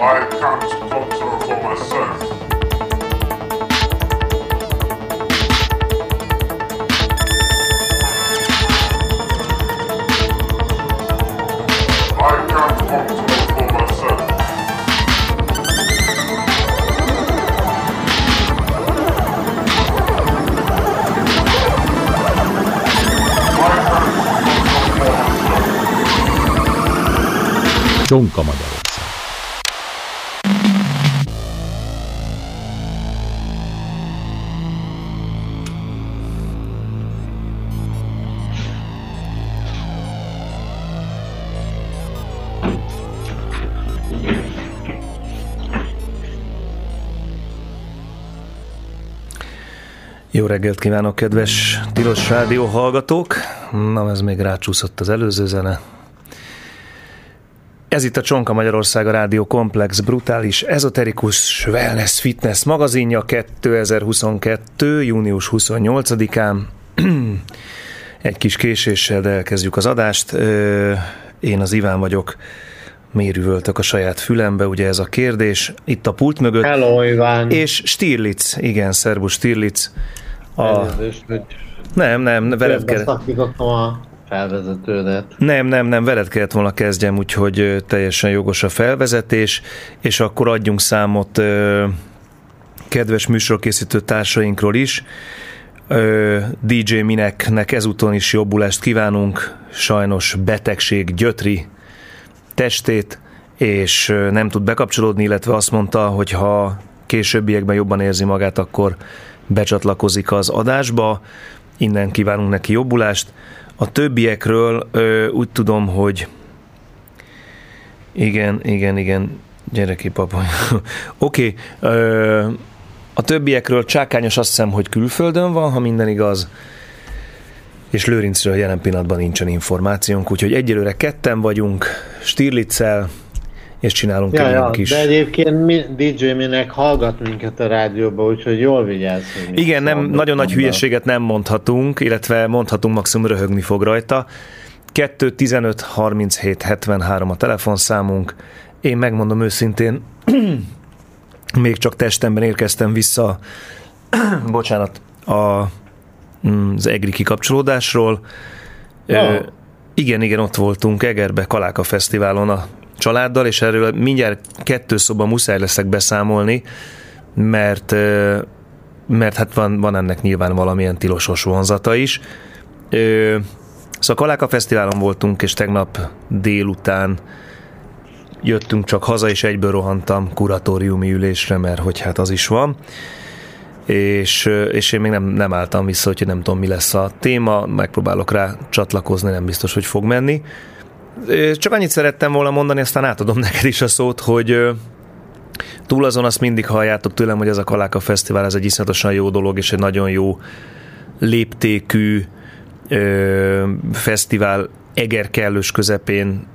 I can't contour for myself. I can't contour for myself. Csonka Magyarország. Jó reggelt kívánok, kedves Tilos Rádió hallgatók! Na, ez még rácsúszott az előző zene. Ez itt a Csonka Magyarország, a Rádió Komplex brutális, ezoterikus wellness fitness magazinja 2022. június 28-án. Egy kis késéssel, de elkezdjük az adást. Én az Iván vagyok, miért üvöltök a saját fülembe, ugye ez a kérdés. Itt a pult mögött. Hello, Iván! És Stirlitz, igen, szervusz Stirlitz. Nem, veled kell... Szakítottam a felvezetődet. Nem, veled kellett volna kezdjem, úgyhogy teljesen jogos a felvezetés, és akkor adjunk számot kedves műsorkészítő társainkról is. DJ Mineknek ezúton is jobbulást kívánunk, sajnos betegség gyötri testét, és nem tud bekapcsolódni, illetve azt mondta, hogy ha későbbiekben jobban érzi magát, akkor becsatlakozik az adásba. Innen kívánunk neki jobbulást. A többiekről úgy tudom, hogy igen, gyere ki, papa. Oké. A többiekről Csákányos azt hiszem, hogy külföldön van, ha minden igaz, és Lőrincről jelen pillanatban nincsen információnk, úgyhogy egyelőre ketten vagyunk, Stirlitzel, és csinálunk egy kis... De egyébként DJ Minek hallgat minket a rádióba, úgyhogy jól vigyázzunk. Igen, nagyon nagy hülyeséget nem mondhatunk, illetve mondhatunk, maximum röhögni fog rajta. 2 15 37 73 a telefonszámunk. Én megmondom őszintén, még csak testemben érkeztem vissza, bocsánat, az egri kikapcsolódásról. Igen, ott voltunk Egerbe, Kaláka Fesztiválon a családdal, és erről mindjárt 2 szóban muszáj leszek beszámolni, mert hát van ennek nyilván valamilyen tilosos vonzata is. Szóval Kaláka Fesztiválon voltunk, és tegnap délután jöttünk csak haza, és egyből rohantam kuratóriumi ülésre, mert hogy hát az is van. És én még nem álltam vissza, hogy nem tudom, mi lesz a téma, megpróbálok rá csatlakozni, nem biztos, hogy fog menni. Csak annyit szerettem volna mondani, aztán átadom neked is a szót, hogy túl azon azt mindig halljátok tőlem, hogy ez a Kaláka Fesztivál, ez egy iszonyatosan jó dolog, és egy nagyon jó léptékű fesztivál Eger kellős közepén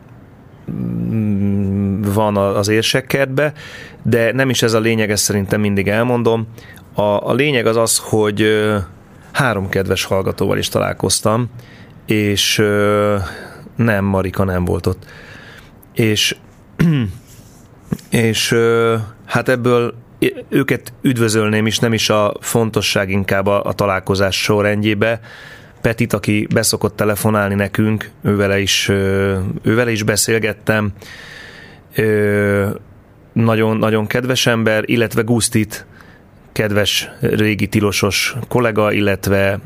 van az Érsekkertbe, de nem is ez a lényeg, ezt szerintem mindig elmondom. A lényeg az, hogy 3 kedves hallgatóval is találkoztam, és nem, Marika nem volt ott. És hát ebből őket üdvözölném is, nem is a fontosság, inkább a találkozás sorrendjébe. Petit, aki beszokott telefonálni nekünk, ővele is beszélgettem. Nagyon, nagyon kedves ember, illetve Gusztit, kedves régi tilosos kollega, illetve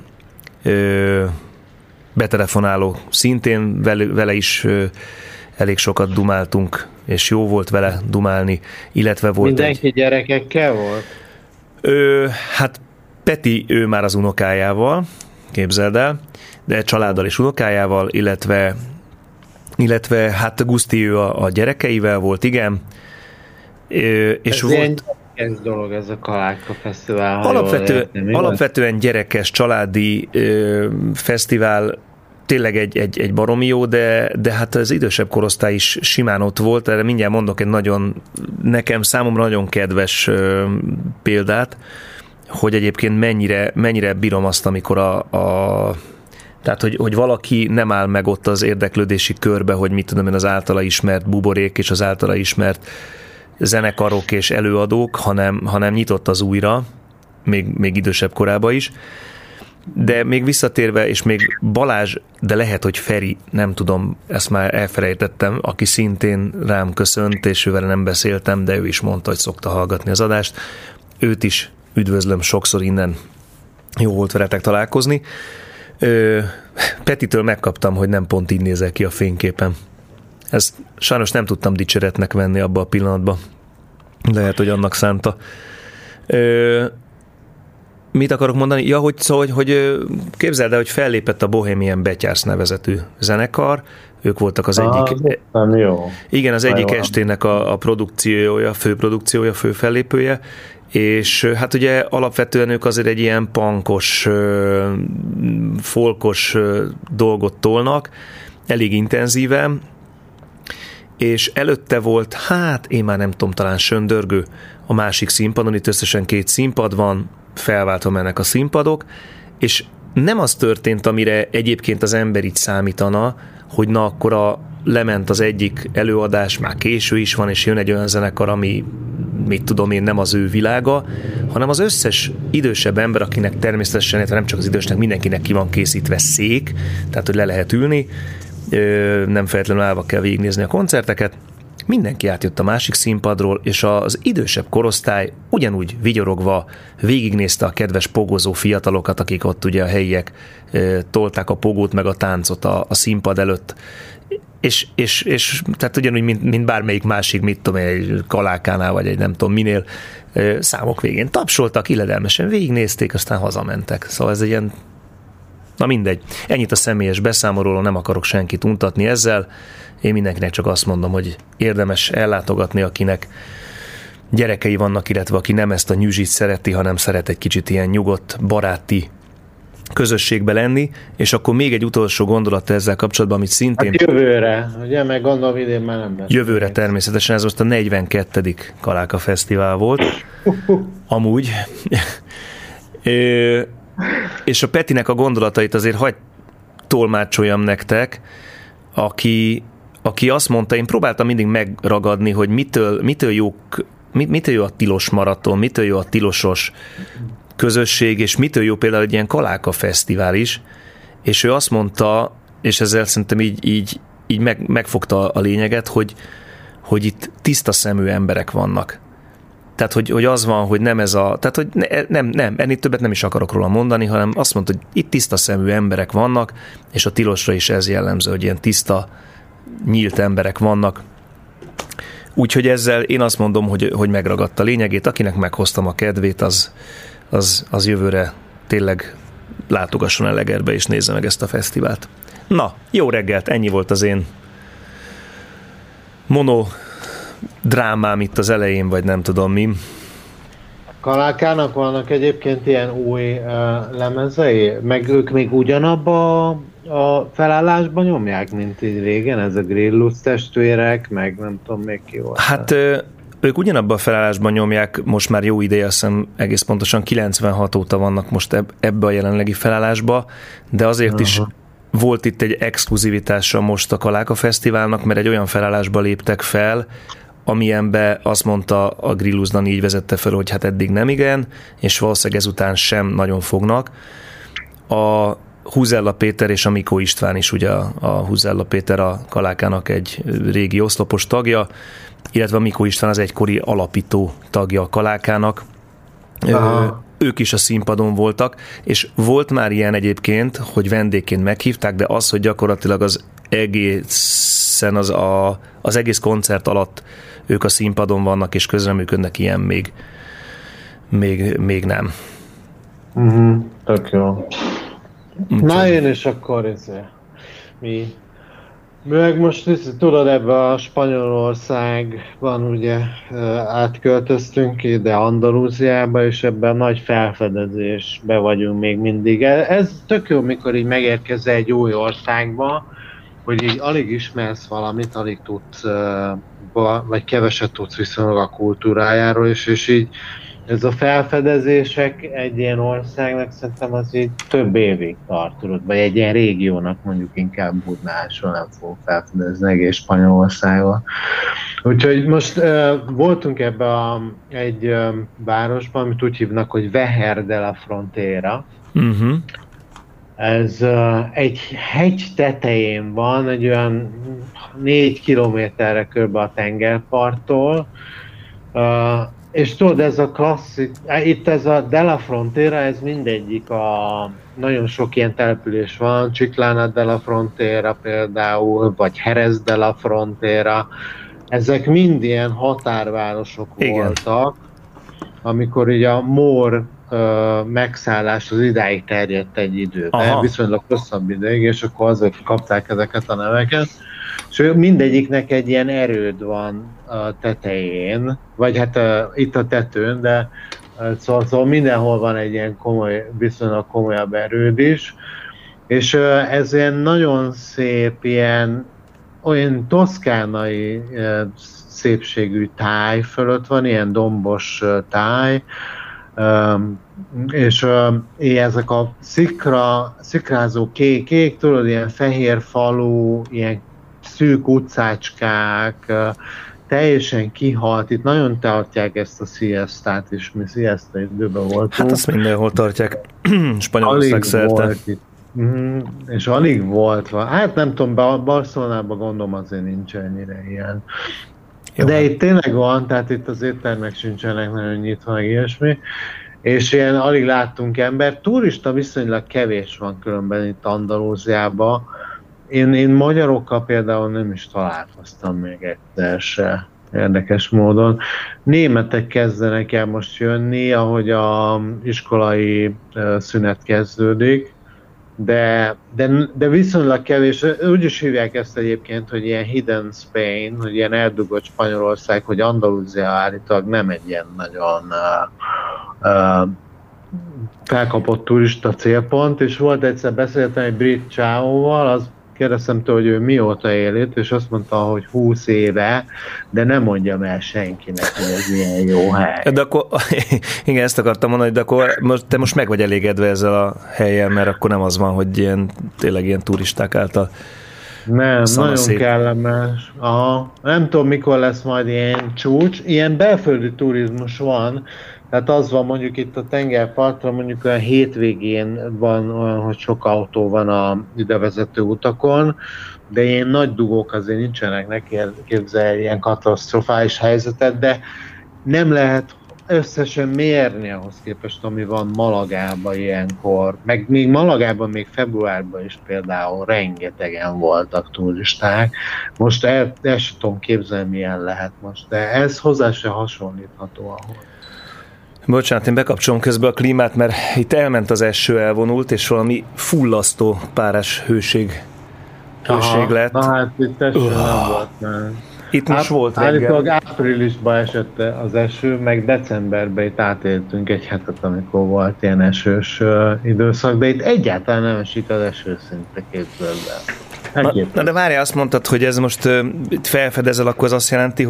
betelefonáló szintén vele is elég sokat dumáltunk, és jó volt vele dumálni, illetve volt mindenki gyerekekkel volt? Hát Peti, ő már az unokájával, képzeld el, de családdal és unokájával, illetve hát Guszti, ő a gyerekeivel volt, igen. És ez volt... Ez dolog, ez a Kaláka Fesztivál. Alapvetően gyerekes, családi fesztivál, tényleg egy baromi jó, de hát az idősebb korosztály is simán ott volt. Erre mindjárt mondok egy számomra nagyon kedves példát, hogy egyébként mennyire bírom azt, amikor tehát, hogy valaki nem áll meg ott az érdeklődési körbe, hogy mit tudom én, az általa ismert buborék és az általa ismert zenekarok és előadók, hanem nyitott az újra, még idősebb korában is. De még visszatérve, és még Balázs, de lehet, hogy Feri, nem tudom, ezt már elfelejtettem, aki szintén rám köszönt, és ővel nem beszéltem, de ő is mondta, hogy szokta hallgatni az adást. Őt is üdvözlöm sokszor innen. Jó volt veletek találkozni. Petitől megkaptam, hogy nem pont így nézel ki a fényképen. Ezt sajnos nem tudtam dicséretnek venni abba a pillanatban. Lehet, hogy annak szánta. Mit akarok mondani? Ja, hogy képzeld el, hogy fellépett a Bohemian Betyársz nevezetű zenekar. Ők voltak az egyik... Jó. Igen, az egyik estének a produkciója, főprodukciója, fő fellépője, és hát ugye alapvetően ők azért egy ilyen punkos, folkos dolgot tolnak, elég intenzíven, és előtte volt, hát én már nem tudom, talán Söndörgő a másik színpadon, itt összesen 2 színpad van, felváltva mennek a színpadok, és nem az történt, amire egyébként az ember így számítana, hogy na akkor lement az egyik előadás, már késő is van, és jön egy olyan zenekar, ami, mit tudom én, nem az ő világa, hanem az összes idősebb ember, akinek természetesen, nem csak az idősnek, mindenkinek ki van készítve szék, tehát hogy le lehet ülni, nem feltétlenül állva kell végignézni a koncerteket, mindenki átjött a másik színpadról, és az idősebb korosztály ugyanúgy vigyorogva végignézte a kedves pogozó fiatalokat, akik ott ugye a helyiek tolták a pogót meg a táncot a színpad előtt. És tehát ugyanúgy, mint bármelyik másik, mit tudom, egy Kalákánál, vagy egy nem tudom minél, számok végén tapsoltak, illedelmesen végignézték, aztán hazamentek. Szóval ez egy ilyen, na mindegy. Ennyit a személyes beszámolóról, nem akarok senkit untatni ezzel. Én mindenkinek csak azt mondom, hogy érdemes ellátogatni, akinek gyerekei vannak, illetve aki nem ezt a nyüzsit szereti, hanem szeret egy kicsit ilyen nyugodt, baráti közösségbe lenni, és akkor még egy utolsó gondolat ezzel kapcsolatban, amit szintén... Hát jövőre, ugye, meg gondolom idén már nem lesz. Jövőre természetesen, ez most a 42. Kaláka Fesztivál volt. Amúgy. És a Petinek a gondolatait azért hagy tolmácsoljam nektek, aki azt mondta, én próbáltam mindig megragadni, hogy mitől jó a tilos maraton, mitől jó a tilosos közösség, és mitől jó például egy ilyen Kaláka Fesztivál is, és ő azt mondta, és ezzel szerintem így megfogta a lényeget, hogy itt tiszta szemű emberek vannak. Tehát, hogy az van, hogy nem ez a... Tehát, hogy nem, ennél többet nem is akarok róla mondani, hanem azt mondta, hogy itt tiszta szemű emberek vannak, és a tilosra is ez jellemző, hogy ilyen tiszta, nyílt emberek vannak. Úgyhogy ezzel én azt mondom, hogy megragadta a lényegét. Akinek meghoztam a kedvét, az jövőre tényleg látogasson el Egerbe, és nézze meg ezt a fesztivált. Na, jó reggelt, ennyi volt az én drámám itt az elején, vagy nem tudom mi. Kalákának vannak egyébként ilyen új lemezei, meg ők még ugyanabba a felállásban nyomják, mint így régen, ez a Grillus testvérek, meg nem tudom még ki volt. Hát ők ugyanabban a felállásban nyomják, most már jó ideje, azt hiszem egész pontosan 96 óta vannak most ebbe a jelenlegi felállásba, de azért is volt itt egy exkluzivitása most a Kaláka Fesztiválnak, mert egy olyan felállásba léptek fel, amilyenbe azt mondta a Grillus Dani, így vezette fel, hogy hát eddig nem igen, és valószínűleg ezután sem nagyon fognak. A Huzella Péter és a Mikó István is, ugye a Huzella Péter a Kalákának egy régi oszlopos tagja, illetve a Mikó István az egykori alapító tagja a Kalákának. Ők is a színpadon voltak, és volt már ilyen egyébként, hogy vendégként meghívták, de az, hogy gyakorlatilag az egész koncert alatt ők a színpadon vannak és közreműködnek, ilyen még nem. Tök jó. Na én is akkor mi meg most tudod, ebbe a Spanyolországban ugye átköltöztünk ide Andalúziába, és ebben nagy felfedezésbe vagyunk még mindig. Ez tök jó, mikor így megérkezel egy új országba, hogy így alig ismersz valamit, alig tudsz, vagy keveset tudsz viszonylag a kultúrájáról, és így ez a felfedezések egy ilyen országnak szerintem az így több évig tart, tudod, vagy egy ilyen régiónak mondjuk inkább Budnásról nem fog felfedezni egész Spanyolországban. Úgyhogy most voltunk ebben egy városban, amit úgy hívnak, hogy Vejer de la Frontera. Uh-huh. Ez egy hegy tetején van, egy olyan 4 kilométerre körbe a tengerparttól, és tudod, ez a klasszik, itt ez a de la Frontera, ez mindegyik nagyon sok ilyen település van, Chiclana de la Frontera például, vagy Jerez de la Frontera, ezek mind ilyen határvárosok voltak, amikor ugye a mór megszállás az idáig terjedt egy időben, viszonylag hosszabb ideig, és akkor azért kapták ezeket a neveket. És mindegyiknek egy ilyen erőd van a tetején, vagy hát itt a tetőn, de szóval mindenhol van egy ilyen viszonylag komolyabb erőd is, és ez ilyen nagyon szép, olyan toszkánai szépségű táj fölött van, ilyen dombos táj, és ezek a szikrázó kék, tudod, ilyen fehér falu, ilyen szűk utcácskák, teljesen kihalt, itt nagyon tartják ezt a siestát, és mi siesta időben voltunk. Hát azt mindenhol tartják, Spanyolország szerte. És alig volt, hát nem tudom, Barcelonában gondolom azért nincs ennyire ilyen. Jó, de itt tényleg van, tehát itt az éttermek sincsenek nagyon nyitva, meg ilyesmi, és ilyen alig láttunk embert. Turista viszonylag kevés van különben itt Andalúziában. Én magyarokkal például nem is találkoztam még egyszer se, érdekes módon. Németek kezdenek el most jönni, ahogy az iskolai szünet kezdődik, de viszonylag kevés, úgy is hívják ezt egyébként, hogy ilyen hidden Spain, hogy ilyen eldugott Spanyolország, hogy Andalúzia állítólag nem egy ilyen nagyon felkapott turista célpont, és volt egyszer beszéltem egy brit csávóval, az kérdeztem tőle, hogy ő mióta él itt, és azt mondta, hogy 20 éve, de nem mondjam el senkinek, hogy ez ilyen jó hely. De akkor, igen, ezt akartam mondani, de akkor te most meg vagy elégedve ezzel a helyen, mert akkor nem az van, hogy tényleg ilyen turisták által nem, nagyon kellemes. Nem tudom, mikor lesz majd ilyen csúcs. Ilyen belföldi turizmus van, tehát az van mondjuk itt a tengerpartra, mondjuk olyan hétvégén van olyan, hogy sok autó van a idevezető utakon, de ilyen nagy dugók azért nincsenek, ne képzelj ilyen katasztrofális helyzetet, de nem lehet összesen mérni ahhoz képest, ami van Malagában ilyenkor. Meg még Malagában, még februárban is például rengetegen voltak turisták. Most el sem tudom képzelni, milyen lehet most, de ez hozzá se hasonlítható ahol. Bocsánat, én bekapcsolom közben a klímát, mert itt elment az eső, elvonult, és valami fullasztó párás hőség lett. Na hát itt eső nem volt már. Itt most volt reggel. Állítólag áprilisban esett az eső, meg decemberben itt átéltünk egy hetet, amikor volt ilyen esős időszak, de itt egyáltalán nem esik az eső szinte, képzeld el. Na de várjál, azt mondtad, hogy ez most felfedezel, akkor az azt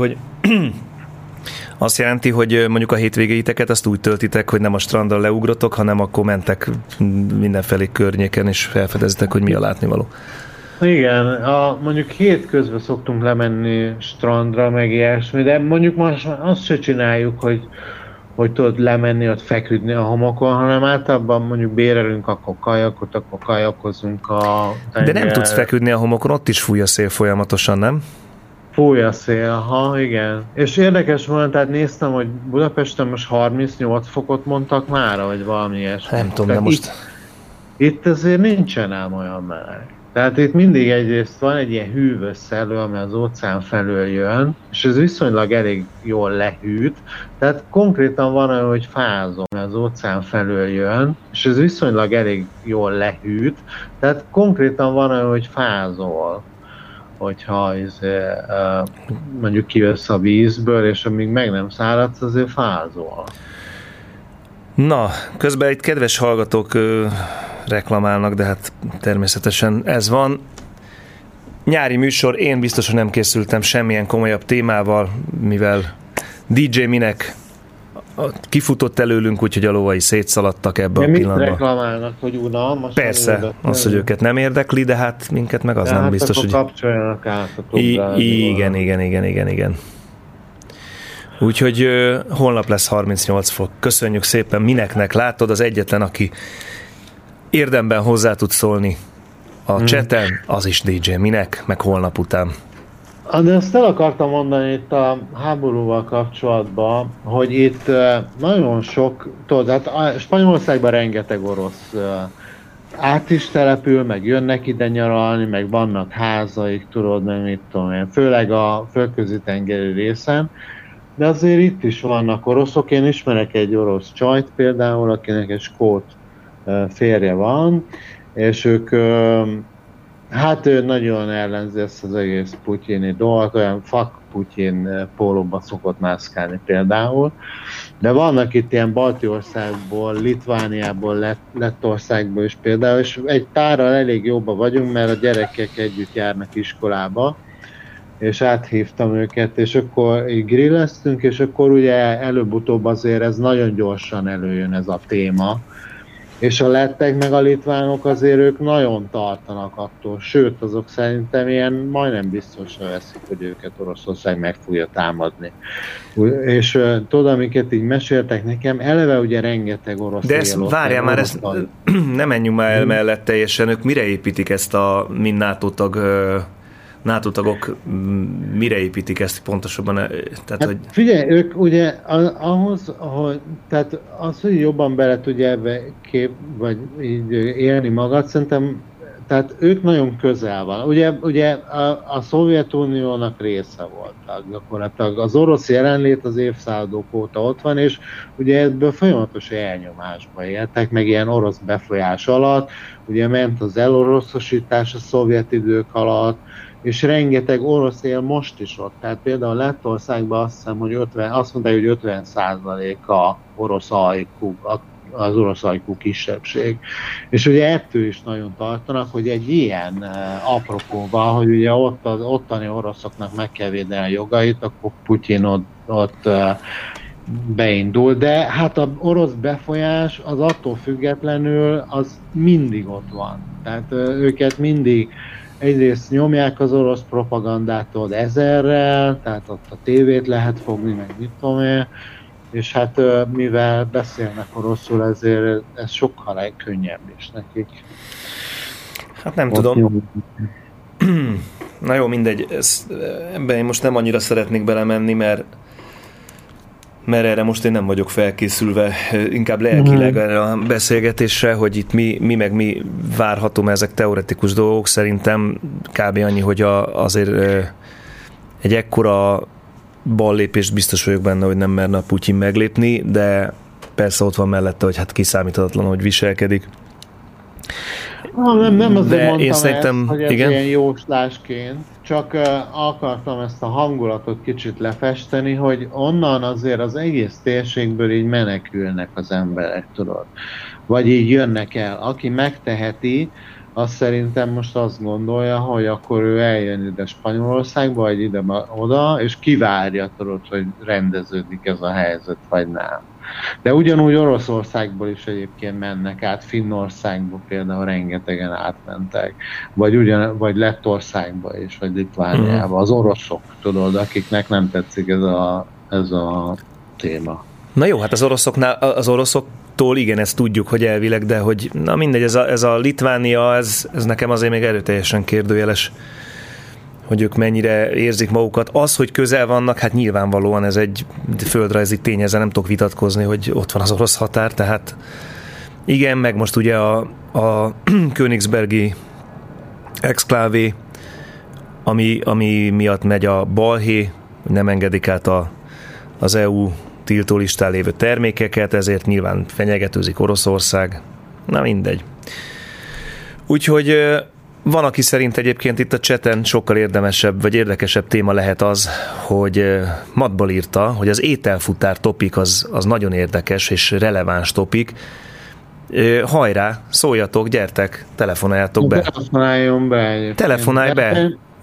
jelenti, hogy mondjuk a hétvégéiteket azt úgy töltitek, hogy nem a strandra leugrotok, hanem akkor mentek mindenfelé környéken, és felfedezitek, hogy mi a látnivaló. Igen, mondjuk hétközben szoktunk lemenni strandra, meg ilyesmi, de mondjuk most azt se csináljuk, hogy tudod lemenni, ott feküdni a homokon, hanem általában mondjuk bérelünk, akkor kajakot, akkor kajakozunk a tenger. De nem tudsz feküdni a homokon, ott is fúj a szél folyamatosan, nem? Fúj a szél, igen. És érdekes volt, tehát néztem, hogy Budapesten most 38 fokot mondtak már, vagy valami ilyesmi. Nem tudom, de most... Itt azért nincsen ám olyan meleg. Tehát itt mindig egyrészt van egy ilyen hűvös szellő, ami az óceán felől jön, és ez viszonylag elég jól lehűt, tehát konkrétan van olyan, hogy fázom, ami az óceán felől jön, és ez viszonylag elég jól lehűt, tehát konkrétan van olyan, hogy fázol, hogyha mondjuk kijössz a vízből, és amíg meg nem száradsz, azért fázol. Na, közben itt kedves hallgatók reklamálnak, de hát természetesen ez van. Nyári műsor, én biztosan nem készültem semmilyen komolyabb témával, mivel DJ Minek kifutott előlünk, úgyhogy a lovai szétszaladtak ebbe a pillanatban. Mit reklamálnak, hogy unalmas? Persze, az, hogy őket nem érdekli, de hát minket meg az nem biztos, hogy... kapcsoljanak át a klubra. Igen. Úgyhogy holnap lesz 38 fok. Köszönjük szépen Mineknek, látod, az egyetlen, aki érdemben hozzá tud szólni a chaten, az is DJ Minek, meg holnap után. De azt el akartam mondani itt a háborúval kapcsolatban, hogy itt nagyon sok, tudod, hát Spanyolországban rengeteg orosz át is települ, meg jönnek ide nyaralni, meg vannak házaik, tudod, meg mit tudom én, főleg a földközi-tengeri részen, de azért itt is vannak oroszok. Én ismerek egy orosz csajt például, akinek egy skót férje van, és ők, hát ő nagyon ellenzi ezt az egész putyini dolgot, olyan fuck Putyin pólóba szokott mászkálni például, de vannak itt ilyen balti országból, Litvániából, Lettországból is például, és egy párral elég jóban vagyunk, mert a gyerekek együtt járnak iskolába, és áthívtam őket, és akkor így grilleztünk, és akkor ugye előbb-utóbb azért ez nagyon gyorsan előjön ez a téma. És a lettek meg a litvánok azért ők nagyon tartanak attól, sőt azok szerintem ilyen majdnem biztosra veszik, hogy őket Oroszország meg fogja támadni. És tudod, amiket így meséltek nekem, eleve ugye rengeteg orosz de ezt várjál már, ezt nem menjünk már el mellett teljesen, ők mire építik ezt a mind NATO tagok mire építik ezt pontosabban? Tehát, hát hogy... Figyelj, ők ugye ahhoz, hogy, tehát az, hogy jobban bele tudja ebbe vagy így élni magad, szerintem, tehát ők nagyon közel van. Ugye a Szovjetuniónak része voltak gyakorlatilag. Az orosz jelenlét az évszázadok óta ott van, és ugye ebből folyamatos elnyomásba éltek, meg ilyen orosz befolyás alatt, ugye ment az eloroszosítás a szovjet idők alatt, és rengeteg orosz él most is ott. Tehát például Lettországban azt hiszem, hogy azt mondták, hogy 50% orosz ajkú, az orosz ajkú kisebbség. És ugye ettől is nagyon tartanak, hogy egy ilyen apropóval, hogy ugye ott az ottani oroszoknak meg kell védeni a jogait, akkor Putyin ott beindul. De hát az orosz befolyás az attól függetlenül az mindig ott van. Tehát őket mindig egyrészt nyomják az orosz propagandától ezerrel, tehát ott a tévét lehet fogni, meg mit tudom én, és hát mivel beszélnek oroszul, ezért ez sokkal könnyebb is nekik. Hát nem tudom. Na jó, mindegy. Ebben én most nem annyira szeretnék belemenni, mert erre most én nem vagyok felkészülve, inkább lelkileg erre a beszélgetésre, hogy itt mi várható, mert ezek teoretikus dolgok. Szerintem kb. Annyi, hogy azért egy ekkora ballépést biztos vagyok benne, hogy nem merne a Putyin meglépni, de persze ott van mellette, hogy hát kiszámíthatatlan, hogy viselkedik. Nem azért de mondtam én szerintem, ezt, hogy ez igen? ilyen jóslásként, csak akartam ezt a hangulatot kicsit lefesteni, hogy onnan azért az egész térségből így menekülnek az emberek, tudod. Vagy így jönnek el. Aki megteheti, azt szerintem most azt gondolja, hogy akkor ő eljön ide Spanyolországba, vagy ide-oda, és kivárja, tudod, hogy rendeződik ez a helyzet, vagy nem. De ugyanúgy Oroszországból is egyébként mennek át, Finnországból például rengetegen átmentek, vagy Lettországba is, vagy Litvániába. Az oroszok, tudod, akiknek nem tetszik ez a téma. Na jó, hát az oroszoktól igen, ezt tudjuk, hogy elvileg, de hogy na mindegy, ez a Litvánia, ez nekem azért még erőteljesen kérdőjeles, hogy ők mennyire érzik magukat. Az, hogy közel vannak, hát nyilvánvalóan ez egy földrajzi tény, ezzel nem tudok vitatkozni, hogy ott van az orosz határ, tehát igen, meg most ugye a Königsbergi exklávé, ami miatt megy a balhé, nem engedik át az EU tiltólistán lévő termékeket, ezért nyilván fenyegetőzik Oroszország. Na mindegy. Úgyhogy van, aki szerint egyébként itt a chaten sokkal érdemesebb, vagy érdekesebb téma lehet az, hogy Matbal írta, hogy az ételfutár topik az nagyon érdekes és releváns topik. Hajrá, szóljatok, gyertek, telefonáljatok be. Telefonáljon be. Telefonálj be.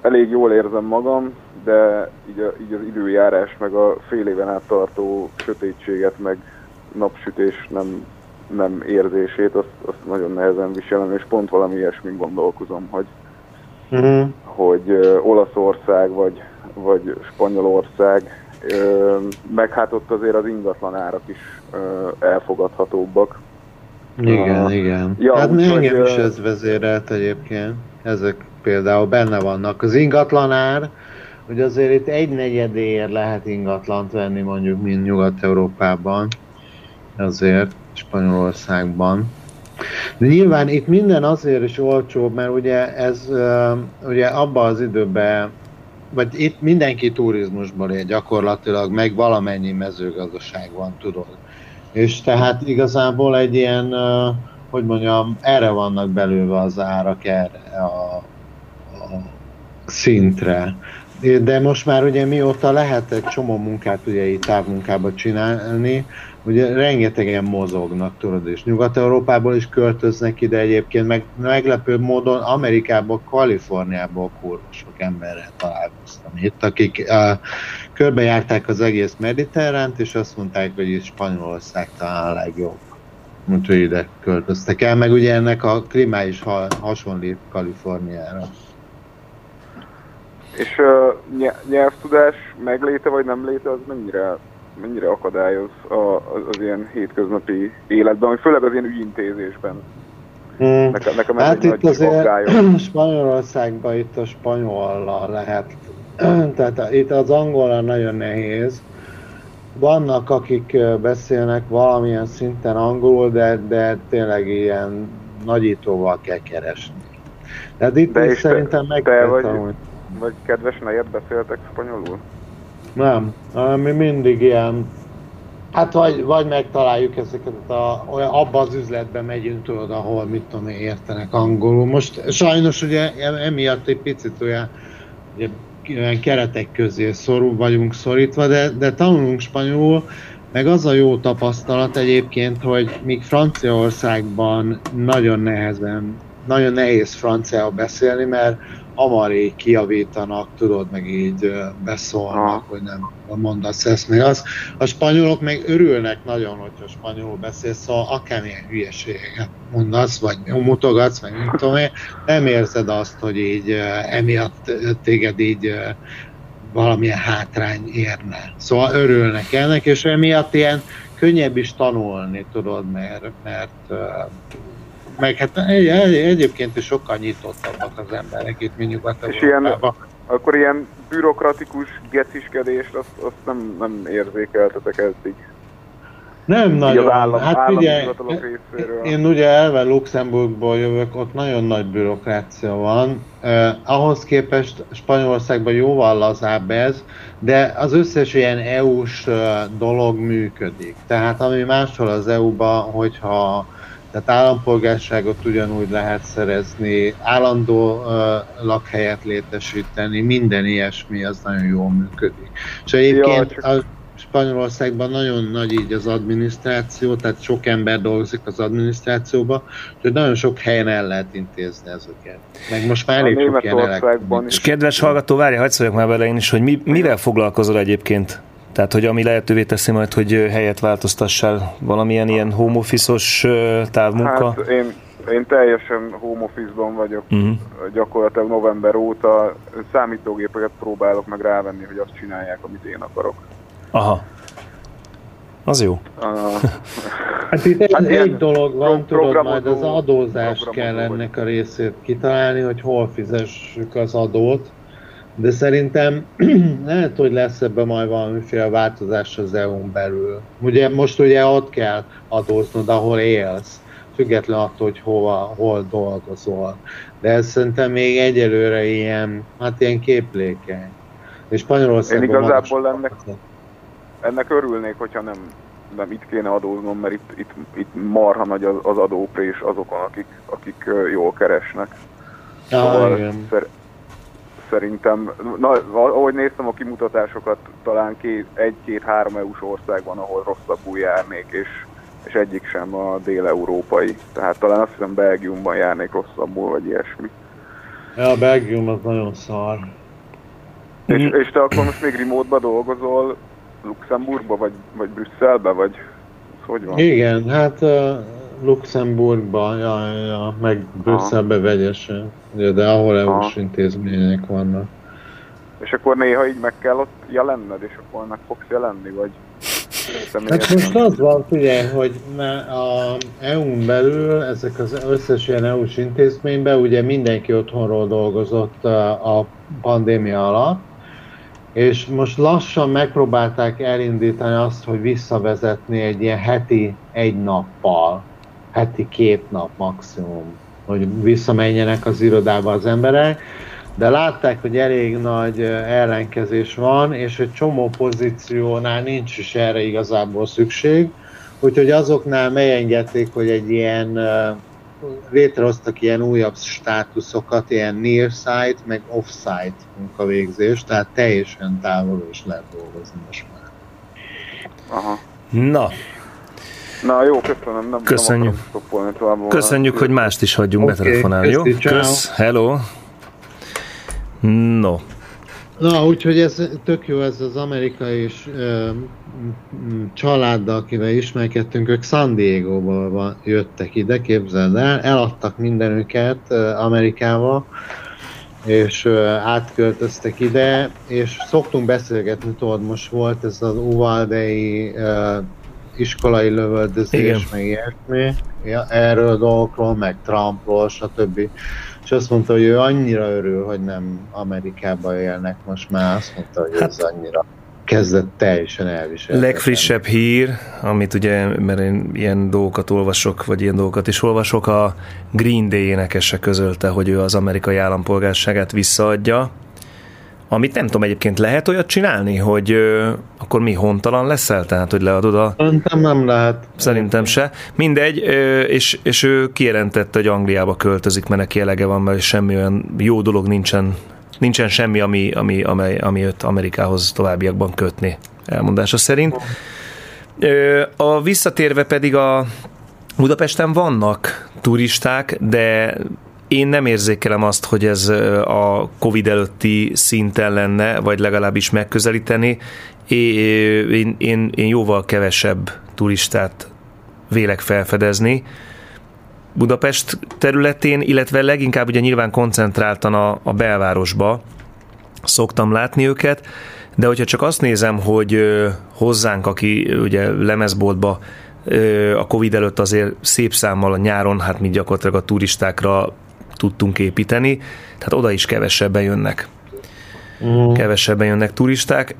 elég jól érzem magam, de így az időjárás, meg a fél éven át tartó sötétséget, meg napsütés nem érzését, azt nagyon nehezen viselem, és pont valami ilyesmin gondolkozom, hogy Olaszország vagy Spanyolország, meg hát ott azért az ingatlan árak is elfogadhatóbbak. Igen. Ja, hát engem is hogy, ez vezérelt egyébként. Ezek például benne vannak. Az ingatlanár, hogy azért itt 1/4 lehet ingatlant venni mondjuk, mint Nyugat-Európában. Azért Spanyolországban. De nyilván itt minden azért is olcsóbb, mert ugye ez ugye abban az időben, vagy itt mindenki turizmusból él gyakorlatilag, meg valamennyi mezőgazdaság van, tudod. És tehát igazából egy ilyen, hogy mondjam, erre vannak belőve az árak, erre a szintre. De most már ugye mióta lehet egy csomó munkát ugye így távmunkában csinálni, ugye rengetegen mozognak, tudod, és Nyugat-Európából is költöznek ide egyébként, meg meglepőbb módon Amerikából, Kaliforniából kurva sok emberrel találkoztam itt, akik körbejárták az egész mediterránt, és azt mondták, hogy itt Spanyolország talán a legjobb. Úgyhogy ide költöztek el, meg ugye ennek a klímá is hasonlít Kaliforniára. És nyelvtudás megléte vagy nem léte, az mennyire akadályoz az ilyen hétköznapi életben, vagy főleg az ilyen ügyintézésben? Nekem ez hát egy itt nagy azért aggályom. Spanyolországban itt a spanyollal lehet, tehát itt az angollal nagyon nehéz. Vannak, akik beszélnek valamilyen szinten angolul, de tényleg ilyen nagyítóval kell keresni. Tehát itt is szerintem meg kell tanulni. Vagy kedves nejed beszéltek spanyolul? Nem, mi mindig ilyen, hát vagy megtaláljuk ezeket, abba az üzletbe megyünk, tudod, ahol mit tudom én, értenek angolul. Most sajnos ugye emiatt egy picit olyan keretek közé vagyunk szorítva, de tanulunk spanyolul, meg az a jó tapasztalat egyébként, hogy míg Franciaországban nagyon nehéz franciául beszélni, mert hamar így kijavítanak, tudod, meg így beszólnak, hogy nem mondasz ezt, meg azt. A spanyolok meg örülnek nagyon, hogyha spanyolul beszélsz, szóval akármilyen hülyeséget mondasz, vagy mutogatsz, meg nem tudom én, nem érzed azt, hogy így emiatt téged így valamilyen hátrány érne. Szóval örülnek ennek, és emiatt ilyen könnyebb is tanulni, tudod, mert meg hát egyébként is sokkal nyitottabbak az emberek itt, mint Nyugat-Európában. Akkor ilyen bürokratikus geciskedést azt nem érzékeltetek eddig? Nem nagyon. Hát ugye, részéről. én ugye elve Luxemburgból jövök, ott nagyon nagy bürokrácia van. Ahhoz képest Spanyolországban jóval lazább ez, de az összes ilyen EU-s dolog működik. Tehát ami máshol az EU-ban, hogyha tehát állampolgárságot ugyanúgy lehet szerezni, állandó lakhelyet létesíteni, minden ilyesmi, az nagyon jól működik. És egyébként Spanyolországban nagyon nagy így az adminisztráció, tehát sok ember dolgozik az adminisztrációban, úgyhogy nagyon sok helyen el lehet intézni ezeket. Meg most már elég sok ilyen elektronikus. És kedves hallgató, várja, hagyd szóljak már vele én is, hogy mivel foglalkozol egyébként? Tehát, hogy ami lehetővé teszi majd, hogy helyet változtassál, valamilyen ilyen home office-os távmunka? Hát én teljesen home office-ban vagyok, gyakorlatilag november óta. Számítógépeket próbálok meg rávenni, hogy azt csinálják, amit én akarok. Aha. Az jó. Hát itt egy dolog van, tudod, majd az adózás kell ennek a részét kitalálni, hogy hol fizessük az adót. De szerintem lehet, hogy lesz ebben majd valamiféle változás az EU-n belül. Ugye most ugye ott kell adóznod, ahol élsz, független attól, hogy hol dolgozol. De ez szerintem még egyelőre ilyen képlékeny. És Spanyolországban én igazából ennek örülnék, hogyha nem itt kéne adóznom, mert itt marha nagy az adóprés azokon, akik jól keresnek. Szóval szerintem, ahogy néztem a kimutatásokat, talán 1-2-3 EU-s ország van, ahol rosszabbul járnék, és egyik sem a dél-európai. Tehát talán azt hiszem Belgiumban járnék rosszabbul, vagy ilyesmi. Ja, a Belgium az nagyon szar. És te akkor most még remote-ba dolgozol Luxemburgba, vagy Brüsszelbe, vagy hogy van? Igen, hát Luxemburgba, ja, meg Brüsszelbe vegyesen, de ahol EU-s intézmények vannak. És akkor néha így meg kell ott jelenned, és akkor meg fogsz jelenni, vagy Hát most az van, figyelj, hogy a EU-n belül ezek az összes ilyen EU-s intézményben ugye mindenki otthonról dolgozott a pandémia alatt, és most lassan megpróbálták elindítani azt, hogy visszavezetni egy ilyen heti 1 nappal, heti 2 nap maximum, hogy visszamenjenek az irodába az emberek, de látták, hogy elég nagy ellenkezés van, és egy csomó pozíciónál nincs is erre igazából szükség, úgyhogy azoknál megengedték, hogy egy ilyen, létrehoztak ilyen újabb státuszokat, ilyen near-site, meg off-site munkavégzés, tehát teljesen távolról is lehet dolgozni most már. Aha. Na jó, köszönöm. Köszönjük. Köszönjük, hogy mást is hagyjunk betelefonálni, jó? Kösz, hello. No. Na, úgyhogy ez tök jó, ez az amerikai családdal, akivel ismerkedtünk, ők San Diego-ból jöttek ide, képzeld el, eladtak mindenüket Amerikába, és átköltöztek ide, és szoktunk beszélgetni, tudod, most volt ez az Uvalde-i iskolai lövöldözés, meg ilyesmi, erről a dolgokról, meg Trumpról, stb. És azt mondta, hogy ő annyira örül, hogy nem Amerikában élnek most már, azt mondta, hogy ez annyira kezdett teljesen elviselni. Legfrissebb hír, amit ugye, mert én ilyen dolgokat olvasok, vagy ilyen dolgokat is olvasok, a Green Day énekese közölte, hogy ő az amerikai állampolgárságát visszaadja, amit nem tudom, egyébként lehet olyat csinálni, hogy akkor mi, hontalan leszel? Tehát, hogy leadod a... Szerintem nem lehet. Szerintem se. Mindegy, és ő kijelentette, hogy Angliába költözik, mert neki elege van, mert semmi olyan jó dolog nincsen semmi, ami őt Amerikához továbbiakban kötni, elmondása szerint. A visszatérve pedig a Budapesten vannak turisták, de én nem érzékelem azt, hogy ez a Covid előtti szinten lenne, vagy legalábbis megközelíteni. Én jóval kevesebb turistát vélek felfedezni Budapest területén, illetve leginkább ugye nyilván koncentráltan a belvárosba szoktam látni őket, de hogyha csak azt nézem, hogy hozzánk, aki ugye lemezboltba a Covid előtt azért szép számmal a nyáron, hát mi gyakorlatilag a turistákra tudtunk építeni, tehát oda is kevesebben jönnek. Kevesebben jönnek turisták.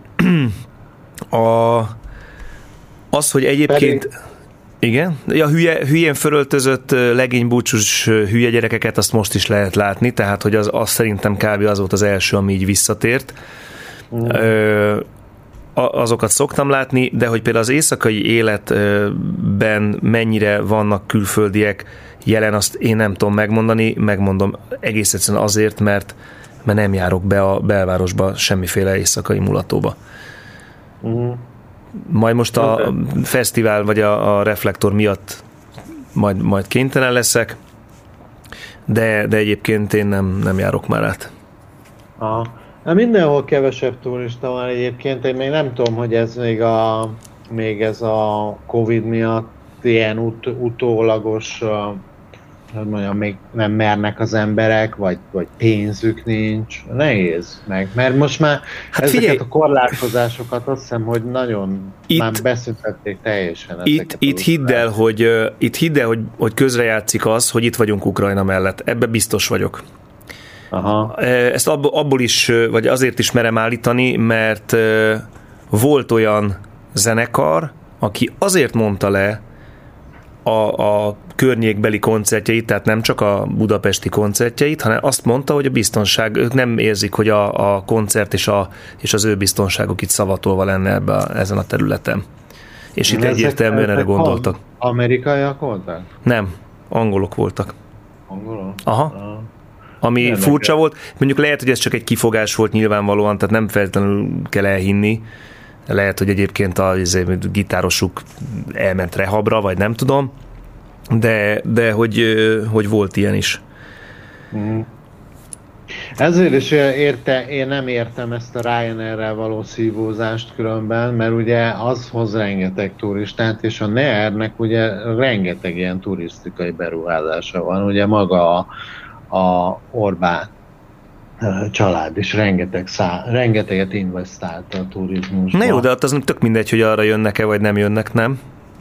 Az, hogy egyébként... Igen? A hülyén fölöltözött legénybúcsús hülye gyerekeket azt most is lehet látni, tehát hogy az szerintem kb. Az volt az első, ami így visszatért. Azokat szoktam látni, de hogy például az éjszakai életben mennyire vannak külföldiek jelen, azt én nem tudom megmondani, megmondom egész egyszerűen azért, mert nem járok be a belvárosba semmiféle éjszakai mulatóba. Majd most a fesztivál vagy a reflektor miatt majd kénytelen leszek, de egyébként én nem járok már át. Aha. Mindenhol kevesebb turista van egyébként, én még nem tudom, hogy ez még ez a Covid miatt ilyen utólagos, hogy mondjam, még nem mernek az emberek, vagy pénzük nincs. Nehéz meg, mert most már ezeket a korlátozásokat azt hiszem, hogy nagyon már beszüntették teljesen. Itt hidd el, hogy közrejátszik az, hogy itt vagyunk Ukrajna mellett. Ebbe biztos vagyok. Aha. Ezt abból is, vagy azért is merem állítani, mert volt olyan zenekar, aki azért mondta le a környékbeli koncertjeit, tehát nem csak a budapesti koncertjeit, hanem azt mondta, hogy a biztonság, ők nem érzik, hogy a koncert és az ő biztonságuk itt szavatolva lenne ezen a területen. És itt egyértelműen erre gondoltak. Amerikaiak voltak? Nem, angolok voltak. Angolok? Aha. Ami nem furcsa volt, mondjuk lehet, hogy ez csak egy kifogás volt nyilvánvalóan, tehát nem feltétlenül kell elhinni. Lehet, hogy egyébként a gitárosuk elment rehabra, vagy nem tudom, de hogy volt ilyen is. Ezért is én nem értem ezt a Ryanair-rel való szívózást különben, mert ugye az hoz rengeteg turistát, és a NER-nek ugye rengeteg ilyen turisztikai beruházása van, ugye maga a Orbán család is rengeteget investált a turizmusba. Na jó, de az nem tök mindegy, hogy arra jönnek-e, vagy nem jönnek, nem?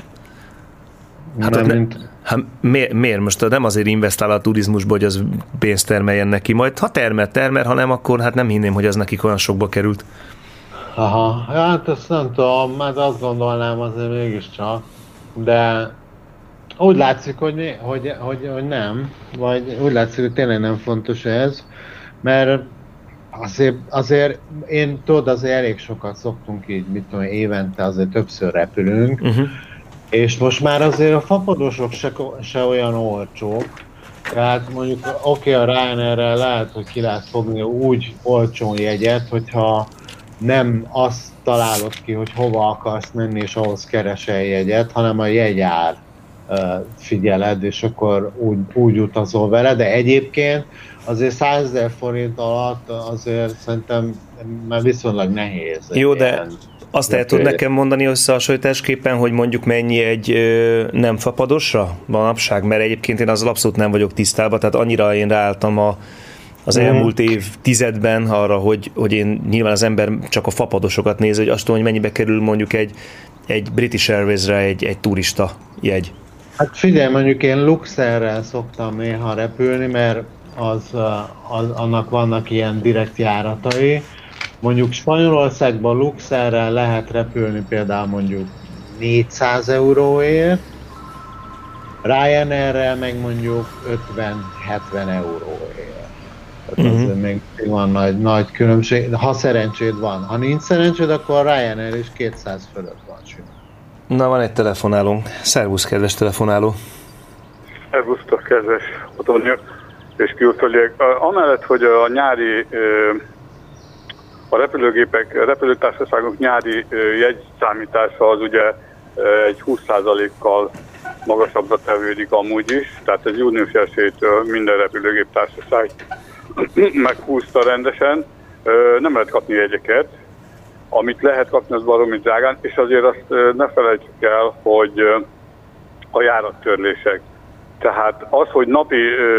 Hát miért? Most nem azért investál a turizmusba, hogy az pénzt termeljen neki, majd ha termel, ha nem, akkor hát nem hinném, hogy az nekik olyan sokba került. Aha, hát ezt nem tudom, mert azt gondolnám azért mégiscsak, de úgy látszik, hogy nem, vagy úgy látszik, hogy tényleg nem fontos ez, mert azért én tudod, azért elég sokat szoktunk így, mit tudom, évente azért többször repülünk, és most már azért a fapadosok se olyan olcsók, tehát mondjuk oké, a Ryanair-rel lehet, hogy ki lehet fogni úgy olcsó jegyet, hogyha nem azt találod ki, hogy hova akarsz menni, és ahhoz keresel jegyet, hanem a jegyár figyeled, és akkor úgy utazol vele, de egyébként azért 100 000 forint alatt azért szerintem már viszonylag nehéz. Jó, de azt el tud nekem mondani összehasonlításképpen, hogy mondjuk mennyi egy nem fapadosra manapság, mert egyébként én azzal abszolút nem vagyok tisztában, tehát annyira én ráálltam az elmúlt évtizedben arra, hogy én nyilván az ember csak a fapadosokat néz, hogy azt tudom, hogy mennyibe kerül mondjuk egy British Airways-re egy turista jegy. Hát figyelj, mondjuk én Luxairrel szoktam néha repülni, mert annak vannak ilyen direkt járatai. Mondjuk Spanyolországban Luxairrel lehet repülni például mondjuk 400 euróért, Ryanairrel meg mondjuk 50-70 euróért. Tehát azért még van nagy különbség, ha szerencséd van. Ha nincs szerencséd, akkor a Ryanair is 200 fölött van simán. Na, van egy telefonálónk. Szervusz, kedves telefonáló. Szervusztok, kedves otthoniak és külföldiek. Amellett, hogy a nyári a repülőtársaságok nyári jegyszámítása az ugye egy 20%-kal magasabbra tevődik amúgy is, tehát ez június 1-től minden repülőgéptársaság meghúzta rendesen. Nem lehet kapni jegyeket, amit lehet kapni, az baromi drágán, és azért azt ne felejtsük el, hogy a járattörlések. Tehát az, hogy napi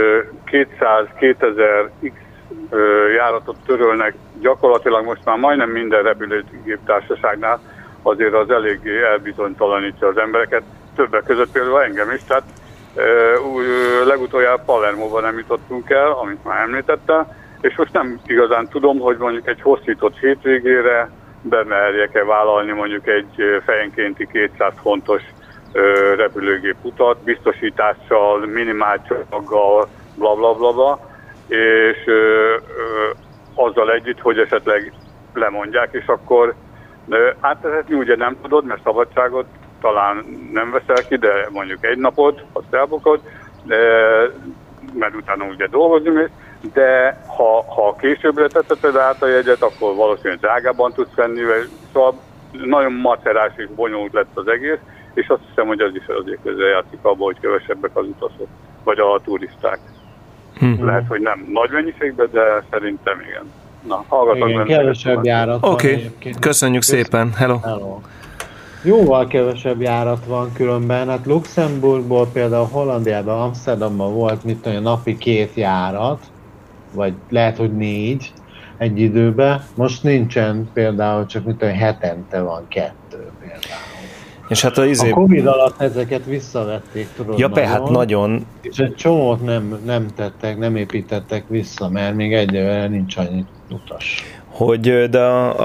200-2000 járatot törölnek gyakorlatilag most már majdnem minden repülőgéptársaságnál, azért az eléggé elbizonytalanítja az embereket, többek között például engem is, tehát legutoljára Palermóban nem jutottunk el, amit már említettem, és most nem igazán tudom, hogy mondjuk egy hosszított hétvégére bemerjek-e vállalni mondjuk egy fejenkénti 200 fontos repülőgép utat, biztosítással, minimál csomaggal, blablabla, és azzal együtt, hogy esetleg lemondják, és akkor átvezetni ugye nem tudod, mert szabadságot talán nem veszel ki, de mondjuk egy napot, azt elbukod, mert utána ugye dolgozni mész, de ha későbbre tetted át a jegyet, akkor valószínűleg drágában tudsz venni, szóval nagyon macerás és bonyolult lett az egész, és azt hiszem, hogy az is azért közrejátszik abban, hogy kevesebbek az utasok, vagy a turisták. Lehet, hogy nem nagy mennyiségben, de szerintem igen. Na, hallgatok. Igen, kevesebb járat van. Oké, köszönjük szépen. Hello. Jóval kevesebb járat van különben. Hát Luxemburgból például Hollandiában, Amsterdamban volt mit tudom, napi 2 járat, vagy lehet, hogy 4 egy időben. Most nincsen például, csak mit tudom, hetente van 2 például. És hát a Covid alatt ezeket visszavették, tudod. Ja, hát nagyon. És egy csomót nem építettek vissza, mert még egyelőre nincs annyi utas. De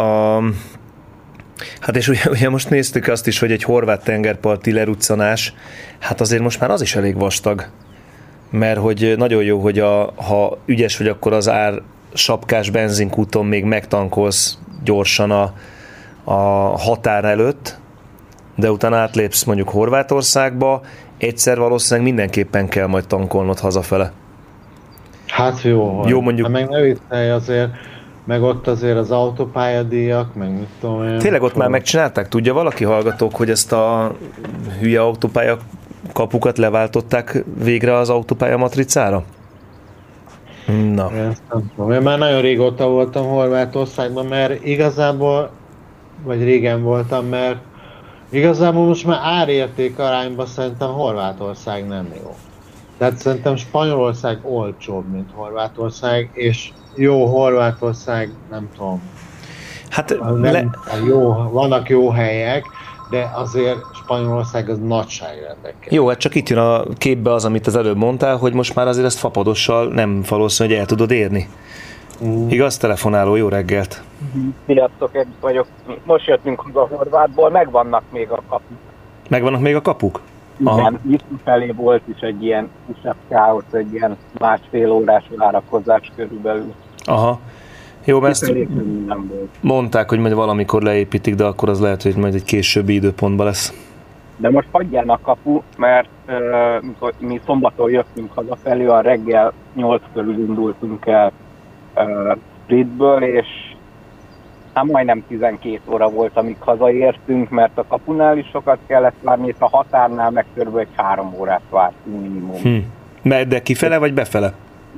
hát és ugye most néztük azt is, hogy egy horvát tengerparti leruccanás, hát azért most már az is elég vastag. Mert hogy nagyon jó, hogy ha ügyes vagy, akkor az sapkás benzinkúton még megtankolsz gyorsan a határ előtt, de utána átlépsz mondjuk Horvátországba, egyszer valószínűleg mindenképpen kell majd tankolnod hazafele. Hát jó mondjuk. Hát meg ne viccelj azért, meg ott azért az autópályadíjak, meg mit tudom én. Tényleg ott már megcsinálták? Tudja valaki, hallgatók, hogy ezt a hülye autópálya kapukat leváltották végre az autópálya matricára? Na. Én már nagyon régóta voltam Horvátországban, mert igazából, vagy régen voltam, mert igazából most már árérték arányban szerintem Horvátország nem jó. Tehát szerintem Spanyolország olcsóbb, mint Horvátország, és jó Horvátország, nem tudom. Hát jó, vannak jó helyek, de azért Spanyolország az nagyságrendekkel. jó, hát csak itt jön a képbe az, amit az előbb mondtál, hogy most már azért ezt fapadossal nem valószínű, hogy el tudod érni. Igaz, telefonáló, jó reggelt! Sziasztok, én vagyok. Most jöttünk a Horvátból, megvannak még a kapuk. Megvannak még a kapuk? Igen, felé volt is egy ilyen kisebb káosz, egy ilyen 1,5 órás várakozás körülbelül. Aha. Jó, mert ezt mondták, hogy majd valamikor leépítik, de akkor az lehet, hogy majd egy későbbi időpontban lesz. De most hagyján a kapu, mert mi szombaton jöttünk hazafelé, a reggel 8 körül indultunk el Splitből, és hát majdnem 12 óra volt, amíg hazaértünk, mert a kapunál is sokat kellett várni, és a határnál meg kb. 3 órát vártunk minimum. De kifele vagy befele?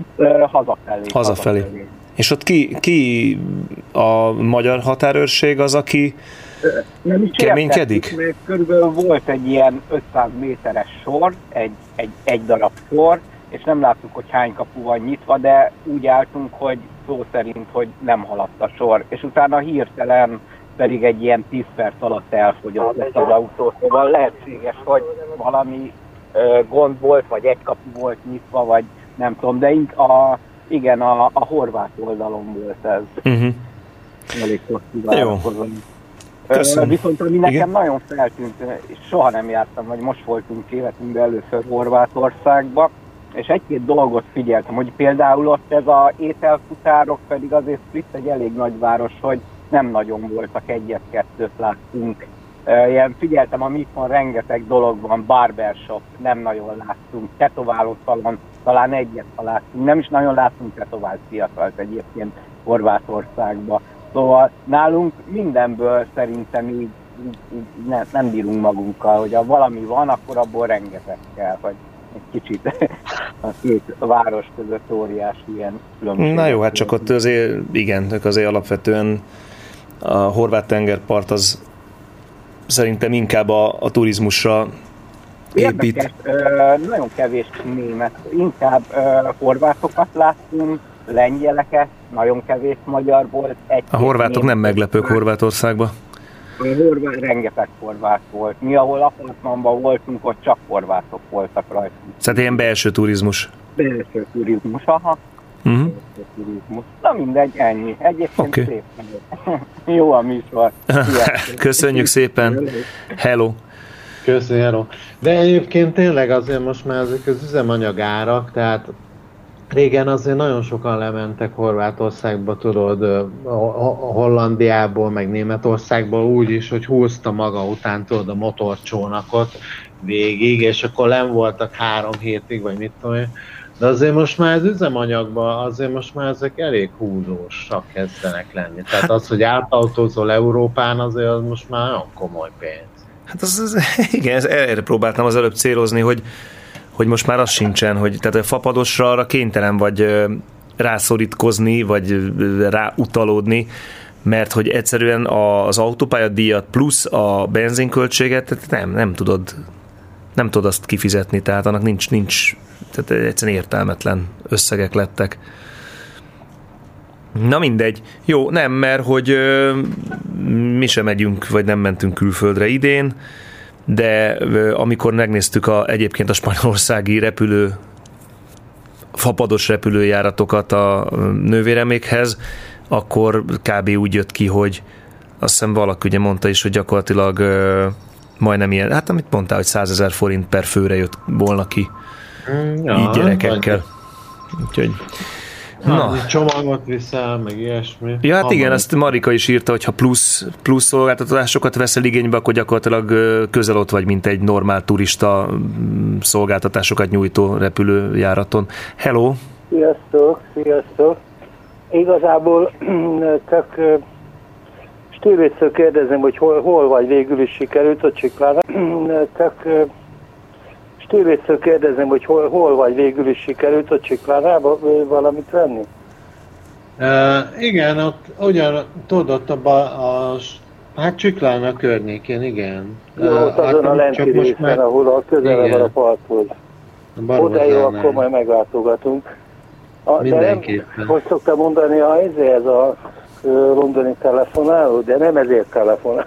Hazafelé. És ott ki a magyar határőrség az, aki nem is keménykedik? Mert körülbelül volt egy ilyen 500 méteres sor, egy darab sor, és nem láttuk, hogy hány kapu van nyitva, de úgy álltunk, hogy szó szerint, hogy nem haladt a sor. És utána hirtelen pedig egy ilyen 10 perc alatt elfogyott lesz az autó. Szóval lehetséges, hogy valami gond volt, vagy egy kapu volt nyitva, vagy nem tudom, de igen, a horvát oldalon volt ez. Elég jó. Köszönöm. Viszont ami nekem nagyon feltűnt, és soha nem jártam, vagy most voltunk életünkben először Horvátországba, és egy-két dolgot figyeltem, hogy például ott ez az ételfutárok, pedig azért Split egy elég nagy város, hogy nem nagyon voltak, egyet-kettőt láttunk. Ilyen figyeltem, amit van, rengeteg dolog van, barbershop, nem nagyon láttunk, tetoválószalon, talán egyet láttunk, nem is nagyon láttunk tetovált fiatalt egyébként Horvátországban. Szóval nálunk mindenből szerintem így nem bírunk magunkkal, hogy ha valami van, akkor abból rengeteg kell, hogy egy kicsit a két város között óriási ilyen különbség. Na jó, hát csak ott azért, igen, azért alapvetően a horvát tengerpart az szerintem inkább a turizmusra épít. Érdekes, nagyon kevés német, inkább horvátokat láttunk, lengyeleket, nagyon kevés magyar volt. A horvátok nem meglepők Horvátországban. Rengeteg horvát volt. Mi, ahol apartmanban voltunk, ott csak horvátok voltak rajtunk. Szóval ilyen belső turizmus. Belső turizmus, aha. Belső turizmus. Na mindegy, ennyi. Egyébként szép. Jó a műsor. Köszönjük szépen. Hello. Köszönjük, hello. De egyébként tényleg azért most már ezek az üzemanyagárak, tehát régen azért nagyon sokan lementek Horvátországba, tudod, a Hollandiából, meg Németországból úgy is, hogy húzta maga után, tudod, a motorcsónakot végig, és akkor nem voltak 3 hétig, vagy mit tudom én. De azért most már az üzemanyagban, azért most már ezek elég húzósak kezdenek lenni. Tehát az, hogy átautózol Európán, azért az most már nagyon komoly pénz. Hát igen, erre próbáltam az előbb célozni, hogy most már az sincsen, hogy tehát a fapadosra arra kénytelen vagy rászorítkozni, vagy ráutalódni, mert hogy egyszerűen az autópályadíjat plusz a benzinköltséget nem tudod azt kifizetni, tehát annak nincs tehát egyszerűen értelmetlen összegek lettek. Na mindegy. Jó, nem, mert hogy mi sem megyünk, vagy nem mentünk külföldre idén, de amikor megnéztük egyébként a spanyolországi fapados repülőjáratokat a nővéremékhez, akkor kb. Úgy jött ki, hogy azt hiszem valaki ugye mondta is, hogy gyakorlatilag majdnem ilyen, hát amit mondtál, hogy 100 000 forint per főre jött volna ki. Így gyerekekkel. Úgyhogy csomagot viszel, meg ilyesmi. Ja, hát igen, ezt Marika is írta, hogy ha plusz szolgáltatásokat veszel igénybe, akkor gyakorlatilag közel ott vagy, mint egy normál turista szolgáltatásokat nyújtó repülőjáraton. Hello! Sziasztok! Igazából csak Stiglitztől kérdezem, hogy hol vagy, végül is sikerült a Csiklára. Csak Stiglitztől kérdezem, hogy hol vagy, végül is sikerült a Csiklánába valamit venni? Igen, ott tudod, hát Csiklána környékén, igen. Jó, ott azon a lenti részen, ahol a közele van a parthoz. Oda jó, akkor majd meglátogatunk. Mindenképpen. Hogy szoktam mondani, ez a londoni telefonáló, de nem ezért telefonál,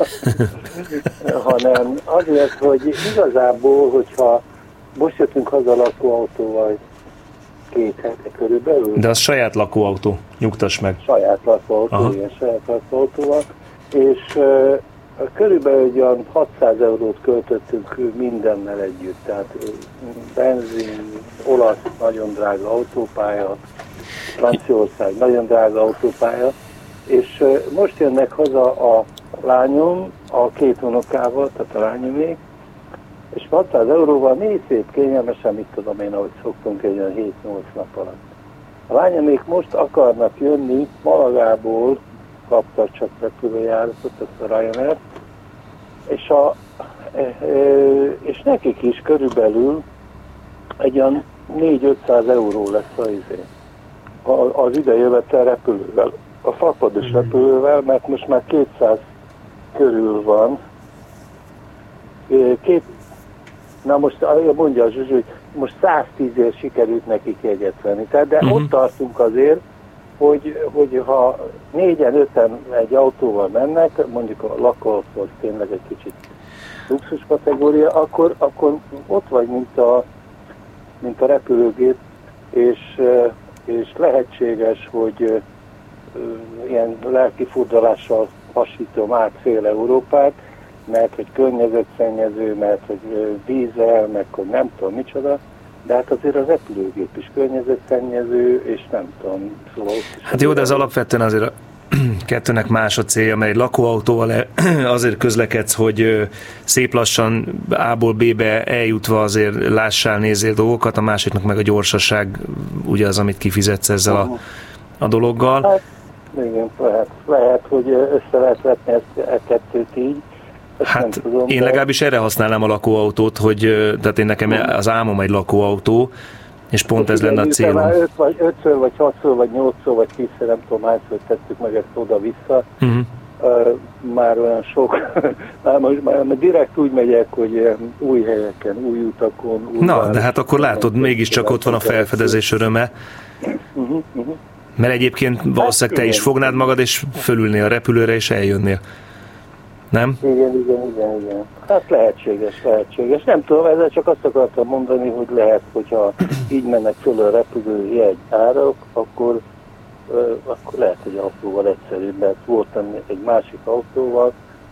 hanem azért, hogy igazából, hogyha most jöttünk haza lakóautóval 2 hete körülbelül. De az saját lakóautó, nyugtass meg. Saját lakóautó, igen, saját lakóautóval, és körülbelül olyan 600 eurót költöttünk mindennel együtt, tehát benzin, olasz, nagyon drága autópálya, Franciaország, nagyon drága autópálya, és most jönnek haza a lányom, a 2 unokával, tehát a lányomék, és 600 euróval mi szép kényelmesen, mit tudom én, ahogy szoktunk egy olyan 7-8 nap alatt. A lányomék most akarnak jönni, Malagából kaptak csak repülőjáratot, ezt a Ryanair, és nekik is körülbelül egy olyan 400-500 euró lesz az idejövettel repülővel, a fapados repülővel, mert most már 200 körül van. Na most mondja a Zsuzsi, hogy most 110-ért sikerült nekik jegyet venni. De ott tartunk azért, hogy ha 4-5-en egy autóval mennek, mondjuk a lakóautó az tényleg egy kicsit luxus kategória, akkor ott vagy, mint a repülőgép, és lehetséges, hogy ilyen lelkifurdalással hasítom át fél Európát, mert hogy környezetszennyező, mert hogy dízel, meg hogy nem tudom micsoda, de hát azért a repülőgép is környezetszennyező, és nem tudom, szóval... Hát jó, de ez alapvetően azért a kettőnek más a célja, mert egy lakóautóval azért közlekedsz, hogy szép lassan A-ból B-be eljutva azért lássál, nézzél dolgokat, a másiknak meg a gyorsaság ugye az, amit kifizetsz ezzel a dologgal. Hát igen, lehet, hogy össze lehet vetni ezt kettőt így. Hát én legalábbis erre használnám a lakóautót, hogy tehát én nekem az álmom egy lakóautó, és pont ez lenne a célom. Már 5-ször, vagy 6-szor, vagy 8-szor, vagy 10-szer, nem tudom hányszor tettük meg ezt oda-vissza. Már olyan sok. Már direkt úgy megyek, hogy új helyeken, új utakon. Na, de hát akkor látod, mégiscsak ott van a felfedezés öröme. Mert egyébként valószínűleg te is fognád magad, és fölülnél a repülőre, és eljönnél. Nem? Igen. Hát lehetséges. Nem tudom, ezzel csak azt akartam mondani, hogy lehet, hogyha így mennek föl a repülőjegy árak, akkor lehet, hogy autóval egyszerűbb, mert voltam egy másik autóval,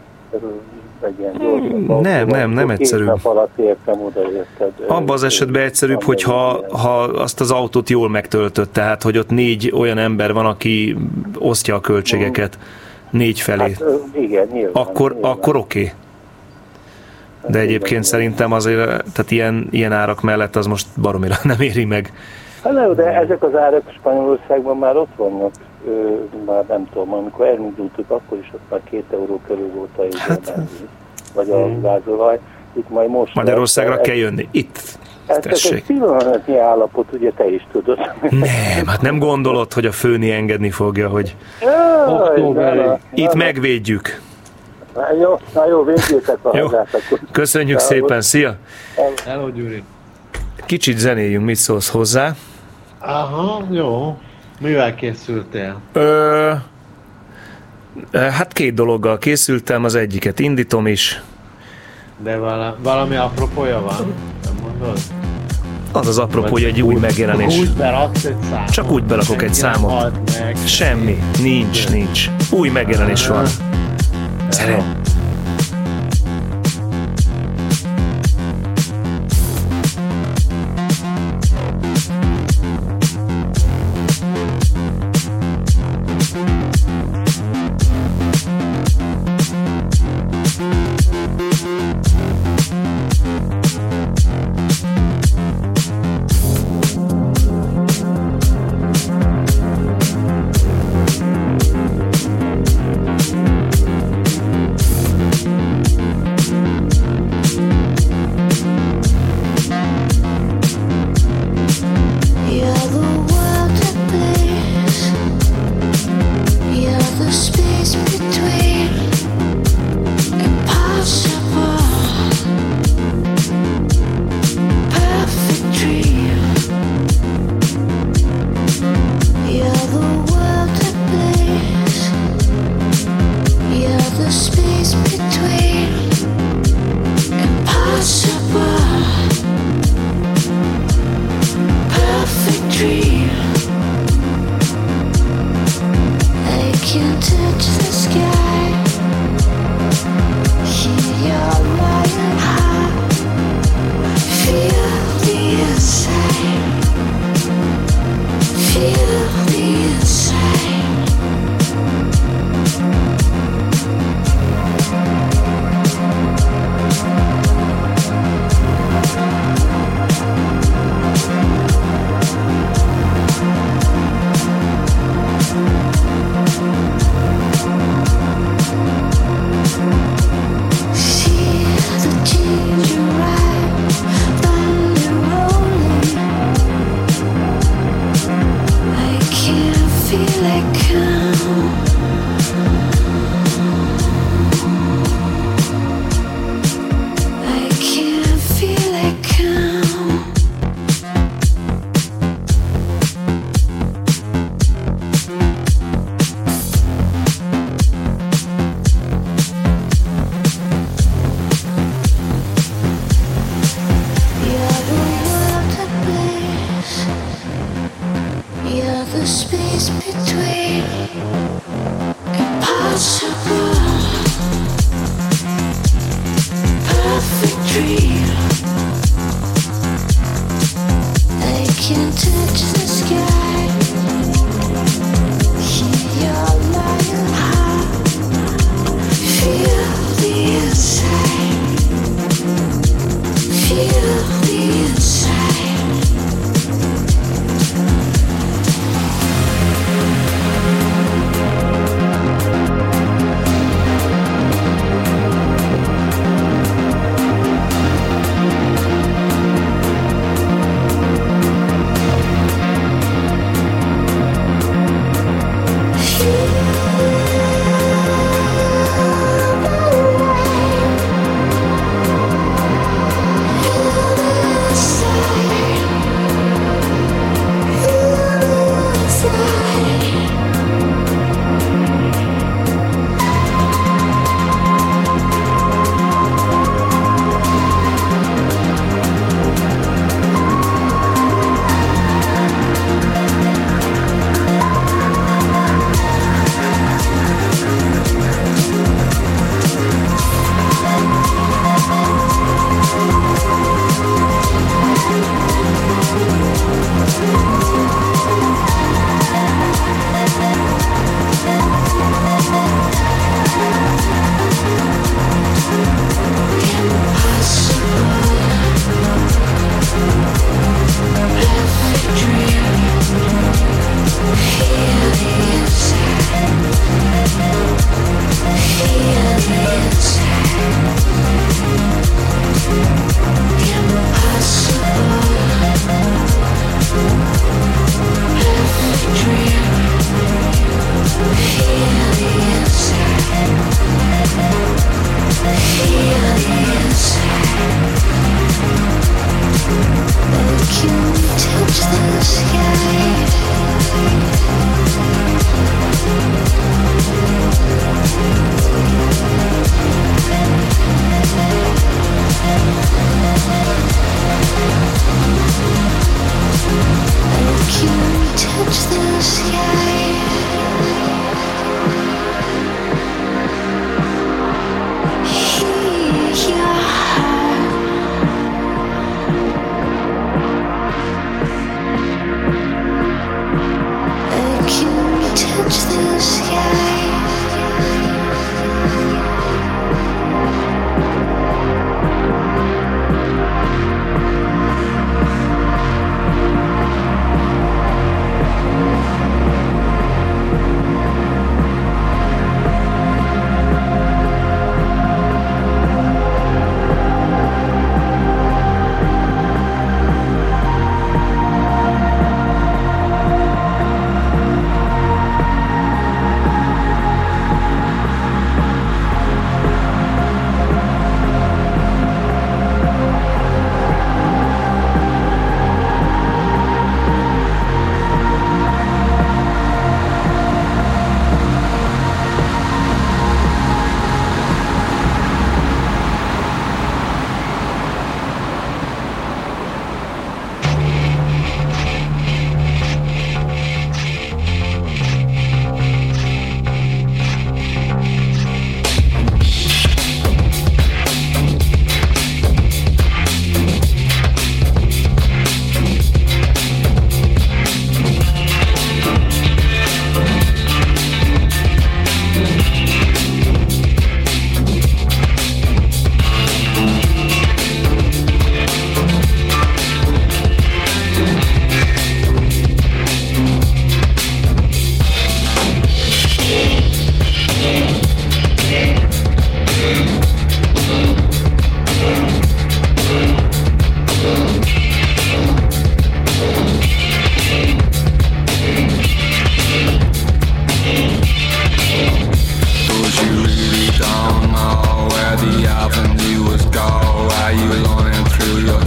egy ilyen gyorsabb autóval. Nem egyszerűbb. 2 nap alatt értem oda, érted. Abban az esetben egyszerűbb, hogyha azt az autót jól megtöltött, tehát, hogy ott 4 olyan ember van, aki osztja a költségeket 4 felé. Hát, igen, nyilván. Akkor oké. De egyébként szerintem azért, tehát ilyen árak mellett az most baromira nem éri meg. Hát de ezek az árak Spanyolországban már ott vannak, már nem tudom, amikor elindultuk, akkor is ott már 2 euró körül volt a benzin, vagy a gázolaj. Itt majd most... Magyarországra kell jönni. Itt. Ez csak egy pillanatnyi állapot, ugye te is tudod. Nem, hát nem gondolod, hogy a főni engedni fogja, hogy itt megvédjük. Na jó, védjétek a hazát. Köszönjük szépen, szia! Hello, Gyuri! Kicsit zenéljünk, mit szólsz hozzá? Aha, jó. Mivel készültél? Hát 2 dologgal készültem, az egyiket indítom is. De valami apropója van? Nem mondod? Az az apropó, hogy egy új megjelenés. Úgy beraksz egy számot. Csak úgy berakok egy számot. Semmi. Nincs. Új megjelenés van. Szeret.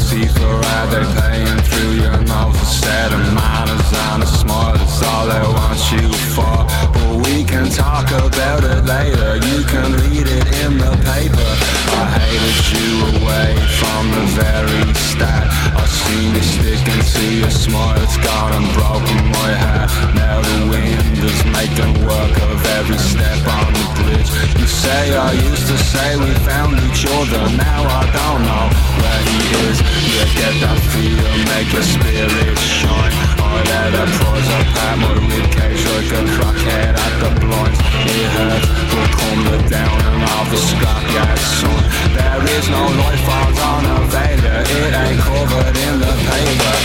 see for how they paying through your nose. A set of manners and a smile, that's all they want you for. But we can talk about it later, you can read it in the paper. I hated you away from the very start. I've seen you sticking to your smile, it's gone and broken my heart. Now the wind is making work of every step on the bridge. You say I used to say we found each other, now I don't know where he is. You get that feel, make your spirit shine. I let her pros apart my ribcage like a crackhead at the blinds. It hurts, but come the down and all the scrapyard son. There is no life forms on a Vader, it ain't covered in the paper.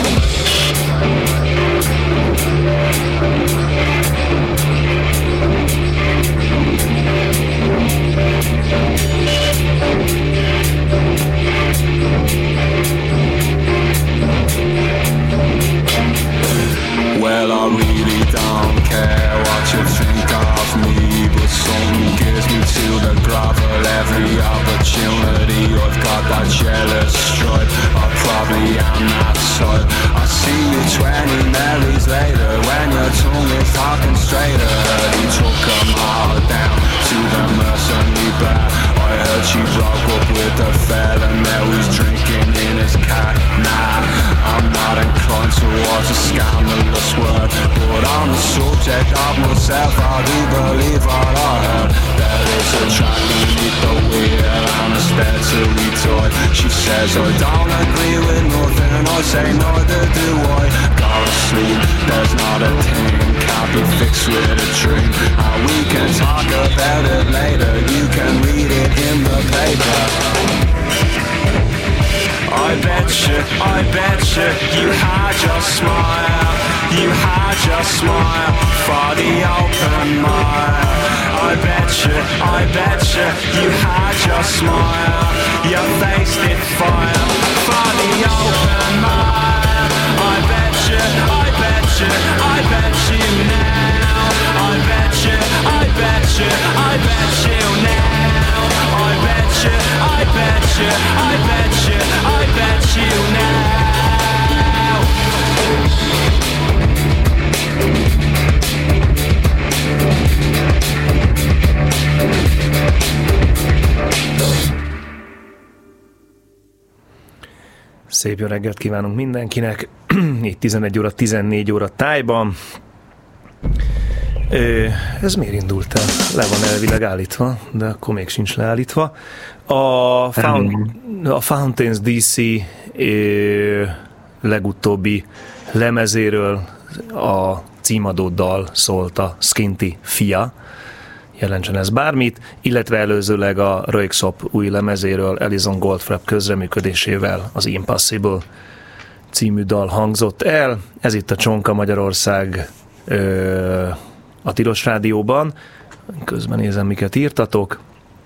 Well, I really don't care what you think of me, but something gives me to the gravel every opportunity. I've got that jealous stripe, I probably am that side. I see you 20 Marys later, when your tongue is talking straighter. He took them all down to the mercenary bar. I heard she broke up with a fella, now he's drinking in his car. Nah, I'm not inclined towards a scandalous word, but on the subject of myself I do believe what I heard. There is a track beneath the wheel and a steadily toy. She says I don't agree with nothing, I say neither do I. Go to sleep, there's not a thing can't be fixed with a dream. And we can talk about it later, you can read it in the paper. I bet you had your smile, you had your smile for the open mile. I bet you had your smile, your face did fire for the open mile. I bet you now. I bet you now. I bet you now. I bet you now. Szép jó reggelt kívánunk mindenkinek. Itt 11 óra, 14 óra tájban. Ez miért indult el? Le van elvileg állítva, de akkor még sincs leállítva. A Fountains DC legutóbbi lemezéről a címadó dal szólt a Skinty fia, jelentsen ez bármit, illetve előzőleg a Röyksopp új lemezéről Alison Goldfrapp közreműködésével az Impossible című dal hangzott el. Ez itt a Csonka Magyarország a Tilos Rádióban. Közben nézem, miket írtatok.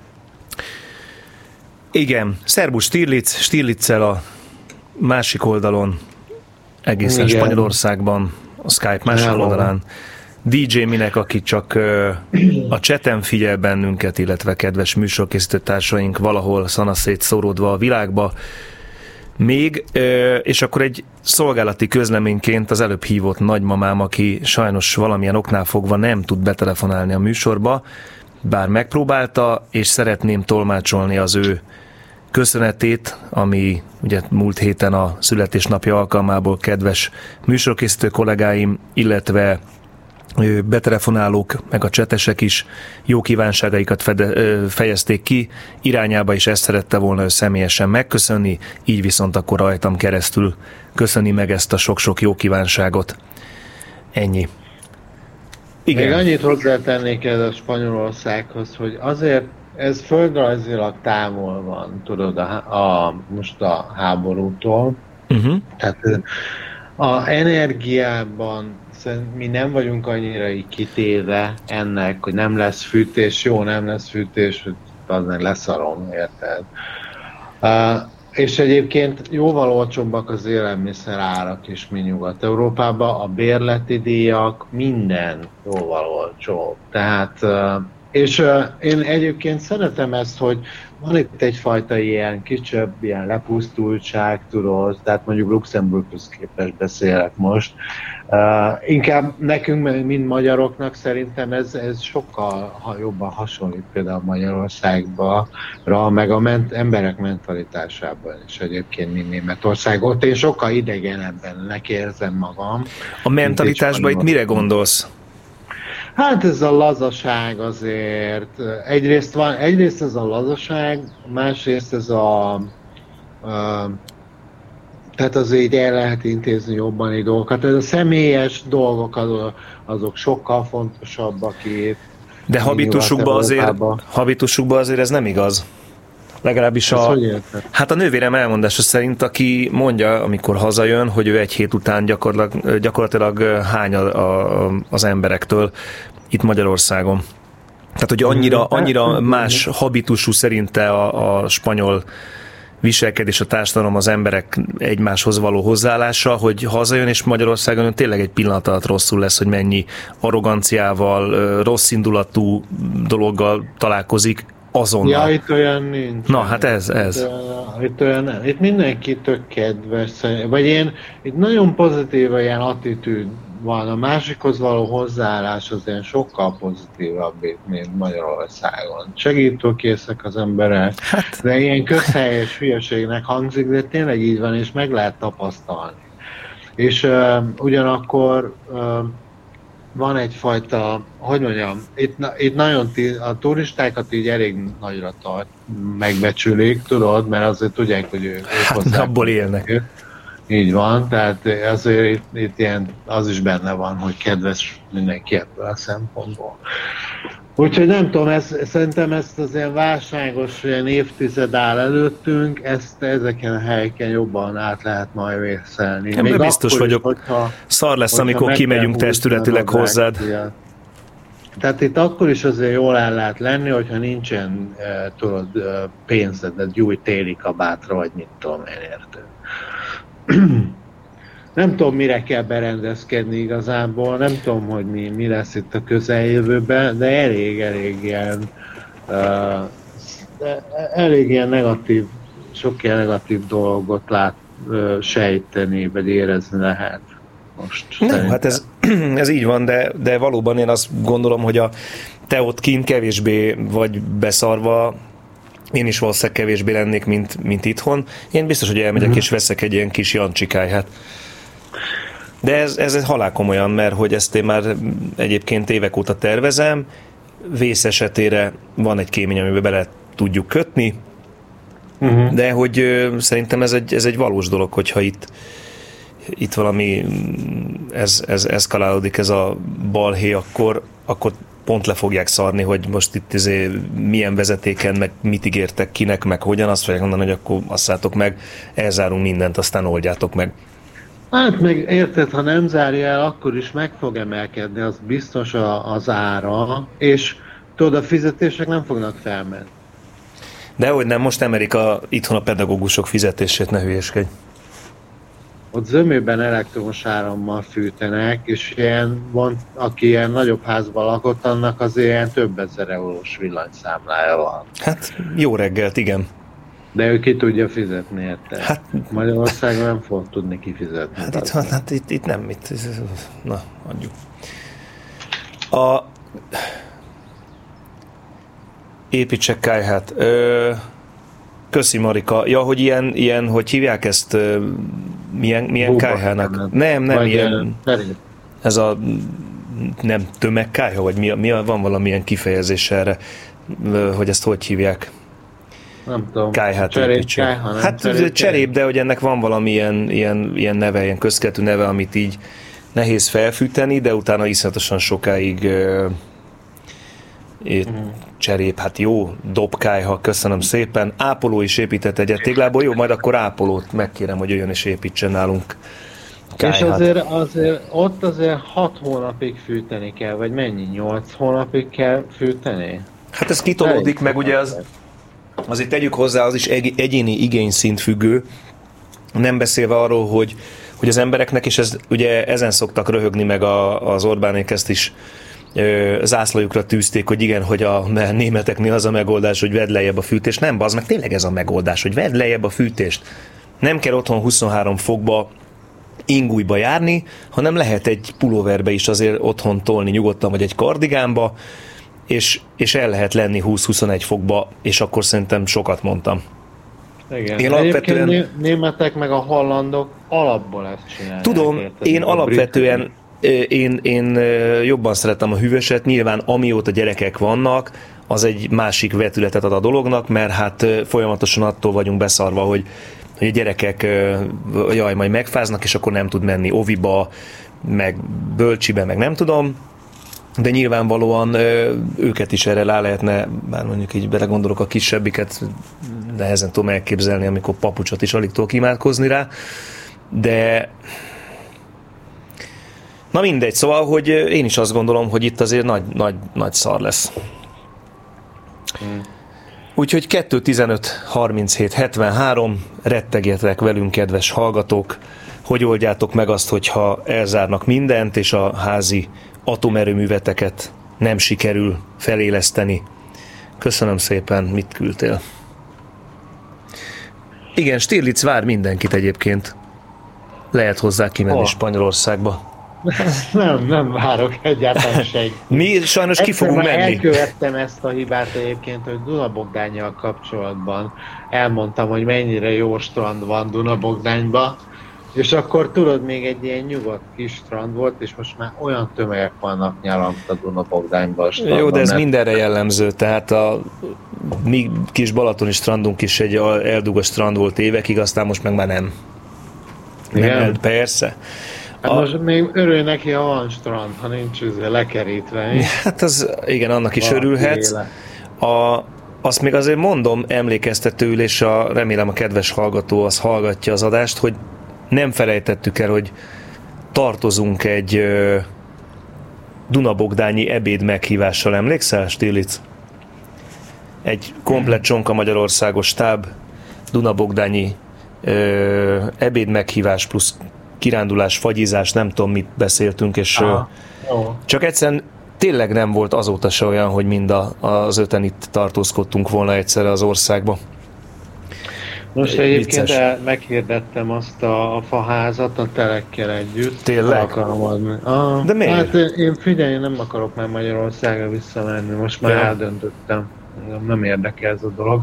Igen, szerbusz Stirlitz-szel a másik oldalon, egészen igen. Spanyolországban, a Skype másik oldalán. DJ Minek, aki csak a chaten figyel bennünket, illetve kedves műsorkészítő társaink valahol szanaszét szóródva a világba. Még, és akkor egy szolgálati közleményként az előbb hívott nagymamám, aki sajnos valamilyen oknál fogva nem tud betelefonálni a műsorba, bár megpróbálta, és szeretném tolmácsolni az ő köszönetét, ami ugye múlt héten a születésnapja alkalmából kedves műsorkészítő kollégáim, illetve betelefonálók, meg a csetesek is jó kívánságaikat fejezték ki irányába, és ezt szerette volna ő személyesen megköszönni, így viszont akkor rajtam keresztül köszöni meg ezt a sok-sok jó kívánságot. Ennyi. Igen. Még annyit hozzátennék ez a Spanyolországhoz, hogy azért ez földrajzilag távol van, tudod, most a háborútól. Tehát a energiában mi nem vagyunk annyira így kitéve ennek, hogy nem lesz fűtés, jó, nem lesz fűtés, hogy az meg leszarom, érted? És egyébként jóval olcsóbbak az élelmiszer árak is, mint Nyugat-Európában, a bérleti díjak, minden jóval olcsóbb. Tehát És én egyébként szeretem ezt, hogy van itt egyfajta ilyen kisebb, ilyen lepusztultság, tudod, tehát mondjuk Luxemburghoz képest beszélek most. Inkább nekünk, mint magyaroknak szerintem ez sokkal jobban hasonlít például Magyarországba, meg a emberek mentalitásában is egyébként, mint Németország. Ott én sokkal idegenebbennek érzem magam. A mentalitásban itt mire gondolsz? Hát ez a lazaság azért, egyrészt ez a lazaság, másrészt ez tehát azért így el lehet intézni jobban egy dolgokat. Ez a személyes dolgok azok sokkal fontosabbak itt. De habitusukban azért ez nem igaz. Legalábbis hát a nővérem elmondása szerint, aki mondja, amikor hazajön, hogy ő egy hét után gyakorlatilag hány az emberektől itt Magyarországon. Tehát, hogy annyira más habitusú szerinte a spanyol viselkedés, a társadalom, az emberek egymáshoz való hozzáállása, hogy hazajön, és Magyarországon tényleg egy pillanat alatt rosszul lesz, hogy mennyi arroganciával, rossz indulatú dologgal találkozik azonnal. Ja, itt olyan nincs. Na, hát ez. Itt olyan nem. Itt mindenki tök kedves, vagy itt nagyon pozitív ilyen attitűd van. A másikhoz való hozzáállás az ilyen sokkal pozitívabb, mint Magyarországon. Segítőkészek az emberek, de ilyen közhelyes hülyeségnek hangzik, de tényleg így van, és meg lehet tapasztalni. És ugyanakkor van egyfajta, hogy mondjam, itt nagyon a turistákat így elég nagyra megbecsülik, tudod, mert azért tudják, hogy ők abból élnek. Így van, tehát azért itt ilyen, az is benne van, hogy kedves mindenki ebből a szempontból. Úgyhogy nem tudom, szerintem ezt az ilyen válságos ilyen évtized áll előttünk, ezeken a helyeken jobban át lehet majd vészelni. Még biztos vagyok, szar lesz, amikor kimegyünk testületileg hozzád. Tehát itt akkor is azért jól el lehet lenni, hogyha nincsen tudod, pénzed, de gyújt téli kabátra, vagy mit tudom én, érted. Nem tudom, mire kell berendezkedni igazából, nem tudom, hogy mi lesz itt a közeljövőben, de elég ilyen negatív, sok ilyen negatív dolgot sejteni, vagy érezni lehet most. Nem, hát ez így van, de valóban én azt gondolom, hogy te ott kint kevésbé vagy beszarva, én is valószínűleg kevésbé lennék, mint itthon. Én biztos, hogy elmegyek és veszek egy ilyen kis jancsikáját. De ez halálkomolyan, mert hogy ezt én már egyébként évek óta tervezem, vész esetére van egy kémény, amiben bele tudjuk kötni, de hogy szerintem ez egy valós dolog, hogyha itt valami ez eszkalálódik, ez a balhé, akkor pont le fogják szarni, hogy most itt milyen vezetéken, meg mit ígértek kinek, meg hogyan, azt fogják mondani, hogy akkor asszátok meg, elzárunk mindent, aztán oldjátok meg. Hát meg érted, ha nem zárja el, akkor is meg fog emelkedni, az biztos az ára, és tudod, a fizetések nem fognak felmenni. Dehogy nem, most emelik itthon a pedagógusok fizetését, ne hülyéskedj. Ott zömében elektromos árammal fűtenek, és aki ilyen nagyobb házban lakott, annak azért ilyen több ezer eurós villanyszámlája van. Hát jó reggelt, igen. De ő ki tudja fizetni, érte? Hát Magyarországon nem fog tudni kifizetni. Hát itt nem, mit. Na, adjuk. Építsek kályhát. Köszi, Marika. Ja, hogy ilyen, hogy hívják ezt, milyen kályhának? Nem, ilyen. Ez a nem tömegkályha, vagy van valamilyen kifejezés erre, hogy ezt hogy hívják? Nem tudom. Kályhát építsük. Hát cserép, de hogy ennek van valami ilyen neve, ilyen közkeletű neve, amit így nehéz felfűteni, de utána iszonyatosan sokáig cserép, hát jó, dobkályha, köszönöm szépen. Ápoló is épített egyet téglából, jó, majd akkor ápolót megkérem, hogy jöjjön és építsen nálunk kályhát. És azért ott azért 6 hónapig fűteni kell, vagy mennyi? 8 hónapig kell fűteni? Hát ez kitolódik, meg ugye azért tegyük hozzá, az is egyéni igényszint függő, nem beszélve arról, hogy az embereknek, és ez, ugye ezen szoktak röhögni, meg az Orbánék ezt is zászlajukra tűzték, hogy igen, hogy a németeknél az a megoldás, hogy vedd lejjebb a fűtést. Nem, bazd meg, tényleg ez a megoldás, hogy vedd lejjebb a fűtést. Nem kell otthon 23 fokba ingújba járni, hanem lehet egy pulóverbe is azért otthon tolni nyugodtan, vagy egy kardigánba, és el lehet lenni 20-21 fokba, és akkor szerintem sokat mondtam. Igen. Én alapvetően... németek meg a hollandok alapból ezt csinálják. Tudom, én alapvetően én jobban szeretem a hűvöset, nyilván amióta gyerekek vannak, az egy másik vetületet ad a dolognak, mert hát folyamatosan attól vagyunk beszarva, hogy a gyerekek majd megfáznak, és akkor nem tud menni oviba, meg bölcsibe, meg nem tudom, de nyilvánvalóan őket is erre rá lehetne, bár mondjuk így belegondolok, a kisebbiket nehezen tudom elképzelni, amikor papucsot is alig tudok imádkozni rá, de na mindegy, szóval, hogy én is azt gondolom, hogy itt azért nagy szar lesz. Úgyhogy 2-15-37-73, rettegjetek velünk, kedves hallgatók, hogy oldjátok meg azt, hogyha elzárnak mindent, és a házi atomerőműveteket nem sikerül feléleszteni. Köszönöm szépen, mit küldtél? Igen, Stirlitz vár mindenkit egyébként. Lehet hozzá kimenni Spanyolországba. Nem várok egyáltalán senki. Mi sajnos ki fogunk menni. Elkövettem ezt a hibát egyébként, hogy Dunabogdánnyal kapcsolatban elmondtam, hogy mennyire jó strand van Dunabogdányban, és akkor tudod, még egy ilyen nyugodt kis strand volt, és most már olyan tömegek vannak nyalant a Dunabogdányban. Jó, de ez mindenre jellemző, tehát a mi kis balatoni strandunk is egy eldugott strand volt évekig, aztán most meg már nem. Nem, persze. Hát most még örülj neki, ha van strand, ha nincs lekerítve. Hát az, igen, annak is örülhetsz. Azt még azért mondom emlékeztetőül, és remélem a kedves hallgató az hallgatja az adást, hogy nem felejtettük el, hogy tartozunk egy dunabogdányi ebéd meghívással. Emlékszel, Stirlitz? Egy komplett Csonka Magyarországos stáb dunabogdányi ebéd meghívás plusz kirándulás, fagyizás, nem tudom mit beszéltünk, és csak egyszerűen tényleg nem volt azóta se olyan, hogy mind az öten itt tartózkodtunk volna egyszerre az országba. Most egyébként meghirdettem azt a faházat a telekkel együtt. Tényleg? Akarom adni. De miért? Hát én figyelj, nem akarok már Magyarországra visszamenni, most már eldöntöttem. Nem érdekel ez a dolog.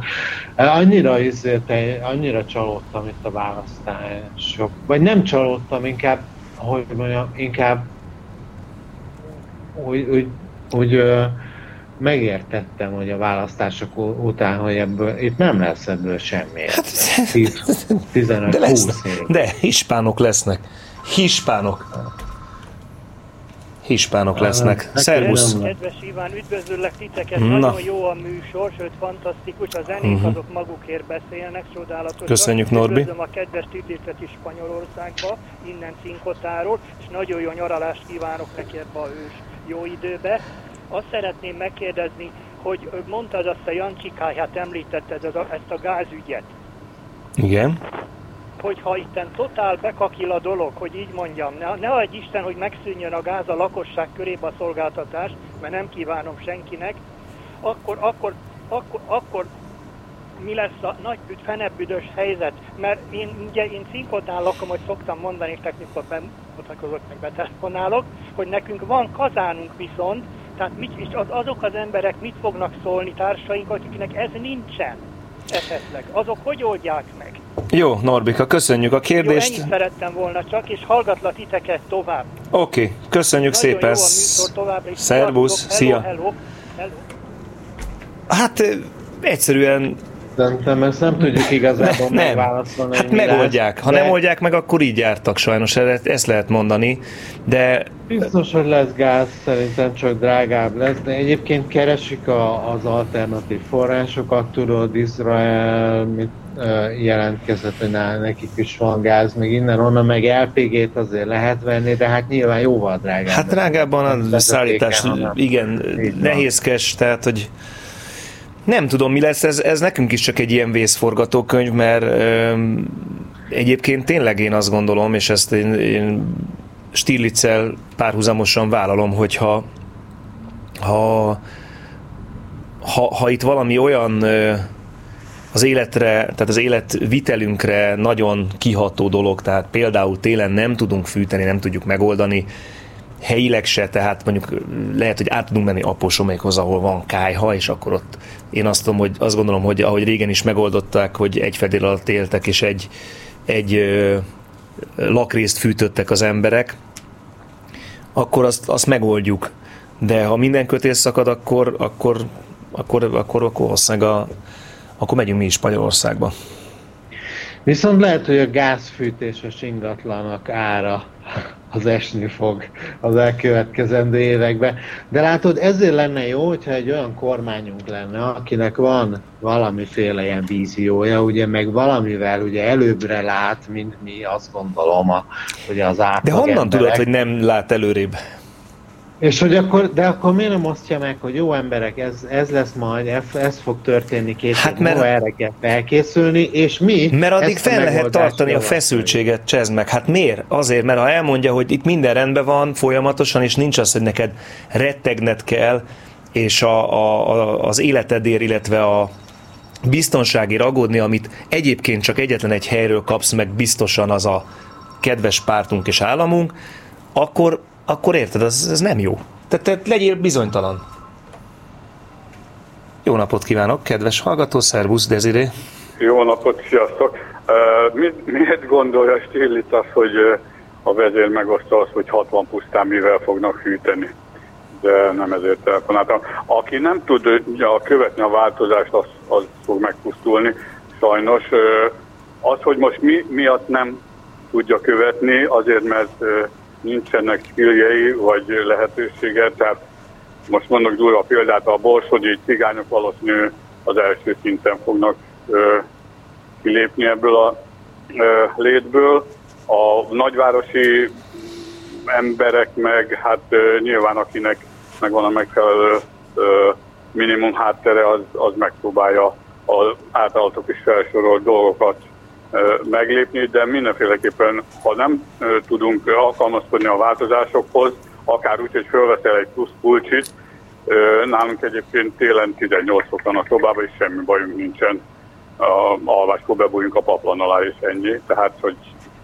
Annyira csalódtam itt a választások. Vagy nem csalódtam, inkább, hogy mondjam, úgy megértettem, hogy a választások után, hogy itt nem lesz ebből semmi. 15-20 év. De hispánok lesznek. Hispánok lesznek. Szervusz! Kedves Iván, üdvözöllek titeket, nagyon jó a műsor, sőt fantasztikus, a zenék azok magukért beszélnek, csodálatosak. Köszönjük, Norbi! Üdvözlöm a kedves Stirlitzet is Spanyolországba, innen Cincotáról, és nagyon jó nyaralást kívánok neki ebbe a ős jó időbe. Azt szeretném megkérdezni, hogy mondtad azt a Jancsikáját, említetted ezt a gázügyet. Igen. Hogyha itten totál bekakil a dolog, hogy így mondjam, ne adj Isten, hogy megszűnjön a gáz a lakosság körébe a szolgáltatás, mert nem kívánom senkinek, akkor mi lesz a nagybüd, fenebüdös helyzet? Mert én Cinkotán lakom, hogy szoktam mondani, mikor bemutatkozok, meg betelefonálok, hogy nekünk van kazánunk viszont, tehát azok az emberek mit fognak szólni társaink, akiknek ez nincsen esetleg? Azok hogy oldják meg? Jó, Norbika, köszönjük a kérdést. Jó, ennyit szerettem volna csak, és hallgatlak titeket tovább. Oké, köszönjük nagyon szépen. Jó a műsor továbbra is. Szervusz, szia. Hello. Hát egyszerűen... Szerintem ezt nem tudjuk igazából megválaszolni. Hát megoldják. Ha nem oldják meg, akkor így jártak sajnos, ezt lehet mondani, de... Biztos, hogy lesz gáz, szerintem csak drágább lesz, de egyébként keresik az alternatív forrásokat, tudod, Izrael jelentkezett, hogy nekik is van gáz, még innen-onnan, meg LPG-t azért lehet venni, de hát nyilván jóval drágább. Hát drágábban a szállítás, igen, nehézkes, tehát, hogy nem tudom, mi lesz, ez nekünk is csak egy ilyen vészforgatókönyv, mert egyébként tényleg én azt gondolom, és ezt én Stirlitzel párhuzamosan vállalom, hogyha ha itt valami olyan az életre, tehát az életvitelünkre nagyon kiható dolog, tehát például télen nem tudunk fűteni, nem tudjuk megoldani, helyileg se, tehát mondjuk lehet, hogy át tudunk menni Apósomékhoz, ahol van kályha, és akkor ott én azt gondolom, hogy ahogy régen is megoldották, hogy egy fedél alatt éltek, és egy lakrészt fűtöttek az emberek, akkor azt megoldjuk. De ha minden kötél szakad, akkor valószínűleg akkor megyünk mi is Spanyolországba. Viszont lehet, hogy a gázfűtéses ingatlanak ára az esni fog az elkövetkezendő években. De látod, ezért lenne jó, hogyha egy olyan kormányunk lenne, akinek van valamiféle ilyen víziója, ugye meg valamivel ugye előbbre lát, mint mi, azt gondolom, hogy az átlag De honnan emberek. tudod, hogy nem lát előrébb? És hogy akkor miért nem osztja meg, hogy jó emberek, ez lesz majd, ez fog történni később, erre kell felkészülni, és mi... Mert addig fel lehet tartani a feszültséget, csezd meg. Hát miért? Azért, mert ha elmondja, hogy itt minden rendben van folyamatosan, és nincs az, hogy neked rettegned kell, és az életedért, illetve a biztonságért aggódni, amit egyébként csak egyetlen egy helyről kapsz meg biztosan az a kedves pártunk és államunk, akkor érted, ez nem jó. Tehát legyél bizonytalan. Jó napot kívánok, kedves hallgató, szervusz, Desiré. Jó napot, sziasztok. Miért gondolja Stiglitz azt, hogy a vezér megosztja azt, hogy 60 pusztán mivel fognak hűteni? De nem ezért telefonáltam. Aki nem tudja követni a változást, az fog megpusztulni. Sajnos az, hogy most mi miatt nem tudja követni, azért, mert nincsenek skilljei vagy lehetősége, tehát most mondok durva példát, a borsodi cigányok valószínű az első szinten fognak kilépni ebből a létből. A nagyvárosi emberek meg, hát nyilván akinek megvan a megfelelő minimum háttere, az megpróbálja az általatok is felsorolt dolgokat meglépni, de mindenféleképpen, ha nem tudunk alkalmazkodni a változásokhoz, akár úgy, hogy fölveszel egy plusz pulcsit, nálunk egyébként télen 18 fok van a szobában, és semmi bajunk nincsen. Alváskor bebújunk a paplan alá, és ennyi. Tehát, hogy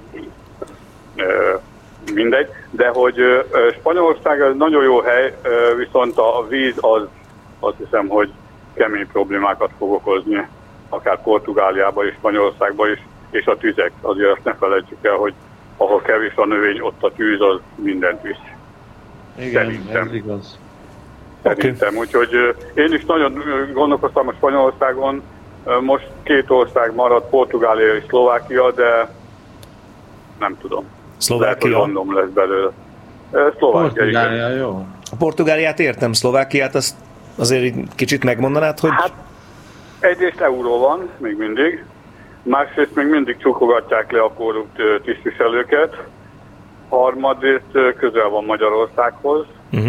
mindegy. De hogy Spanyolország ez nagyon jó hely, viszont a víz az azt hiszem, hogy kemény problémákat fog okozni, akár Portugáliába és Spanyolországba is, és a tüzek. Azért azt ne felejtsük el, hogy ahol kevés a növény, ott a tűz az mindent visz. Igen, szerintem. ez igaz. Szerintem. Úgyhogy én is nagyon gondolkoztam a Spanyolországon, most 2 ország maradt, Portugália és Szlovákia, de nem tudom. Szlovákia? Lehet, hogy London lesz belőle. Szlovákia, Portugália, igen. jó. A Portugáliát értem, Szlovákiát azt azért kicsit megmondanád, hogy... Hát egyrészt euró van, még mindig. Másrészt még mindig csukogatják le a korrupt tisztviselőket. Harmadrészt közel van Magyarországhoz.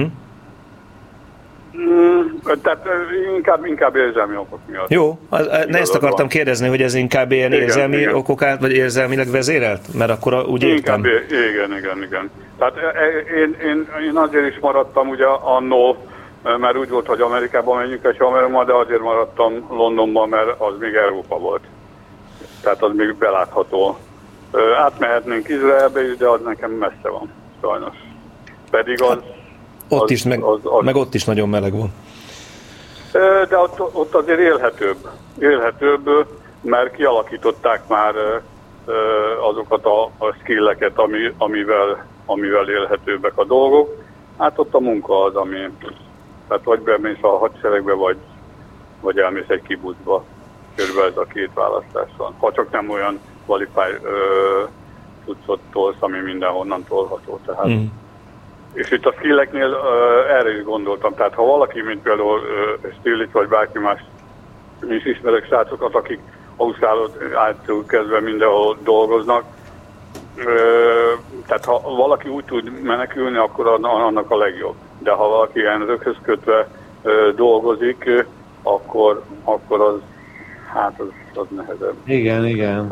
Tehát inkább érzelmi okok miatt. Jó, ezt akartam kérdezni, hogy ez inkább ilyen érzelmi okok állt, vagy érzelmileg vezérelt? Mert akkor úgy értem. Igen. Tehát én azért is maradtam ugye annó, mert úgy volt, hogy Amerikában menjünk egy hamerommal, de azért maradtam Londonban, mert az még Európa volt. Tehát az még belátható. Átmehetnénk Izraelbe is, de az nekem messze van, sajnos. Pedig az... Ott is, meg ott is nagyon meleg van. De ott azért élhetőbb, mert kialakították már azokat a skilleket, amivel élhetőbbek a dolgok. Hát ott a munka az, ami... Tehát vagy bemész a hadseregbe, vagy elmész egy kibuszba. Körülbelül ez a 2 választás van. Ha csak nem olyan qualify cuccot tolsz, ami mindenhonnan tolható. Tehát. És itt a skilleknél erre is gondoltam. Tehát ha valaki, mint például Stiglitz vagy bárki más, is ismerek srácokat, akik Ausztrálot ától kezdve mindenhol dolgoznak, tehát ha valaki úgy tud menekülni, akkor annak a legjobb. De ha valaki ilyen röghöz kötve dolgozik, akkor az, hát az nehezebb. Igen.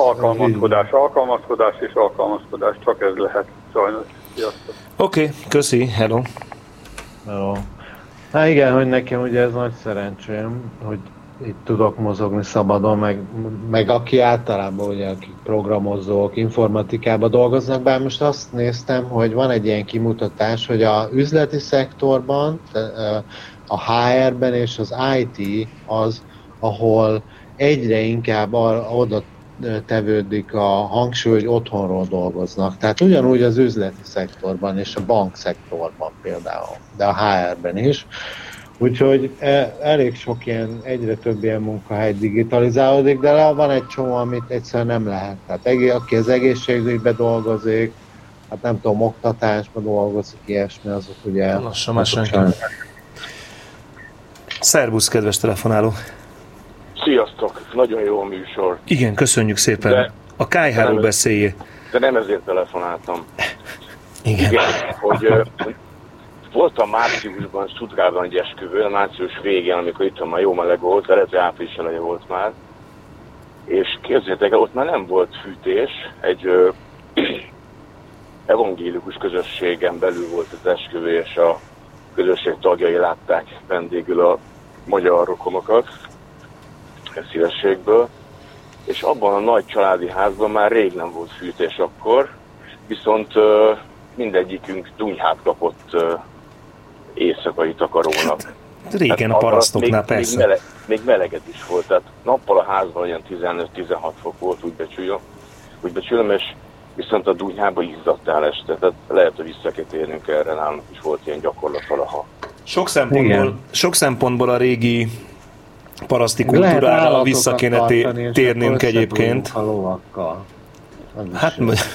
Alkalmazkodás, csak ez lehet, sajnos. Oké, köszi, hello. Jó. Hát igen, hogy nekem ugye ez nagy szerencsém, hogy itt tudok mozogni szabadon, meg aki általában ugye, akik programozók, informatikában dolgoznak, bár most azt néztem, hogy van egy ilyen kimutatás, hogy a üzleti szektorban, a HR-ben és az IT az, ahol egyre inkább oda tevődik a hangsúly, hogy otthonról dolgoznak. Tehát ugyanúgy az üzleti szektorban és a bankszektorban például, de a HR-ben is. Úgyhogy elég sok ilyen, egyre több ilyen munkahely digitalizálódik, de van egy csomó, amit egyszerűen nem lehet. Tehát aki az egészségügyben dolgozik, hát nem tudom, oktatásban dolgozik, ilyesmi, azok ugye... Lassan már senki. Szervusz, kedves telefonáló! Sziasztok! Nagyon jó a műsor. Igen, köszönjük szépen. De a KH-ról beszéljé. De nem ezért telefonáltam. Igen. Igen, hogy voltam márciusban Stuttgartban egy esküvőn, március végén, amikor itt már jó meleg volt, de lehet, hogy április eleje volt már. És képzeljétek el, ott már nem volt fűtés, egy evangélikus közösségen belül volt az esküvő, és a közösség tagjai látták vendégül a magyar rokonokat szívességből, és abban a nagy családi házban már rég nem volt fűtés akkor, viszont mindegyikünk dunyhát kapott éjszakai takarónak. Régen a parasztoknál persze. Még meleged is volt, tehát nappal a házban olyan 15-16 fok volt, úgy becsülöm, és viszont a dunyhába izzadtál este, tehát lehet, hogy vissza kell térnünk erre, nálunk is volt ilyen gyakorlat valaha. Sok szempontból a régi paraszti kultúrára vissza kéne térnünk egyébként. A lovakkal. Hát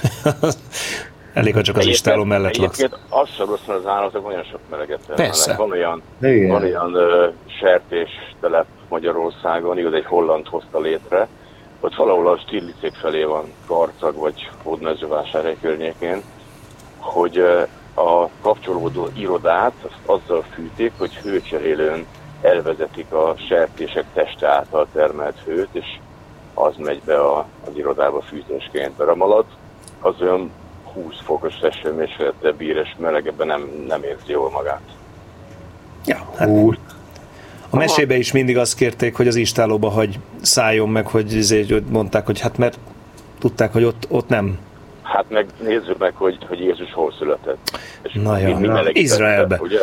elég, ha csak az istáló mellett laksz. Egyébként az sem rossz, az állatok olyan sok meleget termelnek. Van olyan sertéstelep Magyarországon, igaz, egy holland hozta létre, ott valahol a Stirlicék felé van, Karcag vagy Hódmezővásárhely környékén, hogy a kapcsolódó irodát azzal fűtik, hogy hőcserélőn elvezetik a sertések teste által termelt hőt, és az megy be az irodába fűtésként. A ramalat az olyan 20 fokos esőmérsékletre bír, és melegebben nem érzi jól magát. Ja, hát a mesébe is mindig azt kérték, hogy az istálóba hagy szálljon meg, hogy mondták, hogy hát mert tudták, hogy ott nem. Hát meg nézzük meg, hogy Jézus hol született. És na jó, Izraelbe. Ugye?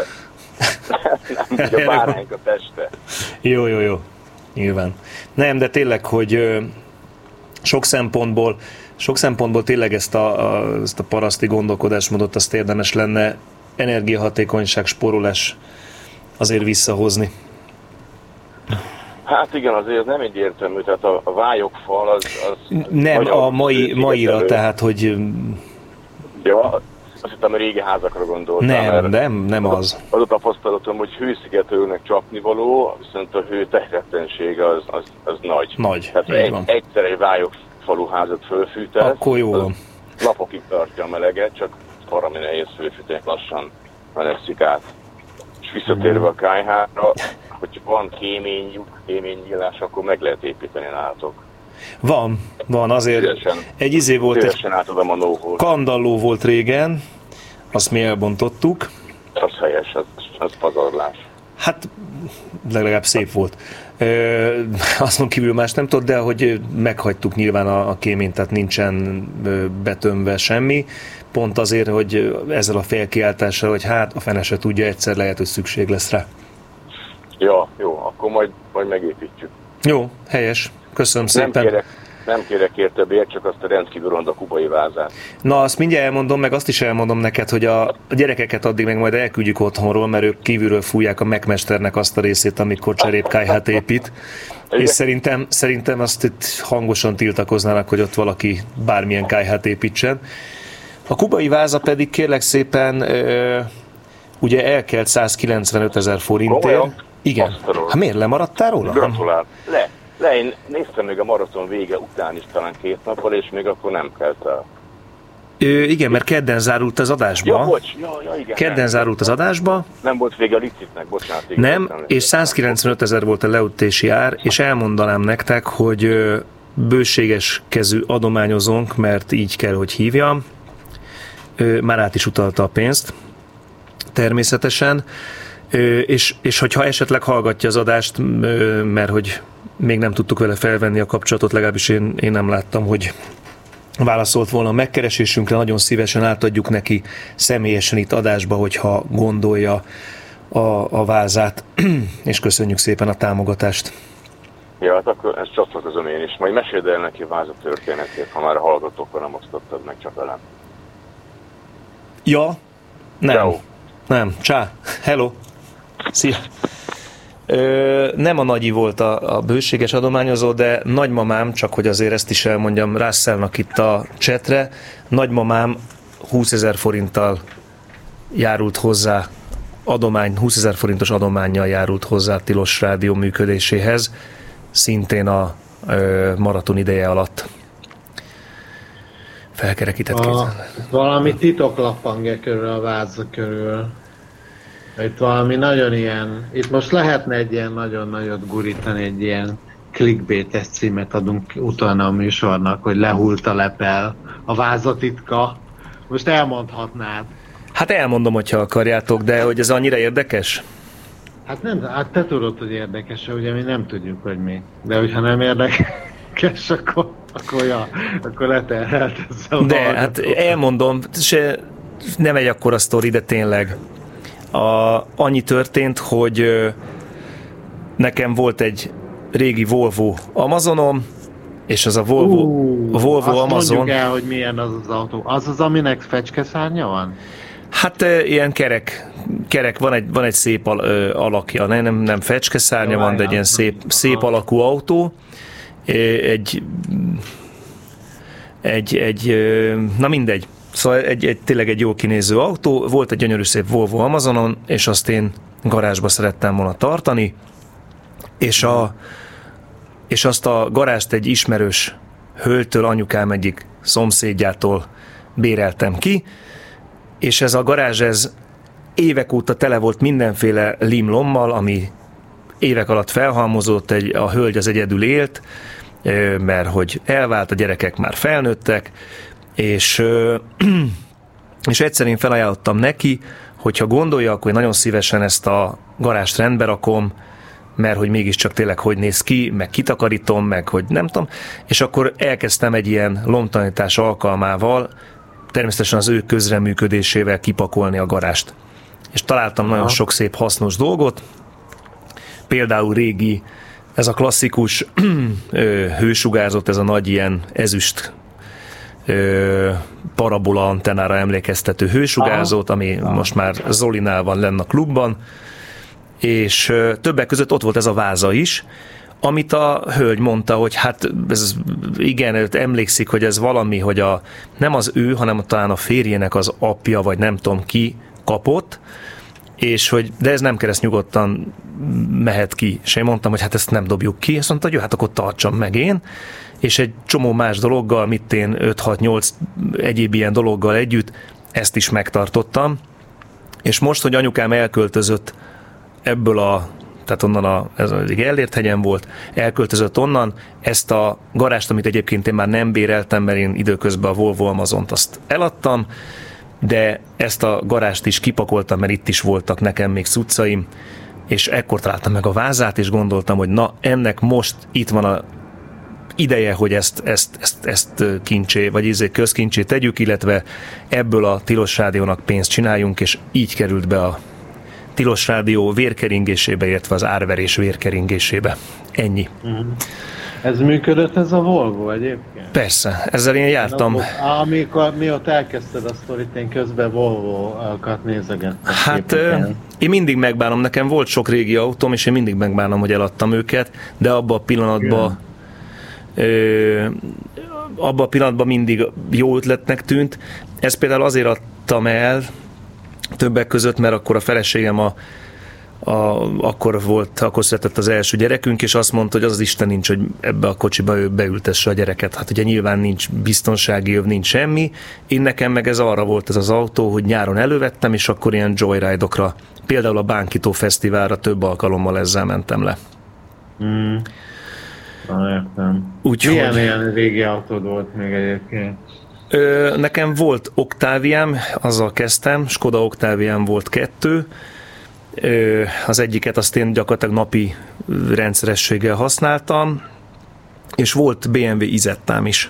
Nem, ugye a báránk a teste. Jó. Nyilván. Nem, de tényleg, hogy sok szempontból tényleg ezt a paraszti gondolkodásmódot azt érdemes lenne energiahatékonyság, spórolás azért visszahozni. Hát igen, azért nem egyértelmű, tehát a vályogfal az nem, a maira, tehát, hogy... Ja, azt hittem, a régi házakra gondoltam. Nem az. Az a tapasztalatom, hogy hőszigetelőnek csapnivaló, viszont a hő tehetetlensége az nagy. Nagy, tehát van. Egyszer egy vályogfalú házat fölfűtesz, akkor jó van. Napokig tartja a meleget, csak valami nehéz fölfűteni, lassan melegszik át. És visszatérve a kájhára, hogy van kéménynyílás, akkor meg lehet építeni nálatok. Van azért. Szívesen, egy volt, egy átadom a know-how-t. kandalló volt régen, azt mi elbontottuk. Az helyes, az pazarlás. Hát legalább szép volt. Azon kívül más nem tudod, de hogy meghagytuk nyilván a kéményt, tehát nincsen betömve semmi. Pont azért, hogy ezzel a felkiáltással, hogy hát a fene se tudja, egyszer lehet, hogy szükség lesz rá. Ja, jó, akkor majd megépítjük. Jó, helyes. Köszönöm szépen. Nem kérek érte csak azt a rendkívül ronda kubai vázát. Na, azt mindjárt elmondom, meg azt is elmondom neked, hogy a gyerekeket addig meg majd elküldjük otthonról, mert ők kívülről fújják a megmesternek azt a részét, amikor cserépkályhát épít. És szerintem azt itt hangosan tiltakoznának, hogy ott valaki bármilyen kályhát építsen. A kubai váza pedig kérlek szépen ugye elkelt 195 000 forintért. Igen. Hát miért lemaradtál róla? Gratulál. Én néztem még a maraton vége után is talán 2 nappal, és még akkor nem kelt el. Igen, mert kedden zárult az adásba. Ja, bocs, igen. Kedden zárult az adásba. Nem volt vége a licitnek, bocsánat. Nem, és 195 000 volt a leütési ár, és elmondanám nektek, hogy bőséges kezű adományozónk, mert így kell, hogy hívjam, már át is utalta a pénzt, természetesen. És hogyha esetleg hallgatja az adást, mert hogy még nem tudtuk vele felvenni a kapcsolatot, legalábbis én nem láttam, hogy válaszolt volna a megkeresésünkre, nagyon szívesen átadjuk neki személyesen itt adásba, hogyha gondolja a vázát, és köszönjük szépen a támogatást. Ja, hát akkor ezt csatlakozom én is. Majd meséld el neki a váza történetét, ha már a hallgatókkal nem osztottad meg, csak velem. Ja? Nem. Ciao. Nem. Csá. Hello. Szia. Nem a Nagyi volt a bőséges adományozó, de nagymamám, csak hogy azért ezt is elmondjam Russellnak itt a chatre, nagymamám 20 000 forinttal járult hozzá, 20 000 forintos adománnyal járult hozzá a Tilos Rádió működéséhez, szintén a maraton ideje alatt. Felkerekített kézen. Valami titok lappang körül a váza körül. Itt valami nagyon ilyen, itt most lehetne egy ilyen nagyon nagyot gurítani, egy ilyen clickbait-es címet adunk utána a műsornak, hogy lehult a lepel, a vázatitka. Most elmondhatnád. Hát elmondom, hogyha akarjátok, de hogy ez annyira érdekes? Hát nem, hát te tudod, hogy érdekes, ugye mi nem tudjuk, hogy mi. De hogyha nem érdekes, akkor leterhelt ezzel. De hát elmondom, nem egy akkora sztori, de tényleg. Annyi történt, hogy nekem volt egy régi Volvo Amazonom, és az a Volvo azt Amazon... mondjuk el, hogy milyen az az autó. Az az, aminek fecskeszárnya van? Hát ilyen kerek van egy szép alakja, nem fecskeszárnya van, de egy ilyen szép alakú autó. Na mindegy. Szóval tényleg egy jó kinéző autó, volt egy gyönyörű szép Volvo Amazonon, és azt én garázsba szerettem volna tartani, és azt a garást egy ismerős hölgytől, anyukám egyik szomszédjától béreltem ki, és ez a garázs, ez évek óta tele volt mindenféle limlommal, ami évek alatt felhalmozódott, a hölgy az egyedül élt, mert hogy elvált, a gyerekek már felnőttek, és egyszer én felajánlottam neki, hogyha gondolja, akkor én nagyon szívesen ezt a garást rendbe rakom, mert hogy mégiscsak tényleg hogy néz ki, meg kitakarítom, meg hogy nem tudom, és akkor elkezdtem egy ilyen lomtalanítás alkalmával, természetesen az ő közreműködésével kipakolni a garást. És találtam nagyon sok szép hasznos dolgot, például régi, ez a klasszikus hősugárzott, ez a nagy ilyen ezüst parabola antennára emlékeztető hősugárzót, ami most már Zolinál van lenn a klubban, és többek között ott volt ez a váza is, amit a hölgy mondta, hogy hát ez, igen, emlékszik, hogy ez valami, hogy nem az ő, hanem talán a férjének az apja, vagy nem tudom ki kapott, és hogy de ez nem kell, ezt nyugodtan mehet ki. És én mondtam, hogy hát ezt nem dobjuk ki, azt mondta, hogy jó, hát akkor tartsam meg én, és egy csomó más dologgal, mit én 5-6-8 egyéb ilyen dologgal együtt ezt is megtartottam, és most, hogy anyukám elköltözött ebből tehát onnan ez egy Gellért hegyen volt, elköltözött onnan, ezt a garást, amit egyébként én már nem béreltem, mert én időközben a Volvo Amazont azt eladtam, de ezt a garást is kipakoltam, mert itt is voltak nekem még cuccaim, és ekkor találtam meg a vázát, és gondoltam, hogy na, ennek most itt van a ideje, hogy ezt kincsé, vagy közkincsé tegyük, illetve ebből a Tilos Rádiónak pénzt csináljunk, és így került be a Tilos Rádió vérkeringésébe, illetve az árverés vérkeringésébe. Ennyi. Ez működött, ez a Volvo egyébként? Persze, ezzel én jártam. Mióta elkezdted a sztorit, én közben Volvo-kat nézegettem. Hát én mindig megbánom, nekem volt sok régi autóm, és én mindig megbánom, hogy eladtam őket, de abban a pillanatban mindig jó ötletnek tűnt. Ezt például azért adtam többek között, mert akkor a feleségem akkor született az első gyerekünk, és azt mondta, hogy az Isten nincs, hogy ebbe a kocsiba ő beültesse a gyereket. Hát ugye nyilván nincs biztonsági öv, nincs semmi. Én nekem meg ez arra volt ez az autó, hogy nyáron elővettem, és akkor ilyen joyride-okra, például a Bánkító Fesztiválra több alkalommal ezzel mentem le. Értem. Úgyhogy... Milyen régi autód volt még egyébként? Nekem volt Octaviám, azzal kezdtem, Skoda Octaviám volt 2, Az egyiket azt én gyakorlatilag napi rendszerességgel használtam, és volt BMW Izettám is.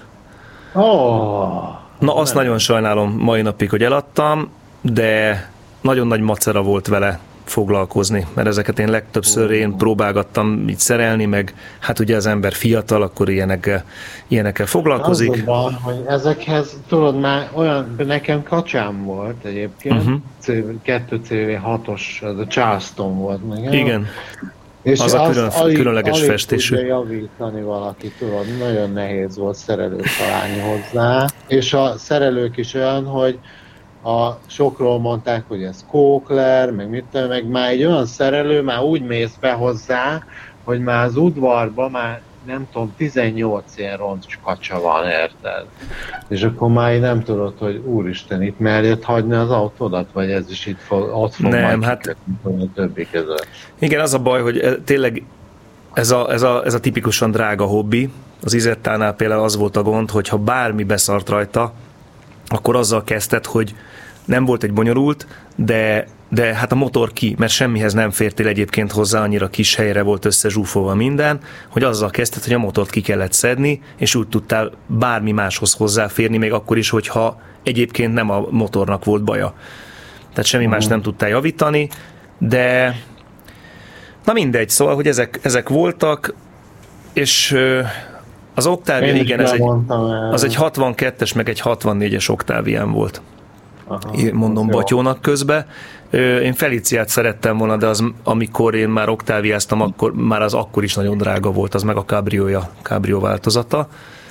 Na, azt nagyon sajnálom mai napig, hogy eladtam, de nagyon nagy macera volt vele foglalkozni, mert ezeket én legtöbbször én próbálgattam így szerelni, meg hát ugye az ember fiatal, akkor ilyenekkel foglalkozik. Az a baj, hogy ezekhez tudod már olyan, nekem kacsám volt egyébként, 2 CV6-os, az a Charleston volt meg. Igen. És az a különleges festésű. Alig tudja javítani valaki, tudod, nagyon nehéz volt szerelőt találni hozzá, és a szerelők is olyan, hogy sokról mondták, hogy ez Kókler, meg már egy olyan szerelő, már úgy mész be hozzá, hogy már az udvarban már nem tudom, 18 ilyen roncs kacsa van, érted? És akkor már nem tudod, hogy úristen, itt merjed hagyni az autódat, vagy ez is itt ott fog nem, majd hát a többi között. Igen, az a baj, hogy tényleg ez a tipikusan drága hobbi. Az Izettánál például az volt a gond, hogy ha bármi beszart rajta, akkor azzal kezdted, hogy nem volt egy bonyolult, de hát a motor ki, mert semmihez nem fértél egyébként hozzá, annyira kis helyre volt összezsúfolva minden, hogy azzal kezdted, hogy a motort ki kellett szedni, és úgy tudtál bármi máshoz hozzáférni, még akkor is, hogyha egyébként nem a motornak volt baja. Tehát semmi más nem tudtál javítani, de na mindegy, szóval, hogy ezek voltak, és az Octavia, igen, az egy 62-es, meg egy 64-es Octavian volt. Mondom Batyónak közben. Én Feliciát szerettem volna, de az, amikor én már Octaviáztam, akkor már az akkor is nagyon drága volt, az meg a Cabrio változata.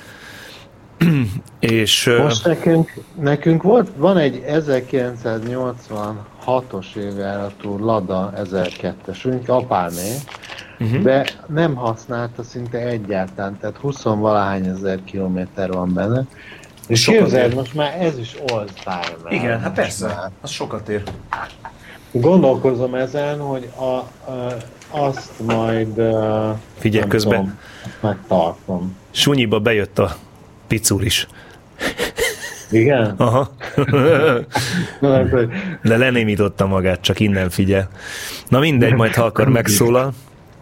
És most nekünk van egy 1986-os évjáratú Lada 1002-esünk, apámé, de nem használta szinte egyáltalán, tehát 20-valahány ezer kilométer van benne. És képzeld, most már ez is old-time. Igen, hát persze, az sokat ér. Gondolkozom ezen, hogy azt majd figyelj közben, megtartom. Sunyiba bejött a picúr is. Igen? Aha. De lenémította magát, csak innen figyel. Na mindegy, majd ha akar megszólal.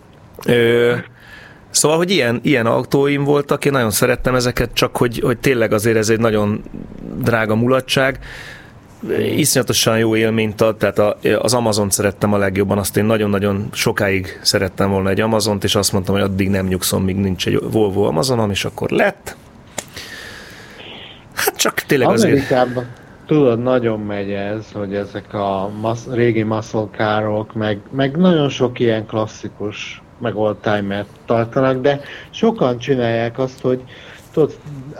Szóval, hogy ilyen autóim voltak, én nagyon szerettem ezeket, csak hogy tényleg azért ez egy nagyon drága mulatság. Iszonyatosan jó élményt ad, tehát az Amazont szerettem a legjobban, azt én nagyon-nagyon sokáig szerettem volna egy Amazont, és azt mondtam, hogy addig nem nyugszom, míg nincs egy Volvo Amazonom, és akkor lett. Hát csak tényleg azért... Amerikában tudod, nagyon megy ez, hogy ezek a régi muscle carok, meg nagyon sok ilyen klasszikus meg old-timert tartanak, de sokan csinálják azt, hogy tudod,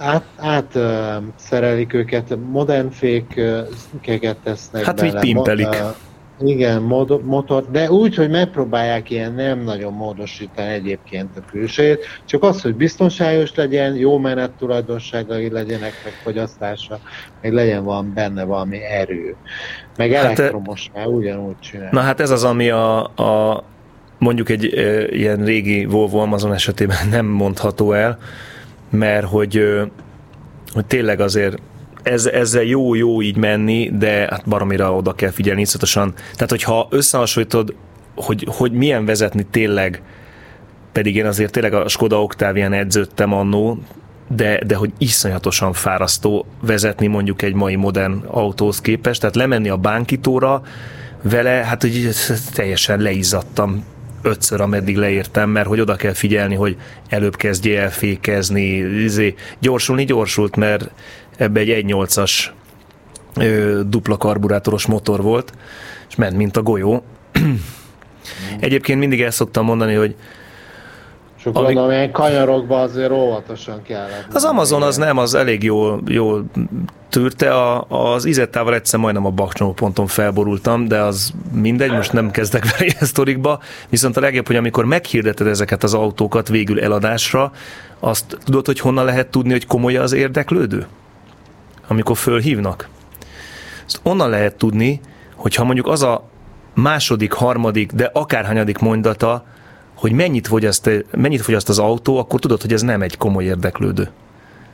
átszerelik őket, modern fékeket tesznek hát bele. Hát így pimpelik. Igen, motor, de úgy, hogy megpróbálják ilyen nem nagyon módosítani egyébként a külsejét, csak az, hogy biztonságos legyen, jó menet tulajdonságai legyenek, meg fogyasztása, meg legyen benne valami erő. Meg elektromos már ugyanúgy csinál. Na hát ez az, ami mondjuk egy ilyen régi Volvo Amazon esetében nem mondható el, mert hogy tényleg azért ezzel jó így menni, de hát baromira oda kell figyelni iszonyatosan. Tehát, hogyha összehasonlítod, hogy milyen vezetni tényleg, pedig én azért tényleg a Skoda Octavian edződtem annó, de hogy iszonyatosan fárasztó vezetni mondjuk egy mai modern autóhoz képest, tehát lemenni a bánkítóra vele, hát hogy teljesen leizzadtam 5-ször, ameddig leértem, mert hogy oda kell figyelni, hogy előbb kezdje el fékezni, gyorsulni gyorsult, mert ebbe egy 1.8-as dupla karburátoros motor volt, és ment, mint a golyó. Egyébként mindig el szoktam mondani, hogy mondom, ilyen kanyarokban azért óvatosan kellett. Az Amazon az nem, az elég jól tűrte, az Izettával egyszer majdnem a bakcsomóponton felborultam, de az mindegy, most nem kezdek vele ilyen sztorikba, viszont a legjobb, hogy amikor meghirdeted ezeket az autókat végül eladásra, azt tudod, hogy honnan lehet tudni, hogy komoly az érdeklődő? Amikor fölhívnak. Ezt onnan lehet tudni, hogyha mondjuk az a második, harmadik, de akárhanyadik mondata, hogy mennyit fogyaszt az autó, akkor tudod, hogy ez nem egy komoly érdeklődő.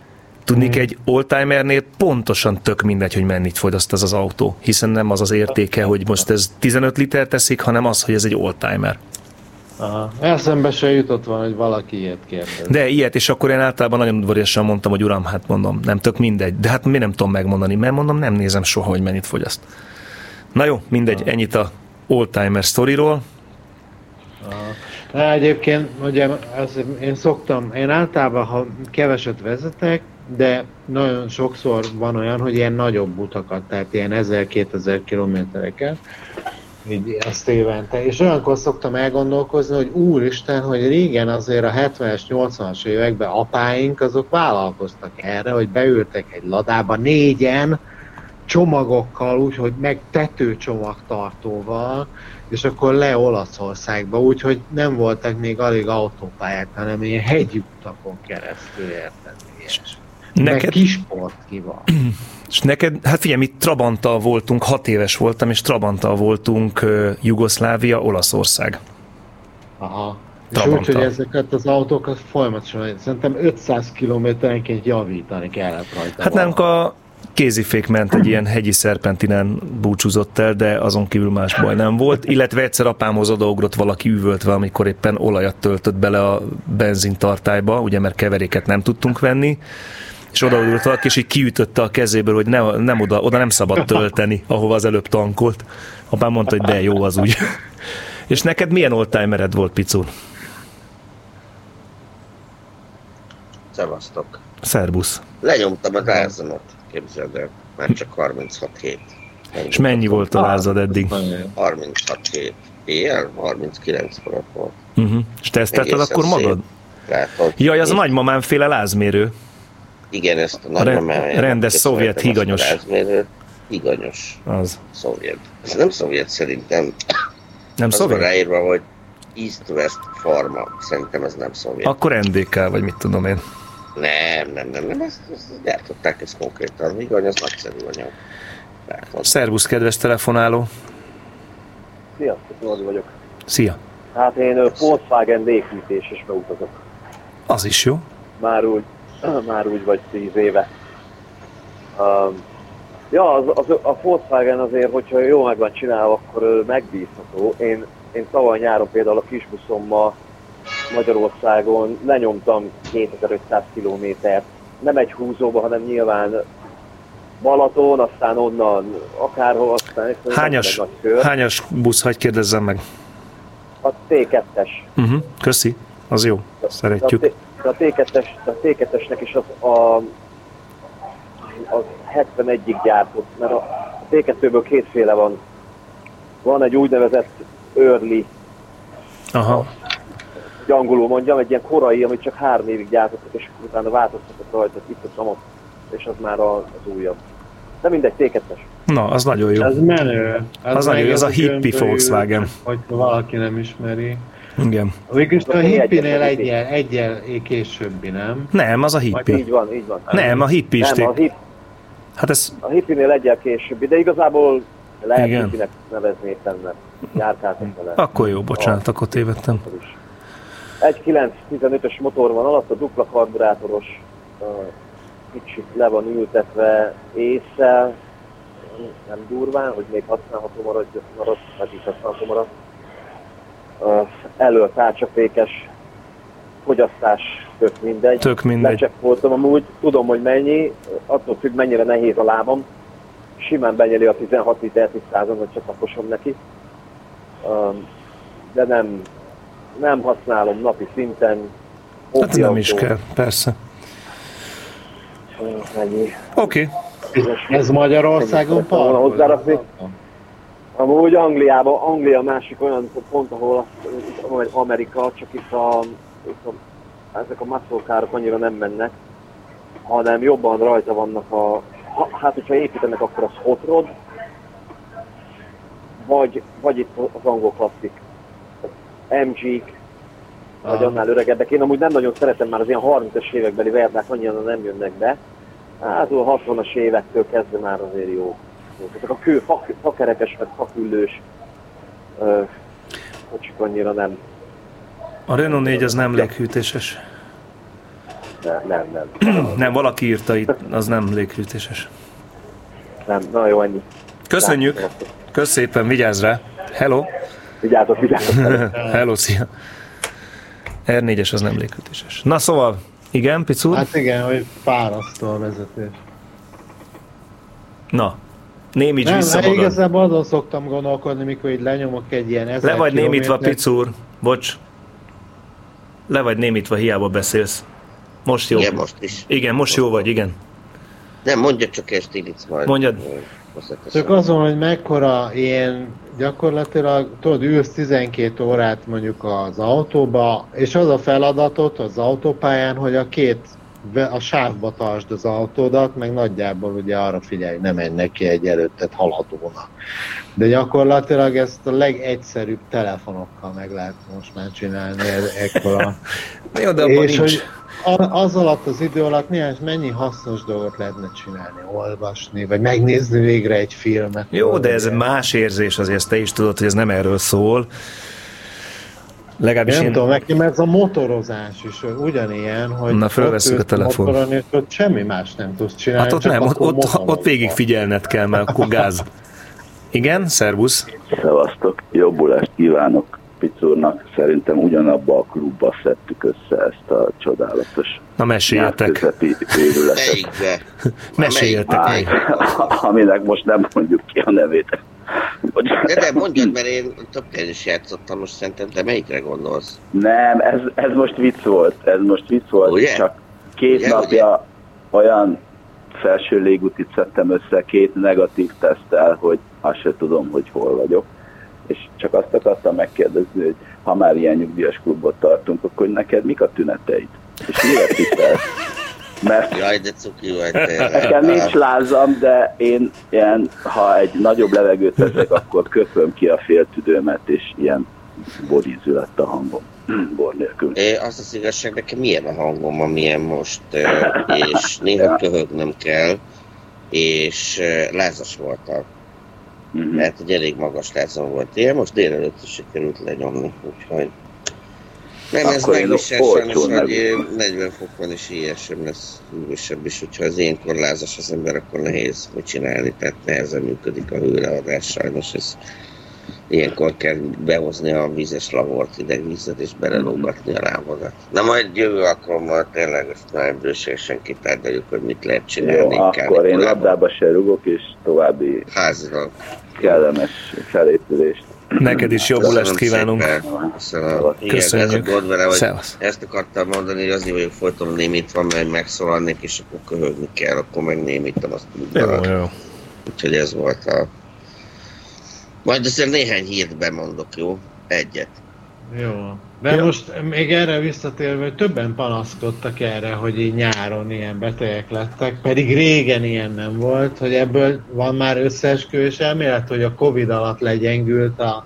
Tudnék, egy oldtimernél pontosan tök mindegy, hogy mennyit fogyaszt ez az autó, hiszen nem az az értéke, hogy most ez 15 liter teszik, hanem az, hogy ez egy oldtimer. Aha. Eszembe se jutott volna, hogy valaki ilyet kérdez. De ilyet, és akkor én általában nagyon udvariasan mondtam, hogy uram, hát mondom, nem tök mindegy. De hát mi nem tudom megmondani, mert mondom, nem nézem soha, hogy mennyit fogyaszt. Na jó, mindegy, ennyit a oldtimer sztoriról. Na, egyébként, ugye, én általában, ha keveset vezetek, de nagyon sokszor van olyan, hogy ilyen nagyobb utakat, tehát ilyen 1000-2000 kilométereket, így ezt évente. És olyankor szoktam elgondolkozni, hogy úristen, hogy régen azért a 70-es, 80-as években apáink azok vállalkoztak erre, hogy beültek egy ladába 4-en, csomagokkal, úgyhogy meg tetőcsomagtartóval, és akkor le Olaszországba, úgyhogy nem voltak még alig autópályák, hanem ilyen hegyi utakon keresztül, érted? Neked... Meg kisport ki van. És neked, hát figyelj, mi Trabanttal voltunk, 6 éves voltam, és Trabanttal voltunk Jugoszlávia, Olaszország. Aha. Trabanttal. És úgy, hogy ezeket az autókat folyamatosan, szerintem 500 kilométerenként javítani kellett rajta. Hát nálunk a kézifék ment egy ilyen hegyi szerpentinen búcsúzott el, de azon kívül más baj nem volt. Illetve egyszer apámhoz odaugrott valaki üvöltve, amikor éppen olajat töltött bele a benzintartályba, ugye mert keveréket nem tudtunk venni, és odaugrott valaki, és így kiütötte a kezéből, hogy nem oda nem szabad tölteni, ahova az előbb tankolt. Apám mondta, hogy de jó az úgy. És neked milyen oldtimered volt, Picu? Szevasztok. Szerbusz. Lenyomtam a gázomat, képzeld el. Már csak 36 hét. És mennyi volt a lázad eddig? 36 hét. Éjjel 39 forint volt. És tesztelted akkor magad? Jaj, az a nagymamám-féle lázmérő. Igen, ezt a nagymamáját. Rendes szovjet higanyos. Higanyos. Az. Szovjet. Ez nem szovjet szerintem. Nem szovjet? Az van ráírva, hogy East-West Pharma. Szerintem ez nem szovjet. Akkor NDK, vagy mit tudom én. Nem. Ezt gyártották, ez konkrétan. Higany, az nagyszerű anyag. Szervusz, kedves telefonáló. Sziasztok, Lazi vagyok. Szia. Hát én Volkswagen légfűtéses beutazok. Az is jó. Már úgy vagy 10 éve. A Volkswagen azért, hogyha jól meg van csinálva, akkor megbízható. Én tavaly nyáron például a kisbuszommal Magyarországon lenyomtam 2500 kilométert. Nem egy húzóba, hanem nyilván Balaton, aztán onnan akárhol, aztán... Hányas busz, hagyj kérdezzem meg? A T2-es. Köszi, az jó, szeretjük. A T2-esnek is az 71-ig gyártott, mert a T2-ből kétféle van. Van egy úgynevezett early, hogy angolul mondjam, egy ilyen korai, amit csak 3 évig gyártottak, és utána változtattak rajta, itt és az már az újabb. De mindegy, T2-es. Na, az nagyon jó. Ez menő. Az nagyon jó, ez a hippie Volkswagen. Hogy valaki nem ismeri. Igen. Végülis a hippie-nél egyel későbbi, nem? Nem, az a hippie. Így van. Nem, a hippie is. Hát ez... A hippie-nél egyel későbbi, de igazából lehet hippinek nevezni éppen, mert járkáltak vele. Akkor jó, bocsánat, akkor tévedtem. Egy 915-ös motor van alatt, a dupla karburátoros, kicsit le van ültetve ésszel, nem durván, hogy még használható marad, meddig használható marad. Elől tárcsafékes, fogyasztás tök mindegy. Lecsekkoltam amúgy, tudom, hogy mennyi, attól függ, mennyire nehéz a lábam. Simán benyeli a 16 liter tisztázom, hogy csak taposom neki. De nem használom napi szinten. Hát nem is kell, persze. Oké. Ez Magyarországon hozzárakni. Amúgy Anglia másik olyan pont, ahol Amerika, csak itt ezek a muscle carok annyira nem mennek, hanem jobban rajta vannak hát hogyha építenek, akkor az hot rod, vagy itt az angol klasszik, MG-k, vagy annál öregebbek. Én amúgy nem nagyon szeretem, már az ilyen 30-es évekbeli verdák annyira nem jönnek be. Hát a 60-as évektől kezdve már azért jó. Ezek a fakerekes, meg faküllős kocsik annyira nem. A Renault 4 az nem léghűtéses. Nem. Nem, valaki írta itt, az nem léghűtéses. Nem, na jó, ennyi. Köszönjük! Kösz szépen, vigyázz rá! Hello! Vigyázzatok! Hello, szia! R4-es az nem léghűtéses. Na szóval, igen, Picur? Hát igen, hogy fárasztó a vezetés. Na, némíts vissza magad. Igazából azon szoktam gondolkodni, mikor így lenyomok egy ilyen 1000 Le vagy némítva, kilométer... Picur. Bocs. Le vagy némítva, hiába beszélsz. Most jó. Igen, most is. Igen, most jó vagy, igen. Nem, mondja csak ezt, Ilic majd. Mondjad. Csak azon, hogy mekkora ilyen gyakorlatilag, tudod, ülsz 12 órát mondjuk az autóba, és az a feladatot az autópályán, hogy a sávba tartsd az autódat, meg nagyjából ugye arra figyelj, ne menj neki egy előtted haladónak. De gyakorlatilag ezt a legegyszerűbb telefonokkal meg lehet most már csinálni ekkora. Jó, de abban nincs. Hogy az alatt az idő alatt mennyi hasznos dolgot lehetne csinálni, olvasni, vagy megnézni végre egy filmet. Jó, de ez más érzés, azért ezt te is tudod, hogy ez nem erről szól. Legalábbis nem tudom, nekem ez a motorozás is ugyanilyen, hogy na, fölvesszük a telefon. Motoron, és ott semmi más nem tudsz csinálni. Hát ott nem, ott végig figyelned kell, mert akkor gáz. Igen, szervusz. Szevasztok, jobbulást kívánok Picurnak. Szerintem ugyanabba a klubba szedtük össze ezt a csodálatos na meséljetek. Meséljetek. Aminek most nem mondjuk ki a nevét. De mondjad, mert én többként is játszottam, most szerintem te melyikre gondolsz? Nem, ez most vicc volt, ugye? Csak két napja olyan felső légútit szedtem össze 2 negatív teszttel, hogy azt se tudom, hogy hol vagyok. És csak azt akartam megkérdezni, hogy ha már ilyen nyugdíjas klubot tartunk, akkor neked mik a tüneteid? És miért hiszel? Mert jaj, de cuki vagy. Nekem nincs lázam, de én ilyen, ha egy nagyobb levegőt veszek, akkor köpöm ki a féltüdőmet, és ilyen borízű lett a hangom. Bor nélkül. Azt az igazság, nekem milyen a hangom, amilyen most, és néha köhögnem kell, és lázas voltam. Mert egy elég magas lázam volt. Ilyen most délelőtt is sikerült lenyomni, úgyhogy... Nem, ez megvisel sajnos, hogy 40 fok van és ilyesem lesz hűvösebb is, hogyha az ilyenkor lázas az ember, akkor nehéz mit csinálni, tehát nehezen működik a hőleadás sajnos, ez ilyenkor kell behozni a vízes lavort, ideg vízet és belelógatni a lábadat. Na majd jövő alkalommal tényleg ezt már bőségesen kitárgyaljuk, hogy mit lehet csinálni. Jó, akkor én labdába se rugok, és további házilag kellemes felépülést. Neked is jobbulást kívánunk. Köszönöm. Köszönjük. Ezt akartam mondani, hogy azért vagyok folyton némítva, mert megszólalnék, és akkor köhögni kell, akkor megnémítom azt úgy. Jó. Úgyhogy ez volt a... Majd azért néhány hírt bemondok, jó? Egyet. Jó. De most még erre visszatérve, hogy többen panaszkodtak erre, hogy így nyáron ilyen betegek lettek, pedig régen ilyen nem volt, hogy ebből van már összeesküvés elmélet, hogy a Covid alatt legyengült a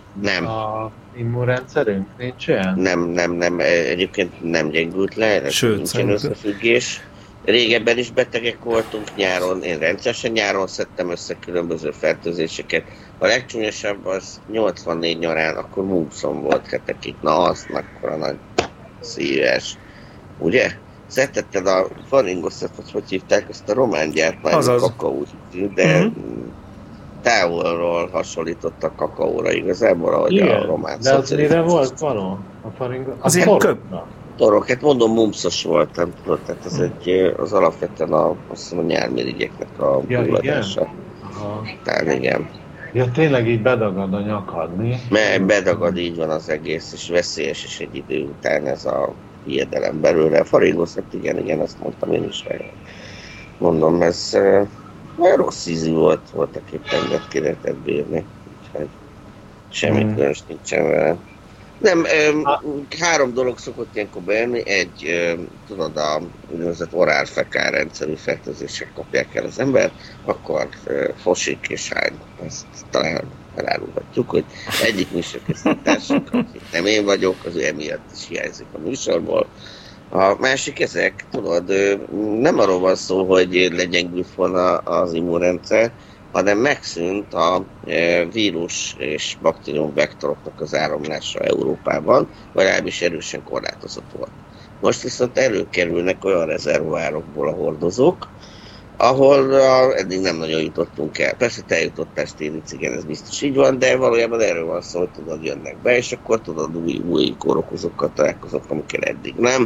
immunrendszerünk? Nincs olyan? Nem. Egyébként nem gyengült le, nincsen összefüggés. Régebben is betegek voltunk nyáron, én rendszeresen nyáron szedtem össze különböző fertőzéseket. A legcsúnyosabb az 84 nyarán, akkor mumpszom volt hetekig. Na azt mekkora nagy szíves. Ugye? Szedtetted a faringoszat, vagy hogy hívták ezt a román gyártmányú kakaót, de távolról hasonlított a kakaóra igazából, ahogy a román de az mire volt való? A faringoszat? Az ilyen köp. Torok, hát mondom, mumpszos volt, nem tudod, tehát ez az alapvetően azt hiszem, a nyálmirigyeknek a gyulladása. Tehát igen. Ja, tényleg így bedagad a nyakad, mi? Mert bedagad, így van az egész, és veszélyes is egy idő után ez a hiedelem belőle. A faringoszat, igen, azt mondtam én is. Mondom, ez olyan rossz ízű volt, voltak éppen, de ki lehetett bírni. Úgyhogy semmi különös nincsen vele. Nem, 3 dolog szokott ilyenkor bejönni. Egy, tudod, a úgynevezett orál-fekál rendszerű fertőzések kapják el az embert, akkor fosik és hány. Ezt talán elárulhatjuk, hogy egyik műsorkészítőtársunk, aki nem én vagyok, az ő emiatt is hiányzik a műsorból. A másik ezek, tudod, nem arról van szó, hogy legyengült volna az immunrendszer, hanem megszűnt a vírus és baktérium vektoroknak az áramlása Európában, vagy legalábbis erősen korlátozott volt. Most viszont előkerülnek olyan rezervoárokból a hordozók, ahol eddig nem nagyon jutottunk el. Persze te eljutottál Stéricig, igen, ez biztos így van, de valójában erről van szó, hogy tudod, jönnek be, és akkor tudod, új kórokozókkal találkozok, amikkel eddig nem.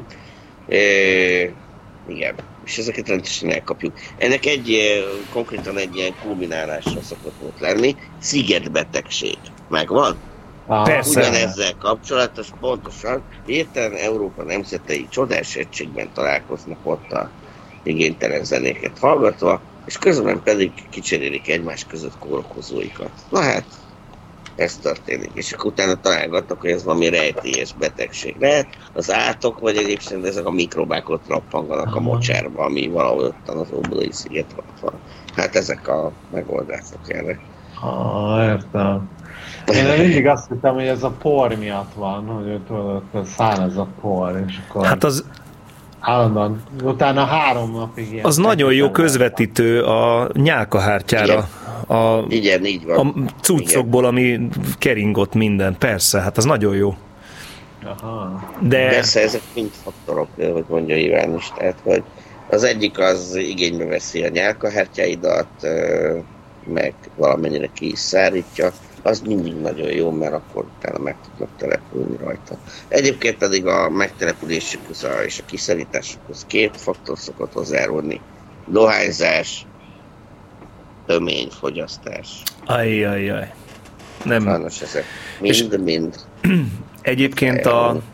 Igen, és ezeket rendesen elkapjuk. Ennek konkrétan egy ilyen kulminálásra szokott volt lenni, szigetbetegség. Megvan? Persze. Ugyanezzel kapcsolatos, pontosan, hirtelen Európa nemzetei csodás egységben találkoznak ott a igénytelen zenéket hallgatva, és közben pedig kicserélik egymás között kórokozóikat. Na hát, ez történik. És akkor utána találgatnak, hogy ez valami rejtélyes betegség lehet. Az átok, vagy egyébként ezek a mikrobák ott rappanganak a mocsárba, ami valahol ottan az Óbudai sziget van. Hát ezek a megoldások erre. Értem. Én mindig azt hittem, hogy ez a por miatt van, hogy ott száll ez a por, és akkor... Hát az... Állandóan, utána 3 napig ilyen... Az nagyon jó közvetítő a nyálkahártyára. Igen, így van. A cuccokból, ami keringott minden. Persze, hát az nagyon jó. Aha. De... Persze, ezek mind faktorok, hogy mondja Iván is. Tehát, hogy az egyik az igénybe veszi a nyálkahártyáidat, meg valamennyire ki is szárítja. Az mindig nagyon jó, mert akkor utána meg tudnak települni rajta. Egyébként pedig a megtelepülésükhoz és a kiszorításukhoz 2 faktor szokott hozzájárulni. Dohányzás, töményfogyasztás. Ajjajjaj. Nem. Sajnos ezek mind. Egyébként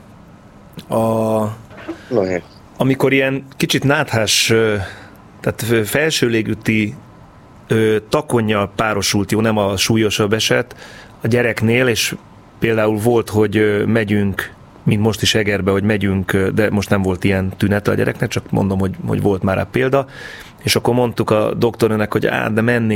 amikor ilyen kicsit náthás, tehát felső légüti takonnyal párosult, jó, nem a súlyosabb eset a gyereknél, és például volt, hogy megyünk, mint most is Egerbe, hogy megyünk, de most nem volt ilyen tünete a gyereknek, csak mondom, hogy volt már rá példa, és akkor mondtuk a doktornőnek, hogy de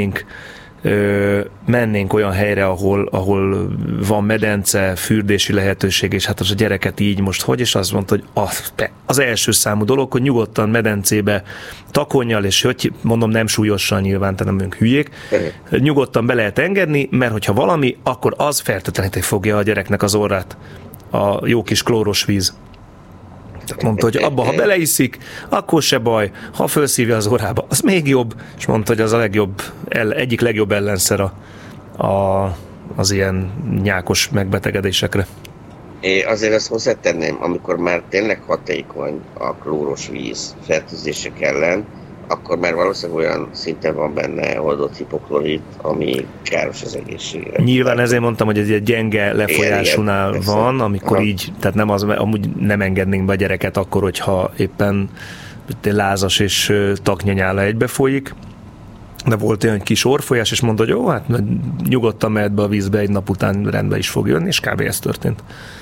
mennénk olyan helyre, ahol van medence, fürdési lehetőség, és hát az a gyereket így most hogy, és azt mondta, hogy az első számú dolog, hogy nyugodtan medencébe takonnyal, és hogy mondom, nem súlyosan nyilván, tehát nem vagyunk hülyék, nyugodtan be lehet engedni, mert hogyha valami, akkor az fertőtleníteni fogja a gyereknek az orrát, a jó kis klóros víz. Tehát mondta, hogy abba, ha beleiszik, akkor se baj, ha felszívja az orrába, az még jobb, és mondta, hogy az a egyik legjobb ellenszer az ilyen nyákos megbetegedésekre. Azért azt hozzátenném, amikor már tényleg hatékony a klóros víz fertőzések ellen, akkor már valószínűleg olyan szinten van benne oldott hipoklorid, ami káros az egészségre. Nyilván ezért mondtam, hogy ez egy gyenge lefolyásúnál van, amikor így, tehát nem az, amúgy nem engednénk be a gyereket akkor, hogyha éppen lázas és taknyanyála egybe folyik. De volt olyan kis orrfolyás, és mondta, hogy jó, hát nyugodtan mehet be a vízbe, egy nap után rendbe is fog jönni, és kb. Ez történt.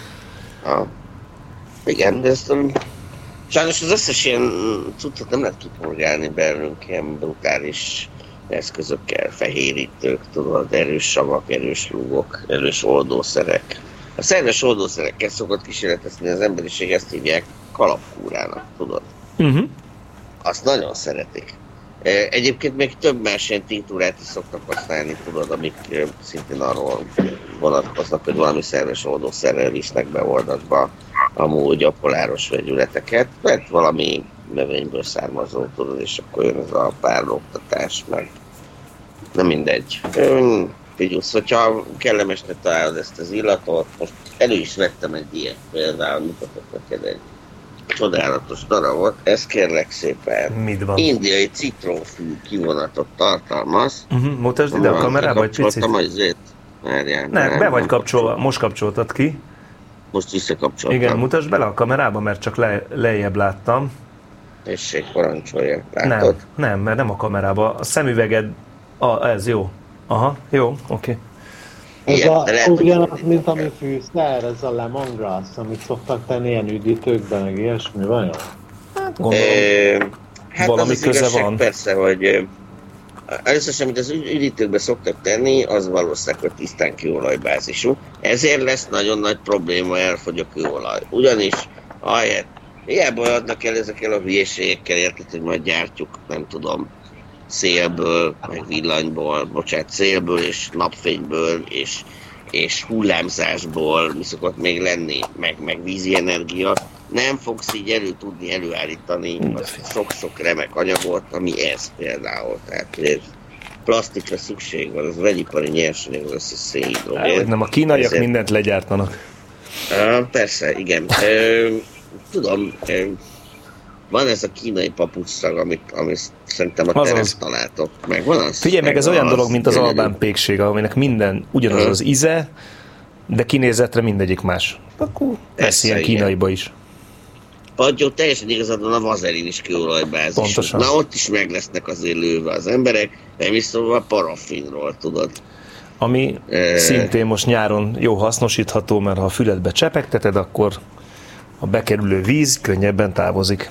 Igen, de ezt sajnos az összes ilyen cuccot nem lehet kipolgálni belőlünk ilyen brutális eszközökkel, fehérítők, tudod, erős savak, erős lúgok, erős oldószerek. A szerves oldószerekkel szokott kísérletezni az emberiség, ezt hívják kalapkúrának, tudod. Azt nagyon szeretik. Egyébként még több más ilyen tinktúrát is szoktak használni, tudod, amik szintén arról vonatkoznak, hogy valami szerves oldószerrel visznek be ordatba amúgy a poláros vegyületeket, mert valami növényből származó, tudod, és akkor jön ez a párlóktatás, meg nem mindegy. Figyelsz, hogyha kellemesnek találod ezt az illatot, most elő is vettem egy ilyet, például mutatok neked egy csodálatos darabot, ez kérlek szépen indiai citromfű kivonatot tartalmaz. Mutasd ide a kamerába egy picit. Nem, vagy kapcsolva, most kapcsoltad ki. Most visszakapcsoltam. Igen, mutasd bele a kamerába, mert csak lejjebb láttam. Tessék, parancsolja. Látod? Nem, mert nem a kamerába. A szemüveged, ez jó. Aha, jó, oké. Ugyanaz, mint ami fűszer, ez a lemongrass, amit szoktak tenni ilyen üdítőkben, meg ilyesmi, vajon? Hát valami az köze van. Persze, hogy először sem, amit az üdítőkbe szoktak tenni, az valószínűleg, hogy tisztán kőolajbázisú. Ezért lesz nagyon nagy probléma, elfogy a kőolaj. Ugyanis, hiába adnak el ezekkel a hülyeségekkel, érted, hogy majd gyártjuk, nem tudom, szélből, meg villanyból, szélből és napfényből és hullámzásból, mi szokott még lenni, meg vízi energia, nem fogsz így tudni előállítani sok-sok remek anyagot, ami ez például. Tehát plastikra szükség van, az vegyipari nyersanyag, az szénhidrogén. Nem, a kínaiak mindent legyártanak. Persze, igen. Tudom, van ez a kínai papucsszag, amit szerintem a terezt találtok. Meg van az? Figyelj meg, ez olyan dolog, mint az albán pékség, aminek minden ugyanaz az íze, de kinézetre mindegyik más. Akkor lesz ilyen kínaiba is. Adjó, teljesen igazad van, a vazelin is kőolajbázis. Pontosan. Na ott is meg lesznek azért lőve az emberek, nem is szóval a parafinról, tudod. Ami szintén most nyáron jó hasznosítható, mert ha a füledbe csepegteted, akkor a bekerülő víz könnyebben távozik.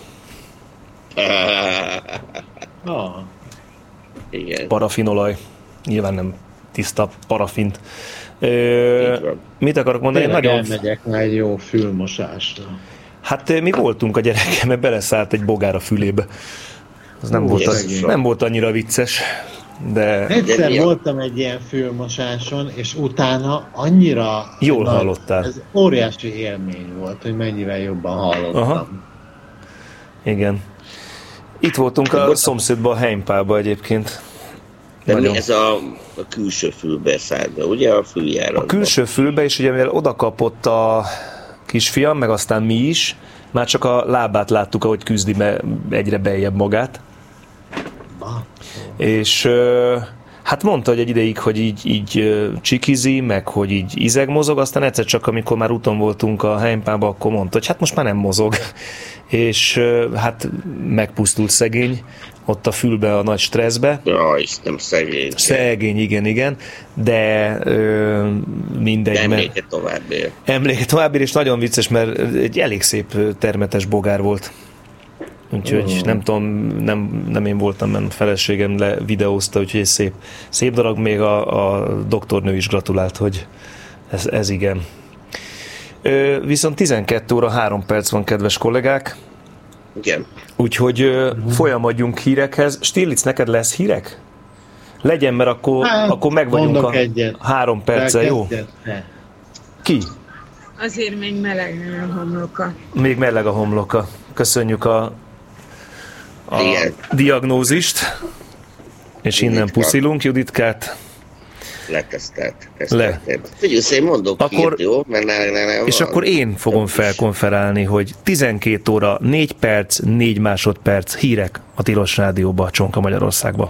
Igen. Parafinolaj. Nyilván nem tiszta parafint. Mit akarok mondani? Nagyon elmegyek már egy jó fülmosásra. Hát mi voltunk a gyerekem, mert beleszállt egy bogár a fülébe. Az nem volt annyira vicces. De egyszer voltam egy ilyen fülmosáson, és utána annyira... Jól hallottál. Ez óriási élmény volt, hogy mennyivel jobban hallottam. Aha. Igen. Itt voltunk a szomszédban, a Heimpában egyébként. De mi ez a külső fülbe szállt be, ugye a füljáratban? A külső fülbe, és ugye mivel oda kapott a kisfiam, meg aztán mi is, már csak a lábát láttuk, ahogy küzdi egyre beljebb magát. És hát mondta, hogy egy ideig, hogy így csikizi, meg hogy így izeg mozog, aztán egyszer csak, amikor már úton voltunk a Heimpába, akkor mondta, hogy hát most már nem mozog. És hát megpusztult szegény, ott a fülbe, a nagy stresszbe. Jaj, nem szegény. Szegény, igen, de mindegy. De emléke továbbér. Emléke továbbér, és nagyon vicces, mert egy elég szép termetes bogár volt. Úgyhogy nem tudom, nem én voltam, mert a feleségem videózta, úgyhogy egy szép darab, még a doktornő is gratulált, hogy ez igen. Viszont 12 óra 3 perc van, kedves kollégák. Igen. Úgyhogy folyamodjunk hírekhez. Stirlitz, neked lesz hírek? Legyen, mert akkor meg vagyunk a 3 perccel, jó? Ki? Azért még meleg a homloka. Még meleg a homloka. Köszönjük a diagnózist, és innen puszilunk Juditkát. Letesztelt. Figyelj, én mondok akkor, hírt, jó? Mert és akkor én fogom felkonferálni, hogy 12 óra, 4 perc, 4 másodperc hírek a Tilos Rádióba, Csonka Magyarországba.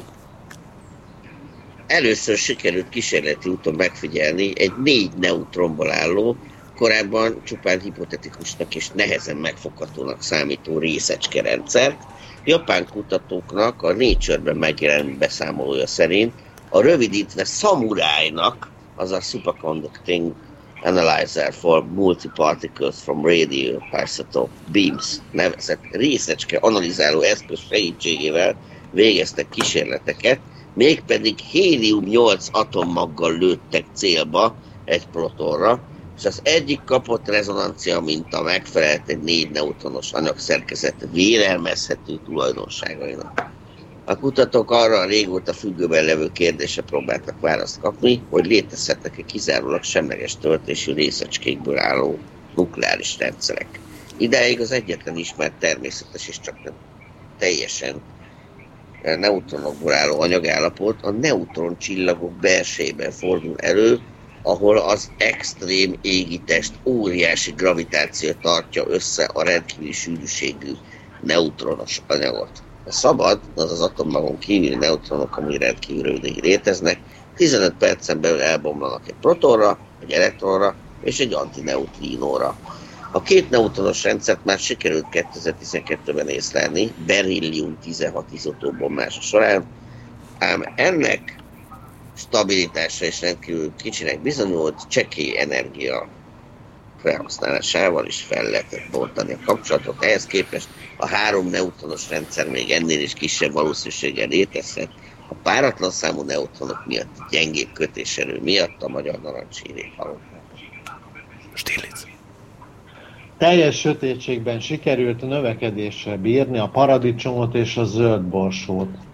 Először sikerült kísérleti úton megfigyelni egy 4 neutronból álló, korábban csupán hipotetikusnak és nehezen megfoghatónak számító részecskerendszert. Japán kutatóknak a Nature-ben megjelent beszámolója szerint a rövidítve Samurai-nak, az a Superconducting Analyzer for Multiparticles from Radio Parseto Beams nevezett részecske analizáló eszköz segítségével végeztek kísérleteket, mégpedig hélium-8 atommaggal lőttek célba egy protonra, és az egyik kapott rezonancia minta megfelelt egy 4 neutronos anyagszerkezet vélelmezhető tulajdonságainak. A kutatók arra a régóta függőben levő kérdésre próbáltak választ kapni, hogy létezhetnek-e kizárólag semleges töltésű részecskékből álló nukleáris rendszerek. Idáig az egyetlen ismert természetes és csak nem teljesen neutronokból álló anyagállapot a neutroncsillagok belsejében fordul elő, ahol az extrém égitest óriási gravitáció tartja össze a rendkívüli sűrűségű neutronos anyagot. A szabad, az az atommagon kívüli neutronok, ami rendkívül röviden léteznek, 15 percen belül elbomlanak egy protonra, egy elektronra és egy antineutrinóra. A 2 neutronos rendszert már sikerült 2012-ben észlelni, berillium-16 izotópbomlása során, ám ennek stabilitása és rendkívül kicsinek bizonyult, csekély energia felhasználásával is fel lehetett bontani a kapcsolatot. Ehhez képest a 3 neutronos rendszer még ennél is kisebb valószínűséggel létezhet. A páratlan számú neutronok miatt, gyengébb kötéserő miatt a magyar narancssírét hallották. Stirlitz. Teljes sötétségben sikerült a növekedéssel bírni a paradicsomot és a zöld borsót.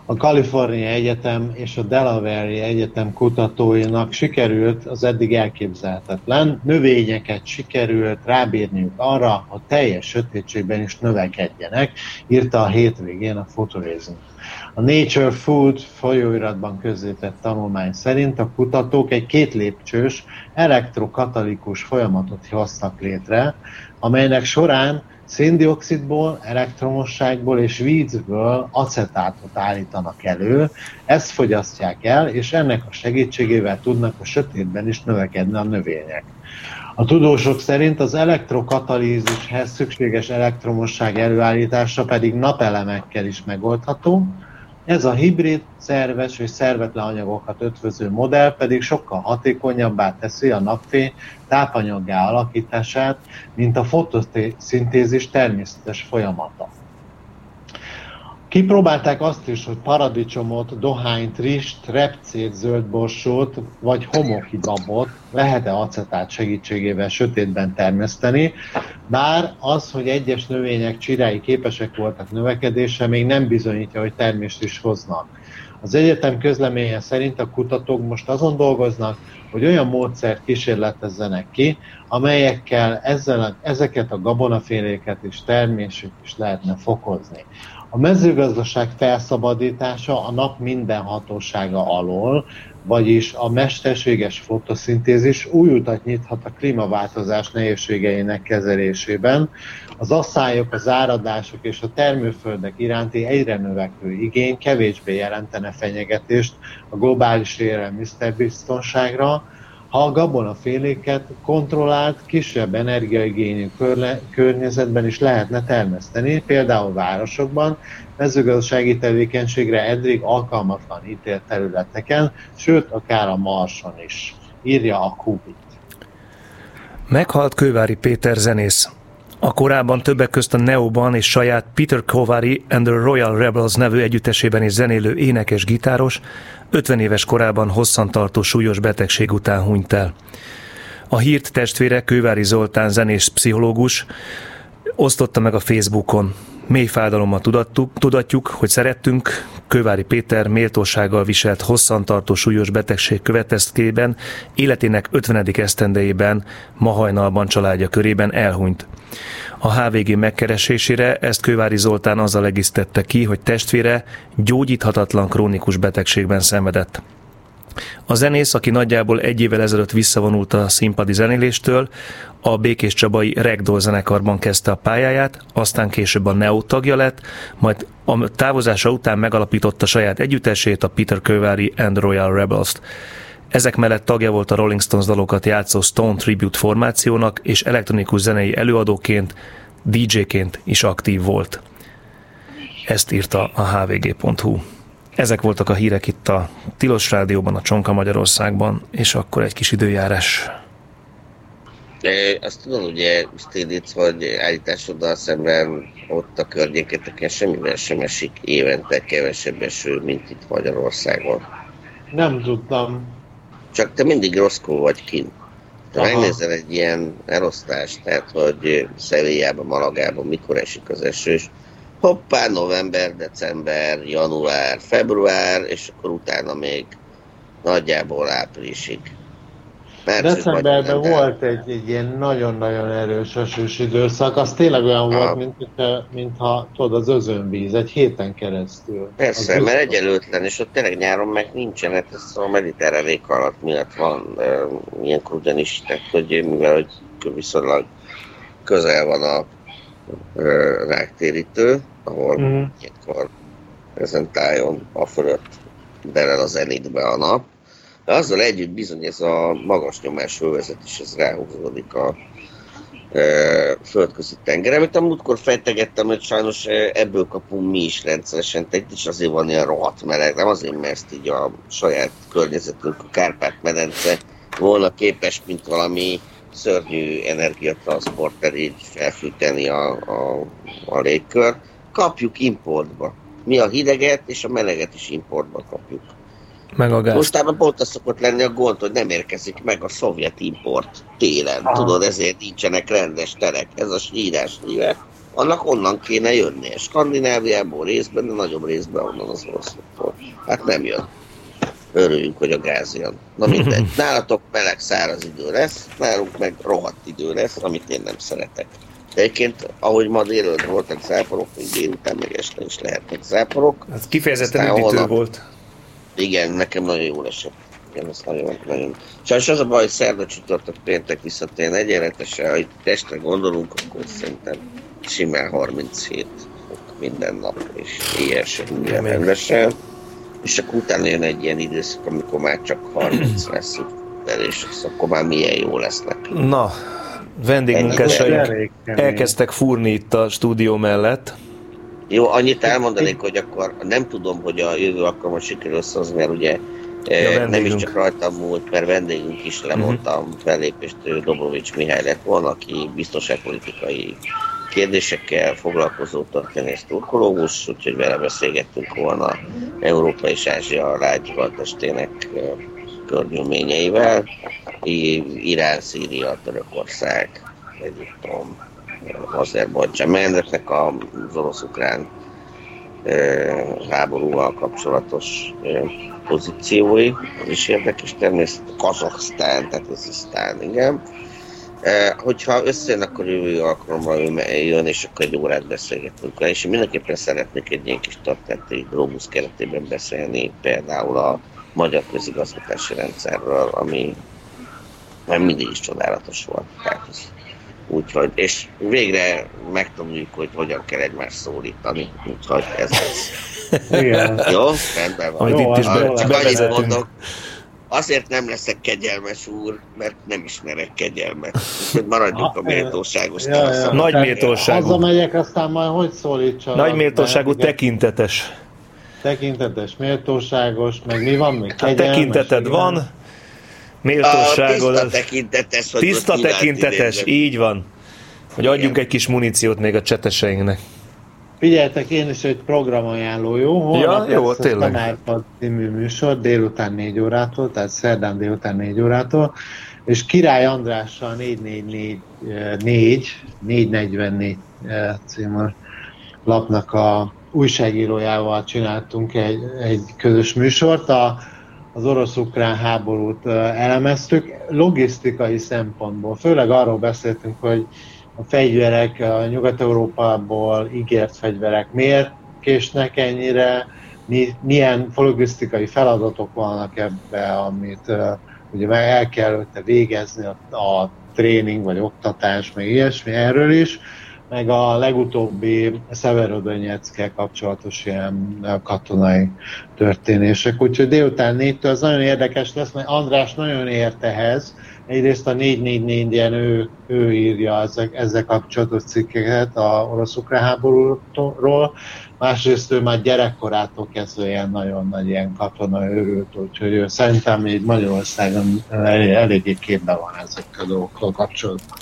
a Kalifornia Egyetem és a Delaware Egyetem kutatóinak sikerült az eddig elképzelhetetlen. Növényeket sikerült rábírniuk arra, hogy teljes sötétségben is növekedjenek, írta a hétvégén a Futurism. A Nature Food folyóiratban közzétett tanulmány szerint a kutatók egy 2 lépcsős elektrokatalikus folyamatot hoztak létre, amelynek során széndioxidból, elektromosságból és vízből acetátot állítanak elő, ezt fogyasztják el, és ennek a segítségével tudnak a sötétben is növekedni a növények. A tudósok szerint az elektrokatalízishez szükséges elektromosság előállítása pedig napelemekkel is megoldható. Ez a hibrid, szerves és szervetlen anyagokat ötvöző modell pedig sokkal hatékonyabbá teszi a napfény tápanyaggá alakítását, mint a fotoszintézis természetes folyamata. Kipróbálták azt is, hogy paradicsomot, dohányt, rist, repcét, zöldborsót vagy homokidabot lehet-e acetát segítségével sötétben termeszteni, bár az, hogy egyes növények csirái képesek voltak növekedésre, még nem bizonyítja, hogy termést is hoznak. Az egyetem közleménye szerint a kutatók most azon dolgoznak, hogy olyan módszert kísérletezzenek ki, amelyekkel ezeket a gabonaféléket és termését is lehetne fokozni. A mezőgazdaság felszabadítása a nap minden hatósága alól, vagyis a mesterséges fotoszintézis új utat nyithat a klímaváltozás nehézségeinek kezelésében. Az asszályok, az áradások és a termőföldek iránti egyre növekvő igény kevésbé jelentene fenyegetést a globális élelmiszerbiztonságra, ha a gabonaféléket kontrollált, kisebb energiaigényű környezetben is lehetne termeszteni, például városokban, mezőgazdasági tevékenységre eddig alkalmatlan ítélt területeken, sőt, akár a Marson is, írja a Kubit. Meghalt Kővári Péter zenész. A korábban többek közt a Neo-ban és saját Peter Kovári and the Royal Rebels nevű együttesében is zenélő énekes-gitáros 50 éves korában hosszantartó súlyos betegség után hunyt el. A hírt testvére Kővári Zoltán zenész-pszichológus osztotta meg a Facebookon. Mély fájdalommal tudatjuk, hogy szerettünk, Kővári Péter méltósággal viselt hosszantartó súlyos betegség következtében életének 50. esztendejében ma hajnalban családja körében elhunyt. A HVG megkeresésére ezt Kővári Zoltán azzal egészítette ki, hogy testvére gyógyíthatatlan krónikus betegségben szenvedett. A zenész, aki nagyjából 1 évvel ezelőtt visszavonult a színpadi zenéléstől, a Békés Csabai Ragdoll zenekarban kezdte a pályáját, aztán később a Neo tagja lett, majd a távozása után megalapította saját együttesét, a Peter Kovári and Royal Rebels-t. Ezek mellett tagja volt a Rolling Stones dalokat játszó Stone Tribute formációnak, és elektronikus zenei előadóként, DJ-ként is aktív volt. Ezt írta a hvg.hu. Ezek voltak a hírek itt a Tilos Rádióban, a Csonka Magyarországban, és akkor egy kis időjárás. Azt tudod, ugye, Stélitz, hogy állításoddal szemben ott a környéketeken semmivel sem esik évente kevesebb eső, mint itt Magyarországon. Nem tudtam. Csak te mindig rosszkó vagy kint. Te megnézel egy ilyen elosztást, tehát hogy Sevillában, Malagában mikor esik az esős, hoppá, november, december, január, február, és akkor utána még nagyjából áprilisig. Decemberben volt egy ilyen nagyon-nagyon erős esős időszak, az tényleg olyan volt, mintha tudod, az özönvíz, egy héten keresztül. Persze, mert egyenlőtlen, és ott tényleg nyáron meg nincsen, hát ez a mediterrán éghajlat miatt van ilyenkor ugyanis, tehát hogy mivel hogy viszonylag közel van a ráktérítő, ahol ilyenkor ezen tájon a fölött belel a zenitbe a nap. De azzal együtt bizony ez a magas nyomás fölvezet is, ez ráhúzódik a földközi tengeren, amit a múltkor fejtegettem, hogy sajnos ebből kapunk mi is rendszeresen, tehát is azért van ilyen rohadt meleg, nem azért, mert ezt így a saját környezetünk, a Kárpát-medence volna képes, mint valami szörnyű energiatranszporter így felfűteni a légkör. Kapjuk importba. Mi a hideget és a meleget is importba kapjuk. Meg a gáz. Mostában pont az szokott lenni a gond, hogy nem érkezik meg a szovjet import télen. Tudod, ezért nincsenek rendes terek. Ez a sírás nyilván. annak onnan kéne jönni. Skandináviából részben, de nagyobb részben onnan az oroszoktól. Hát nem jön. Örüljünk, hogy a gáz jön. Na mindegy. Nálatok meleg, száraz idő lesz, nálunk meg rohadt idő lesz, amit én nem szeretek. De egyébként, ahogy ma délelőtt voltak záporok, még délután meg este is lehetnek záporok. Ez kifejezetten üdítő volt. Igen, nekem nagyon jól esett. Igen, ez nagyon. Sajnos az a baj, hogy szerda, csütörtök, péntek visszatér egyenletesen, ha itt testre gondolunk, akkor szerintem simán 37 fok minden nap, és éjjel sem minden rendesen. És akkor utána jön egy ilyen időszak, amikor már csak 30 lesz, és akkor már milyen jó lesz neki. Na, vendégmunkásaink elkezdtek fúrni itt a stúdió mellett. Jó, annyit elmondanék, hogy akkor nem tudom, hogy a jövő alkalmat sikerül összehozni, mert ugye nem is csak rajtam múlt, mert vendégünk is lemondta a fellépést, Dobrovics Mihály lett volna, aki biztonságpolitikai kérdésekkel foglalkozó történész-turkológus, úgyhogy vele beszélgettünk volna Európa és Ázsia rágyvaltestének környoményeivel, Irán, Szíria, Törökország, Egyiptom, Azerbajdzsán, mert ezeknek az orosz-ukrán háborúval kapcsolatos pozíciói, az is érdekes, természetesen Kazaksztán, tehát Kazaksztán, igen. Hogyha összejön, akkor jövő alkalommal jön, és akkor egy órát beszélgetünk el, és én mindenképpen szeretnék egy ilyen kis történeti Globus keretében beszélni, például a magyar közigazgatási rendszerről, ami már mindig is csodálatos volt. Úgyhogy, és végre megtanuljuk, hogy hogyan kell egymást szólítani, úgyhogy ez lesz. Igen. Jó? Rendben van. Amit itt is bevezetünk. Azért nem leszek kegyelmes úr, mert nem ismerek kegyelmet. Úgyhogy maradjunk a méltóságos társadalom. Nagy méltóságú. Hazamegyek, aztán majd hogy szólítsanak. Nagy méltóságú, tekintetes. Tekintetes, méltóságos, meg mi van még? Hát tekinteted van, méltóságod. Tiszta tekintetes. Tiszta tekintetes, így van. Hogy adjunk egy kis muníciót még a cseteseinknek. Figyeljetek, én is egy programajánló, jó? Holnap jó, lesz tényleg. a Tanárpad című műsor délután 4 órától, tehát szerdán délután 4 órától, és Király Andrással 444 című lapnak a újságírójával csináltunk egy közös műsort. Az orosz-ukrán háborút elemeztük logisztikai szempontból. Főleg arról beszéltünk, hogy a fegyverek a Nyugat-Európából ígért fegyverek miért késnek ennyire, milyen logisztikai feladatok vannak ebbe, amit ugye el kell előtte végezni a tréning vagy oktatás, meg ilyesmi erről is, meg a legutóbbi Szeverodonyeckkel kapcsolatos ilyen katonai történések. Úgyhogy délután 4-től az nagyon érdekes lesz, mert András nagyon ért ehhez. Egyrészt a 444 ilyen ő írja ezzel kapcsolatos cikkeket a orosz-ukrán háborúról, másrészt ő már gyerekkorától kezdve ilyen nagyon nagy ilyen katonai őrült, úgyhogy szerintem még Magyarországon eléggé képben van ezekkel a dolgokkal kapcsolatban.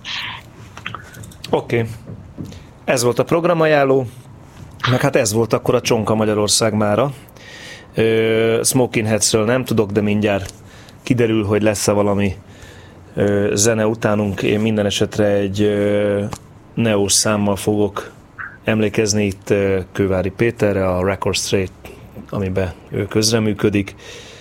Oké. Ez volt a programajánló, meg hát ez volt akkor a Csonka Magyarország mára. Smoking Headsről nem tudok, de mindjárt kiderül, hogy lesz-e valami zene utánunk. Én minden esetre egy neós számmal fogok emlékezni itt Kővári Péterre, a Record Straight, amiben ő közreműködik.